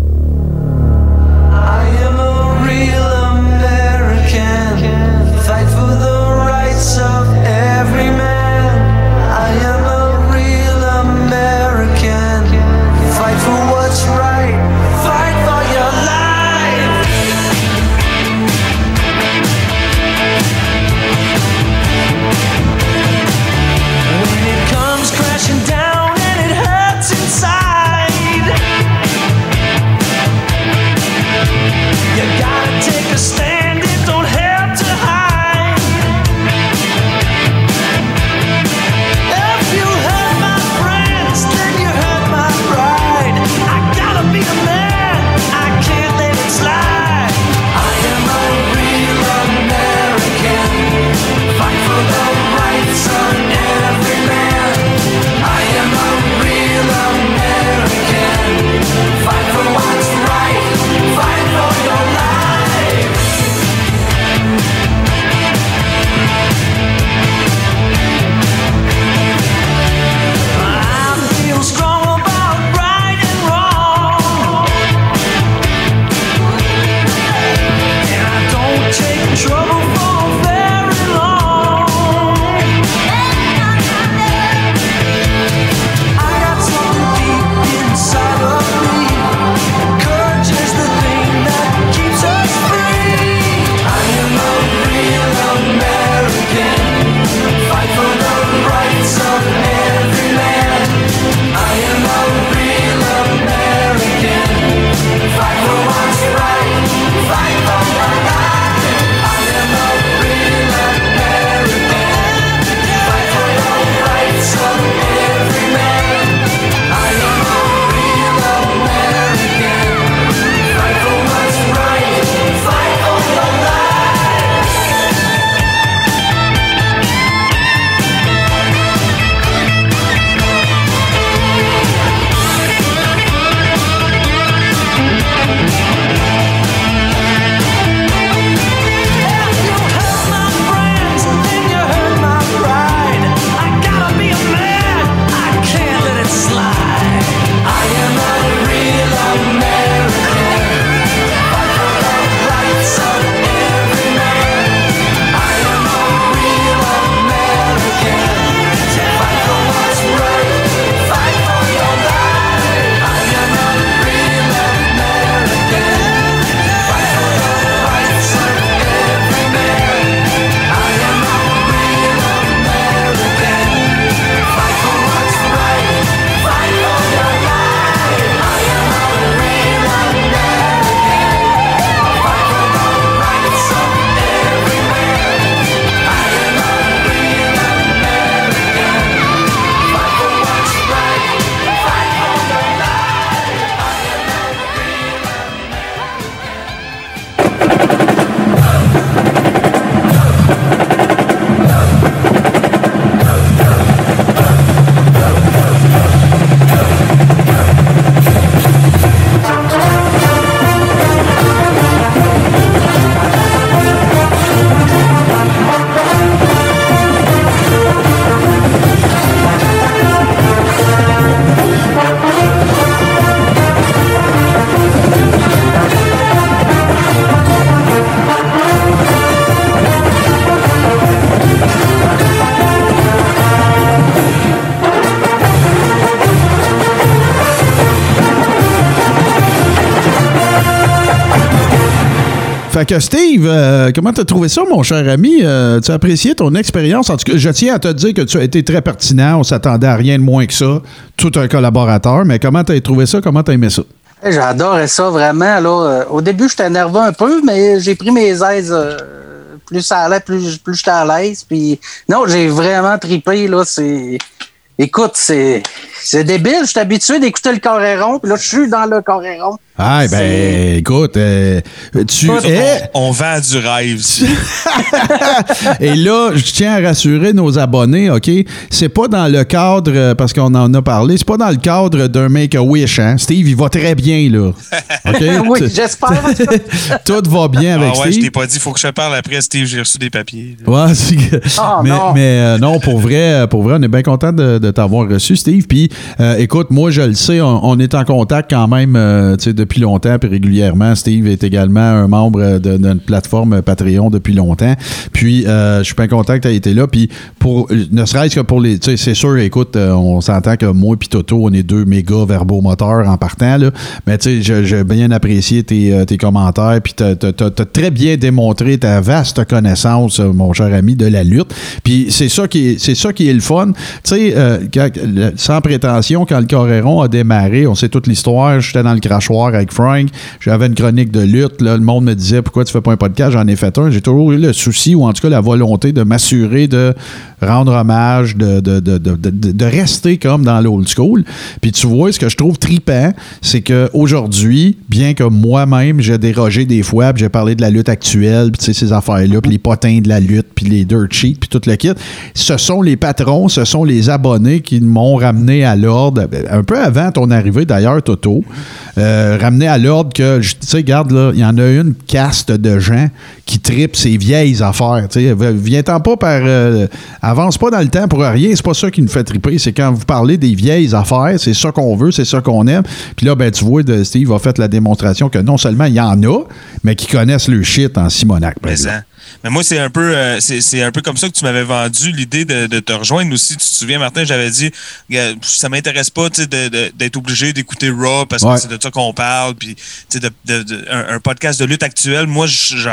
Fait que Steve, comment t'as trouvé ça, mon cher ami? Tu as apprécié ton expérience? En tout cas, je tiens à te dire que tu as été très pertinent. On s'attendait à rien de moins que ça. Tout un collaborateur. Mais comment t'as trouvé ça? Comment t'as aimé ça? J'adorais ça, vraiment. Là. Au début, j'étais nerveux un peu, mais j'ai pris mes aises plus j'étais à l'aise. Puis, non, j'ai vraiment trippé. Là. Écoute, c'est débile. Je suis habitué d'écouter le Coréron, puis là, je suis dans le Coréron. Ah, ben, écoute, on vend du rêve. Et là, je tiens à rassurer nos abonnés, OK? C'est pas dans le cadre, parce qu'on en a parlé, c'est pas dans le cadre d'un Make-A-Wish, hein? Steve, il va très bien, là. OK? Oui, j'espère. Tout va bien avec Steve. Je t'ai pas dit, il faut que je te parle après, Steve, j'ai reçu des papiers. Ouais, non, pour vrai, on est bien content de t'avoir reçu, Steve. Puis, écoute, moi, je le sais, on est en contact quand même, tu sais, depuis longtemps, puis régulièrement. Steve est également un membre de notre plateforme Patreon depuis longtemps. Puis, je suis bien content que tu aies été là. Puis, ne serait-ce que pour les... Tu sais, c'est sûr, écoute, on s'entend que moi et Toto, on est deux méga verbomoteurs en partant, là. Mais tu sais, j'ai bien apprécié tes commentaires. Puis, t'as très bien démontré ta vaste connaissance, mon cher ami, de la lutte. Puis, c'est ça qui est le fun. Tu sais, sans prétention, quand le Coréron a démarré, on sait toute l'histoire, j'étais dans le crachoir avec Frank, j'avais une chronique de lutte, là, le monde me disait pourquoi tu fais pas un podcast, j'en ai fait un, j'ai toujours eu le souci ou en tout cas la volonté de m'assurer de rendre hommage, de rester comme dans l'old school. Puis tu vois, ce que je trouve trippant, c'est qu'aujourd'hui, bien que moi-même j'ai dérogé des fois, puis j'ai parlé de la lutte actuelle, puis tu sais, ces affaires-là, puis les potins de la lutte, puis les dirt sheets, puis tout le kit, ce sont les patrons, ce sont les abonnés qui m'ont ramené à l'ordre, un peu avant ton arrivée d'ailleurs, Toto, ramené à l'ordre que, tu sais, regarde, là, il y en a une caste de gens qui tripent ces vieilles affaires, tu sais, viens-t'en pas par... avance pas dans le temps pour rien, c'est pas ça qui nous fait triper, c'est quand vous parlez des vieilles affaires, c'est ça qu'on veut, c'est ça qu'on aime, puis là, ben, tu vois, Steve a fait la démonstration que non seulement il y en a, mais qui connaissent le shit en Simonac. Mais moi, c'est un peu comme ça que tu m'avais vendu l'idée de te rejoindre aussi. Tu te souviens, Martin, j'avais dit ça m'intéresse pas d'être obligé d'écouter Raw parce que c'est de ça qu'on parle. Puis un podcast de lutte actuelle, moi,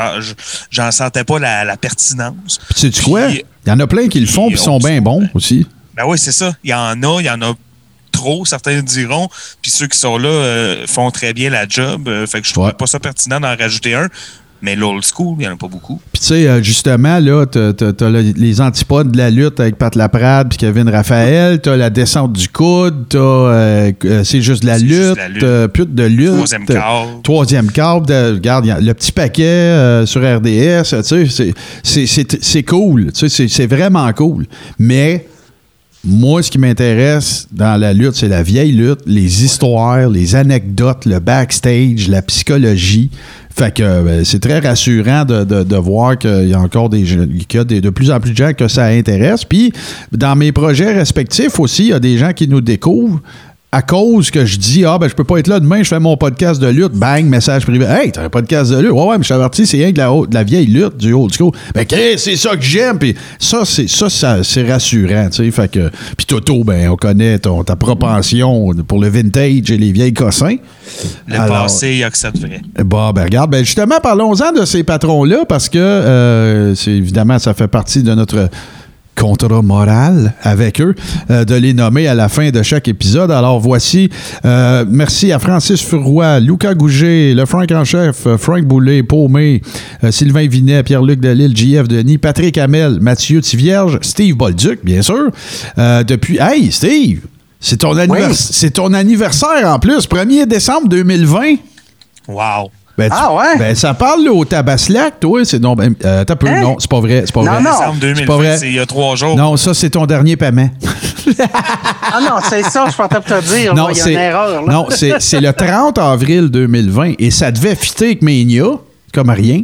j'en sentais pas la pertinence. Puis sais-tu quoi? Il y en a plein qui le font et sont bien bons aussi. Ben oui, c'est ça. Il y en a trop, certains diront. Puis ceux qui sont là font très bien la job. Fait que je trouve pas ça pertinent d'en rajouter un. Mais l'old school, il n'y en a pas beaucoup. Puis tu sais, justement, là, t'as les antipodes de la lutte avec Pat Laprade puis Kevin Raphaël, t'as la descente du coude, t'as c'est juste de la lutte, pute de lutte. Troisième câble. Regarde, le petit paquet sur RDS, tu sais, c'est cool. Tu sais, c'est vraiment cool. Mais... moi, ce qui m'intéresse dans la lutte, c'est la vieille lutte, les histoires, les anecdotes, le backstage, la psychologie. Fait que c'est très rassurant de voir qu'il y a encore de plus en plus de gens que ça intéresse. Puis, dans mes projets respectifs aussi, il y a des gens qui nous découvrent à cause que je dis, je peux pas être là demain, je fais mon podcast de lutte, bang, message privé. Hey, t'as un podcast de lutte? Ouais, mais je suis averti, c'est rien que de la vieille lutte, du old school. Ben, c'est ça que j'aime. Puis ça, c'est rassurant, tu sais. Fait que, puis Toto, on connaît ta propension pour le vintage et les vieilles cossins. Le passé, il y a que ça de vrai. Regarde, justement, parlons-en de ces patrons-là, parce que, c'est évidemment, ça fait partie de notre contrat moral avec eux, de les nommer à la fin de chaque épisode. Alors voici, merci à Francis Furoy, Lucas Gouget, le Frank en chef, Frank Boulay, Paumé, Sylvain Vinet, Pierre-Luc Delisle, JF Denis, Patrick Hamel, Mathieu Tivierge, Steve Bolduc, bien sûr. Hey, Steve, c'est ton anniversaire en plus, 1er décembre 2020. Wow! Ça parle là, au Tabaslac, toi, c'est donc... t'as peu, non, c'est pas vrai, c'est pas vrai. Non, décembre 2020, c'est il y a 3 jours. Non, ça, c'est ton dernier paiement. Non, c'est ça, je pensais te dire, il y a une erreur. Là. Non, c'est le 30 avril 2020, et ça devait fitter avec Mania, comme rien.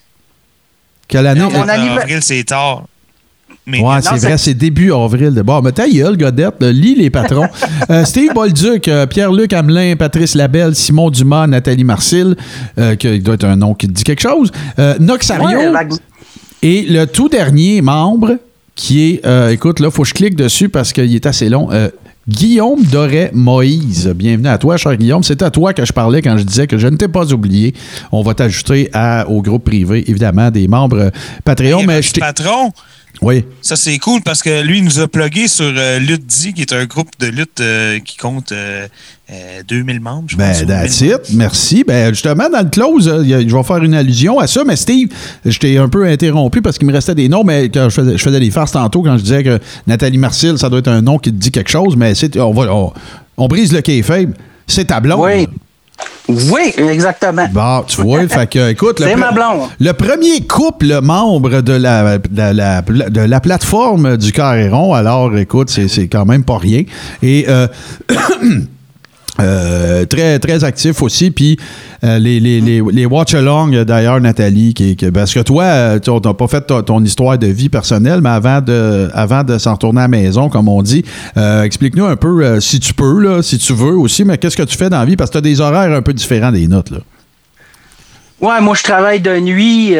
Quelle année? Non, mon avril, c'est tard. Ouais, c'est vrai, c'est début avril. Bon, mais ta gueule, Godette, lis les patrons. Steve Bolduc, Pierre-Luc Hamelin, Patrice Labelle, Simon Dumas, Nathalie Marcil, qui doit être un nom qui te dit quelque chose. Noxario. Et le tout dernier membre, qui est, écoute, là, il faut que je clique dessus parce qu'il est assez long. Guillaume Doré-Moïse. Bienvenue à toi, cher Guillaume. C'est à toi que je parlais quand je disais que je ne t'ai pas oublié. On va t'ajouter au groupe privé, évidemment, des membres Patreon. Mais patron? Oui. Ça, c'est cool parce que lui, il nous a plugué sur Lutte-D, qui est un groupe de lutte qui compte 2000 membres, je pense. That's it. Merci. Justement, dans le close, je vais faire une allusion à ça. Mais Steve, je t'ai un peu interrompu parce qu'il me restait des noms, mais quand je faisais des farces tantôt quand je disais que Nathalie Marcil, ça doit être un nom qui te dit quelque chose, mais on brise le kayfabe. C'est ta blonde. Oui. Oui, exactement. Bon, tu vois, fait que, écoute, c'est ma blonde. Le premier couple membre de la plateforme du Carré-Rond, alors, écoute, c'est quand même pas rien. Et très, très actif aussi. Puis les watch-along, d'ailleurs, Nathalie, parce que toi, tu n'as pas fait ton histoire de vie personnelle, mais avant de s'en retourner à la maison, comme on dit, explique-nous un peu, si tu peux, là, si tu veux aussi, mais qu'est-ce que tu fais dans la vie? Parce que tu as des horaires un peu différents des nôtres, là. Ouais, moi, je travaille de nuit.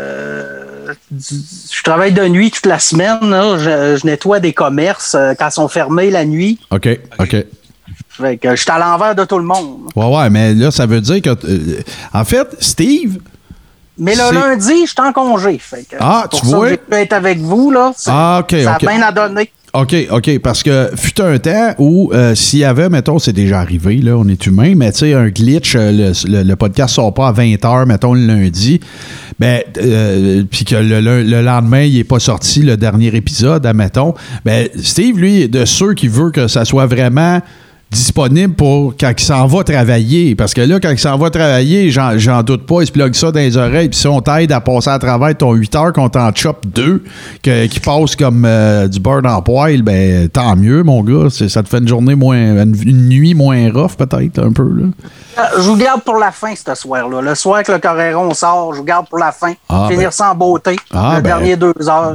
Je travaille de nuit toute la semaine. Là. Je nettoie des commerces quand ils sont fermés la nuit. OK. Fait que je suis à l'envers de tout le monde. Ouais, mais là, ça veut dire que... en fait, Steve... Mais le lundi, je suis en congé. Fait que tu vois? Que j'ai pu être avec vous, là. OK. Ça a bien à donner. OK, parce que fut un temps où s'il y avait, mettons, c'est déjà arrivé, là, on est humain, mais tu sais, un glitch, le podcast sort pas à 20h, mettons, le lundi, puis que le lendemain, il n'est pas sorti, le dernier épisode, admettons, Steve, lui, de ceux qui veut que ça soit vraiment disponible pour quand il s'en va travailler. Parce que là, quand il s'en va travailler, j'en doute pas, il se plug ça dans les oreilles. Puis si on t'aide à passer à travers ton 8 heures, qu'on t'en chope 2, qui passe comme du beurre dans le poêle, tant mieux, mon gars. Ça te fait une nuit moins rough, peut-être, un peu, là. Je vous garde pour la fin, ce soir-là. Le soir que le Carré-Rond sort, je vous garde pour la fin. Finir ça en beauté. Dernier 2 heures.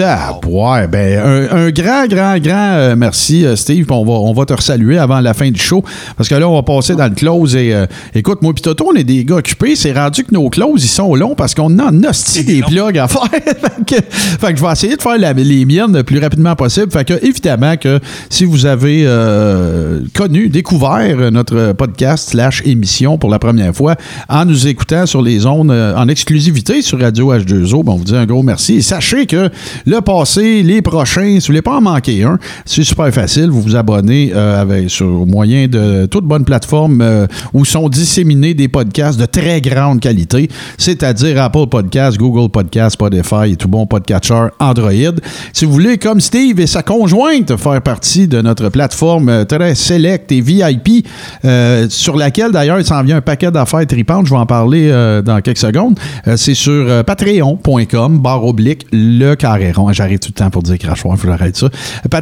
Un grand merci, Steve. On va te resaluer avant la fin du show. Parce que là, on va passer dans le close. Et écoute, moi, puis Toto, on est des gars occupés. C'est rendu que nos closes, ils sont longs parce qu'on en hostie des plugs à faire. fait que je vais essayer de faire les miennes le plus rapidement possible. Fait que, évidemment, que si vous avez découvert notre podcast / émission pour la première fois en nous écoutant sur les ondes en exclusivité sur Radio H2O, on vous dit un gros merci. Et sachez que le passé, les prochains, si vous voulez pas en manquer un, c'est super facile. Vous vous abonnez au moyen de toute bonne plateforme où sont disséminés des podcasts de très grande qualité, c'est-à-dire Apple Podcasts, Google Podcasts, Spotify et tout bon podcatcher Android. Si vous voulez, comme Steve et sa conjointe, faire partie de notre plateforme très select et VIP, sur laquelle d'ailleurs il s'en vient un paquet d'affaires tripantes, je vais en parler dans quelques secondes, c'est sur patreon.com/le Carré-Rond. J'arrête tout le temps pour dire crachoir, il faut arrêter ça.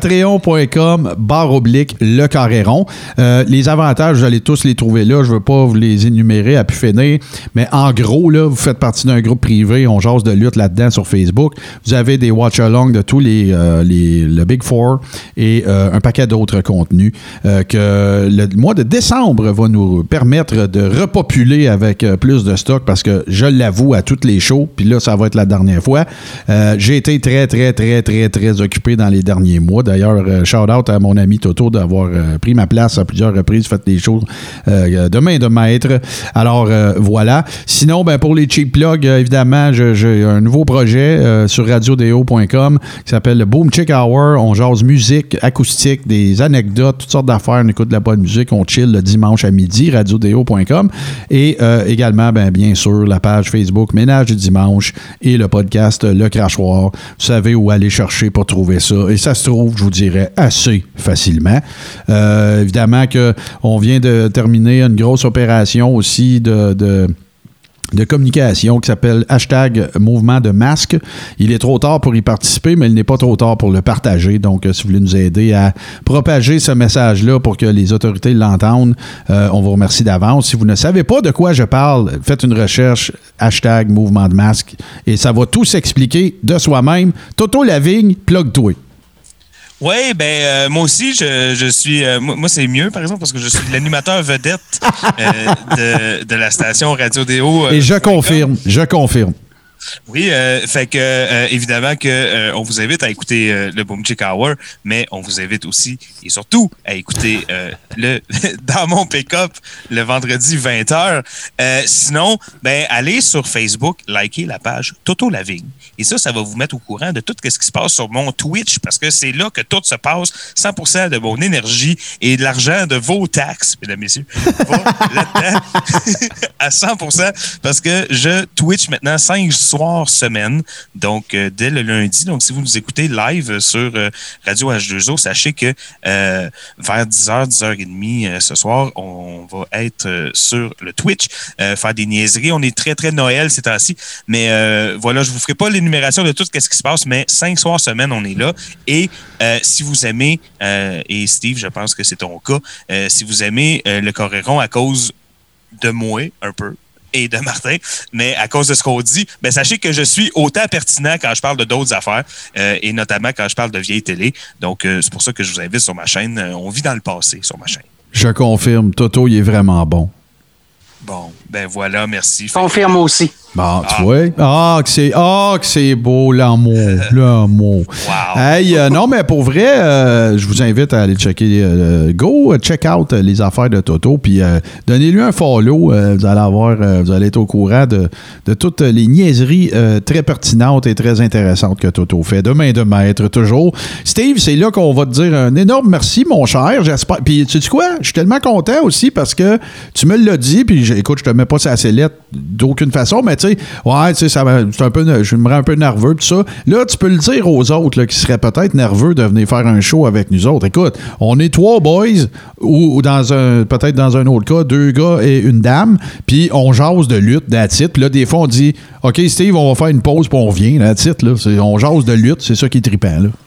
patreon.com/le Carré-Rond. Les avantages, vous allez tous les trouver là. Je ne veux pas vous les énumérer à pu finir, mais en gros, là, vous faites partie d'un groupe privé. On jase de lutte là-dedans sur Facebook. Vous avez des watch-along de tous le Big Four et un paquet d'autres contenus que le mois de décembre va nous permettre de repopuler avec plus de stock parce que je l'avoue à toutes les shows, puis là, ça va être la dernière fois. J'ai été très, très, très, très, très occupé dans les derniers mois. D'ailleurs, shout-out à mon ami Toto d'avoir pris ma place à plusieurs reprises, fait des choses de main de maître. Alors, voilà. Sinon, pour les cheap plugs, évidemment, j'ai un nouveau projet sur radiodéo.com qui s'appelle le Boom Chick Hour. On jase musique, acoustique, des anecdotes, toutes sortes d'affaires. On écoute de la bonne musique. On chill le dimanche à midi, radiodéo.com. Et également, bien sûr, la page Facebook Ménage du dimanche et le podcast Le Crachoir. Vous savez où aller chercher pour trouver ça. Et ça se trouve, je vous dirais, assez facilement. Évidemment qu'on vient de terminer une grosse opération aussi de communication qui s'appelle #mouvement de masque. Il est trop tard pour y participer, mais il n'est pas trop tard pour le partager. Donc, si vous voulez nous aider à propager ce message-là pour que les autorités l'entendent, on vous remercie d'avance. Si vous ne savez pas de quoi je parle, faites une recherche #mouvement de masque et ça va tout s'expliquer de soi-même. Toto Lavigne, plug-toi. Oui, moi aussi, je suis... moi, c'est mieux, par exemple, parce que je suis l'animateur vedette de la station Radio Déo. Et je confirme. Oui, fait que évidemment que on vous invite à écouter le Boom Chick Hour, mais on vous invite aussi et surtout à écouter le Dans mon pick-up le vendredi 20h. Sinon, ben allez sur Facebook, likez la page Toto Lavigne. Et ça va vous mettre au courant de tout ce qui se passe sur mon Twitch, parce que c'est là que tout se passe. 100% de mon énergie et de l'argent de vos taxes, mesdames et messieurs, va là-dedans à 100%, parce que je Twitch maintenant 5 soirs semaine, donc dès le lundi. Donc, si vous nous écoutez live sur Radio H2O, sachez que vers 10h, 10h30 ce soir, on va être sur le Twitch, faire des niaiseries. On est très, très Noël ces temps-ci, mais voilà, je vous ferai pas l'énumération de tout ce qui se passe, mais 5 soirs semaine, on est là. Et si vous aimez, et Steve, je pense que c'est ton cas, si vous aimez le Coréron à cause de moi, un peu, et de Martin, mais à cause de ce qu'on dit, ben sachez que je suis autant pertinent quand je parle de d'autres affaires, et notamment quand je parle de vieille télé. Donc, c'est pour ça que je vous invite sur ma chaîne. On vit dans le passé sur ma chaîne. Je confirme, Toto, il est vraiment bon. Bon, ben voilà, merci. Confirme aussi. Bon, tu vois? Que c'est beau, l'amour. L'amour. Wow. Hey, non, mais pour vrai, je vous invite à aller checker. Check out les affaires de Toto, puis donnez-lui un follow. Vous allez être au courant de toutes les niaiseries très pertinentes et très intéressantes que Toto fait. De main de maître, toujours. Steve, c'est là qu'on va te dire un énorme merci, mon cher. J'espère. Puis, tu sais quoi? Je suis tellement content aussi parce que tu me l'as dit, puis écoute, je te mets pas ça à sellette d'aucune façon, mais tu sais, c'est un peu, je me rends un peu nerveux, tout ça. Là, tu peux le dire aux autres là, qui seraient peut-être nerveux de venir faire un show avec nous autres. Écoute, on est 3 boys, ou peut-être dans un autre cas, 2 gars et une dame, puis on jase de lutte, that's it. Puis là, des fois, on dit, OK, Steve, on va faire une pause, puis on revient, that's it. Là. On jase de lutte, c'est ça qui est trippant, là.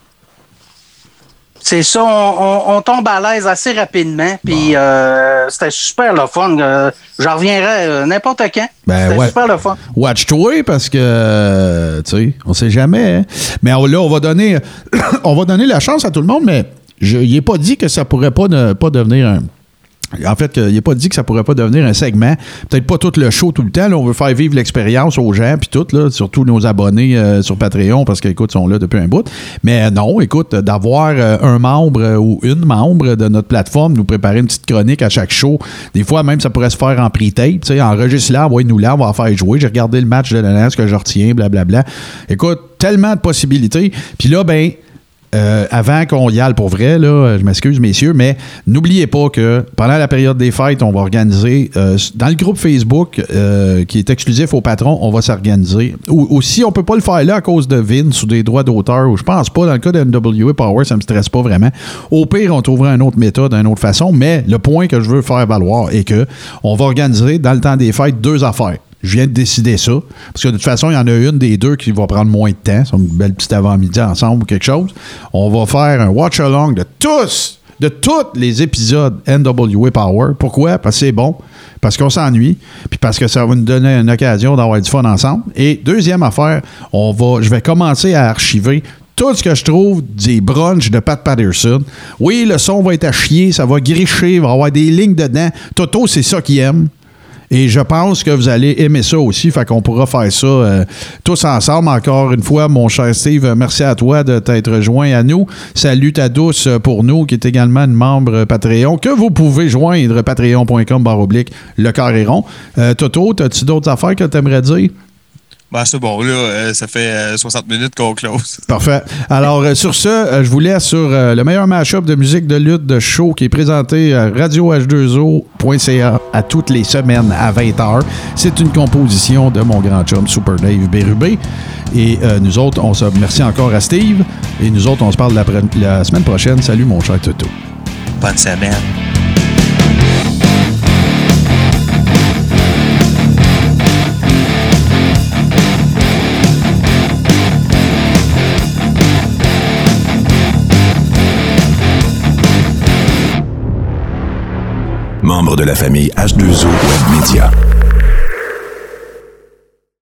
C'est ça, on tombe à l'aise assez rapidement, puis c'était super le fun. J'en reviendrai n'importe quand. Ben, c'était super le fun. Watch-toi, parce que, tu sais, on sait jamais. Hein? Mais là, on va donner la chance à tout le monde, mais il n'est pas dit que ça pourrait pas devenir un... En fait, il n'est pas dit que ça pourrait pas devenir un segment. Peut-être pas tout le show tout le temps. Là, on veut faire vivre l'expérience aux gens, puis tout, là, surtout nos abonnés sur Patreon, parce qu'écoute, ils sont là depuis un bout. Mais non, écoute, d'avoir un membre ou une membre de notre plateforme, nous préparer une petite chronique à chaque show. Des fois, même, ça pourrait se faire en pre-tape. Tu sais, enregistre-la, envoyez-nous là, on va en faire jouer. J'ai regardé le match de l'année, ce que je retiens, blablabla. Écoute, tellement de possibilités. Puis là, ben... avant qu'on y aille pour vrai, là, je m'excuse, messieurs, mais n'oubliez pas que pendant la période des fêtes, on va organiser dans le groupe Facebook qui est exclusif aux patrons, on va s'organiser. Ou si on peut pas le faire là à cause de Vince ou des droits d'auteur, ou je pense pas, dans le cas de NWA Power, ça me stresse pas vraiment. Au pire, on trouvera une autre méthode, une autre façon, mais le point que je veux faire valoir est que on va organiser dans le temps des fêtes 2 affaires. Je viens de décider ça. Parce que de toute façon, il y en a une des 2 qui va prendre moins de temps. C'est une belle petite avant-midi ensemble ou quelque chose. On va faire un watch-along de tous les épisodes NWA Power. Pourquoi? Parce que c'est bon. Parce qu'on s'ennuie. Puis parce que ça va nous donner une occasion d'avoir du fun ensemble. Et deuxième affaire, je vais commencer à archiver tout ce que je trouve des brunchs de Pat Patterson. Oui, le son va être à chier, ça va gricher, il va y avoir des lignes dedans. Toto, c'est ça qu'il aime. Et je pense que vous allez aimer ça aussi, fait qu'on pourra faire ça tous ensemble. Encore une fois, mon cher Steve, merci à toi de t'être rejoint à nous. Salut ta douce pour nous, qui est également une membre Patreon, que vous pouvez joindre patreon.com/le carré rond. Toto, as-tu d'autres affaires que tu aimerais dire? Ben, c'est bon, là, ça fait 60 minutes qu'on close. Parfait. Alors, sur ce, je vous laisse sur le meilleur mash-up de musique de lutte de show qui est présenté à radioh2o.ca à toutes les semaines à 20h. C'est une composition de mon grand chum Super Dave Bérubé. Et nous autres, merci encore à Steve. Et nous autres, on se parle la semaine prochaine. Salut, mon cher Toto. Bonne semaine. Membre de la famille H2O Web Media.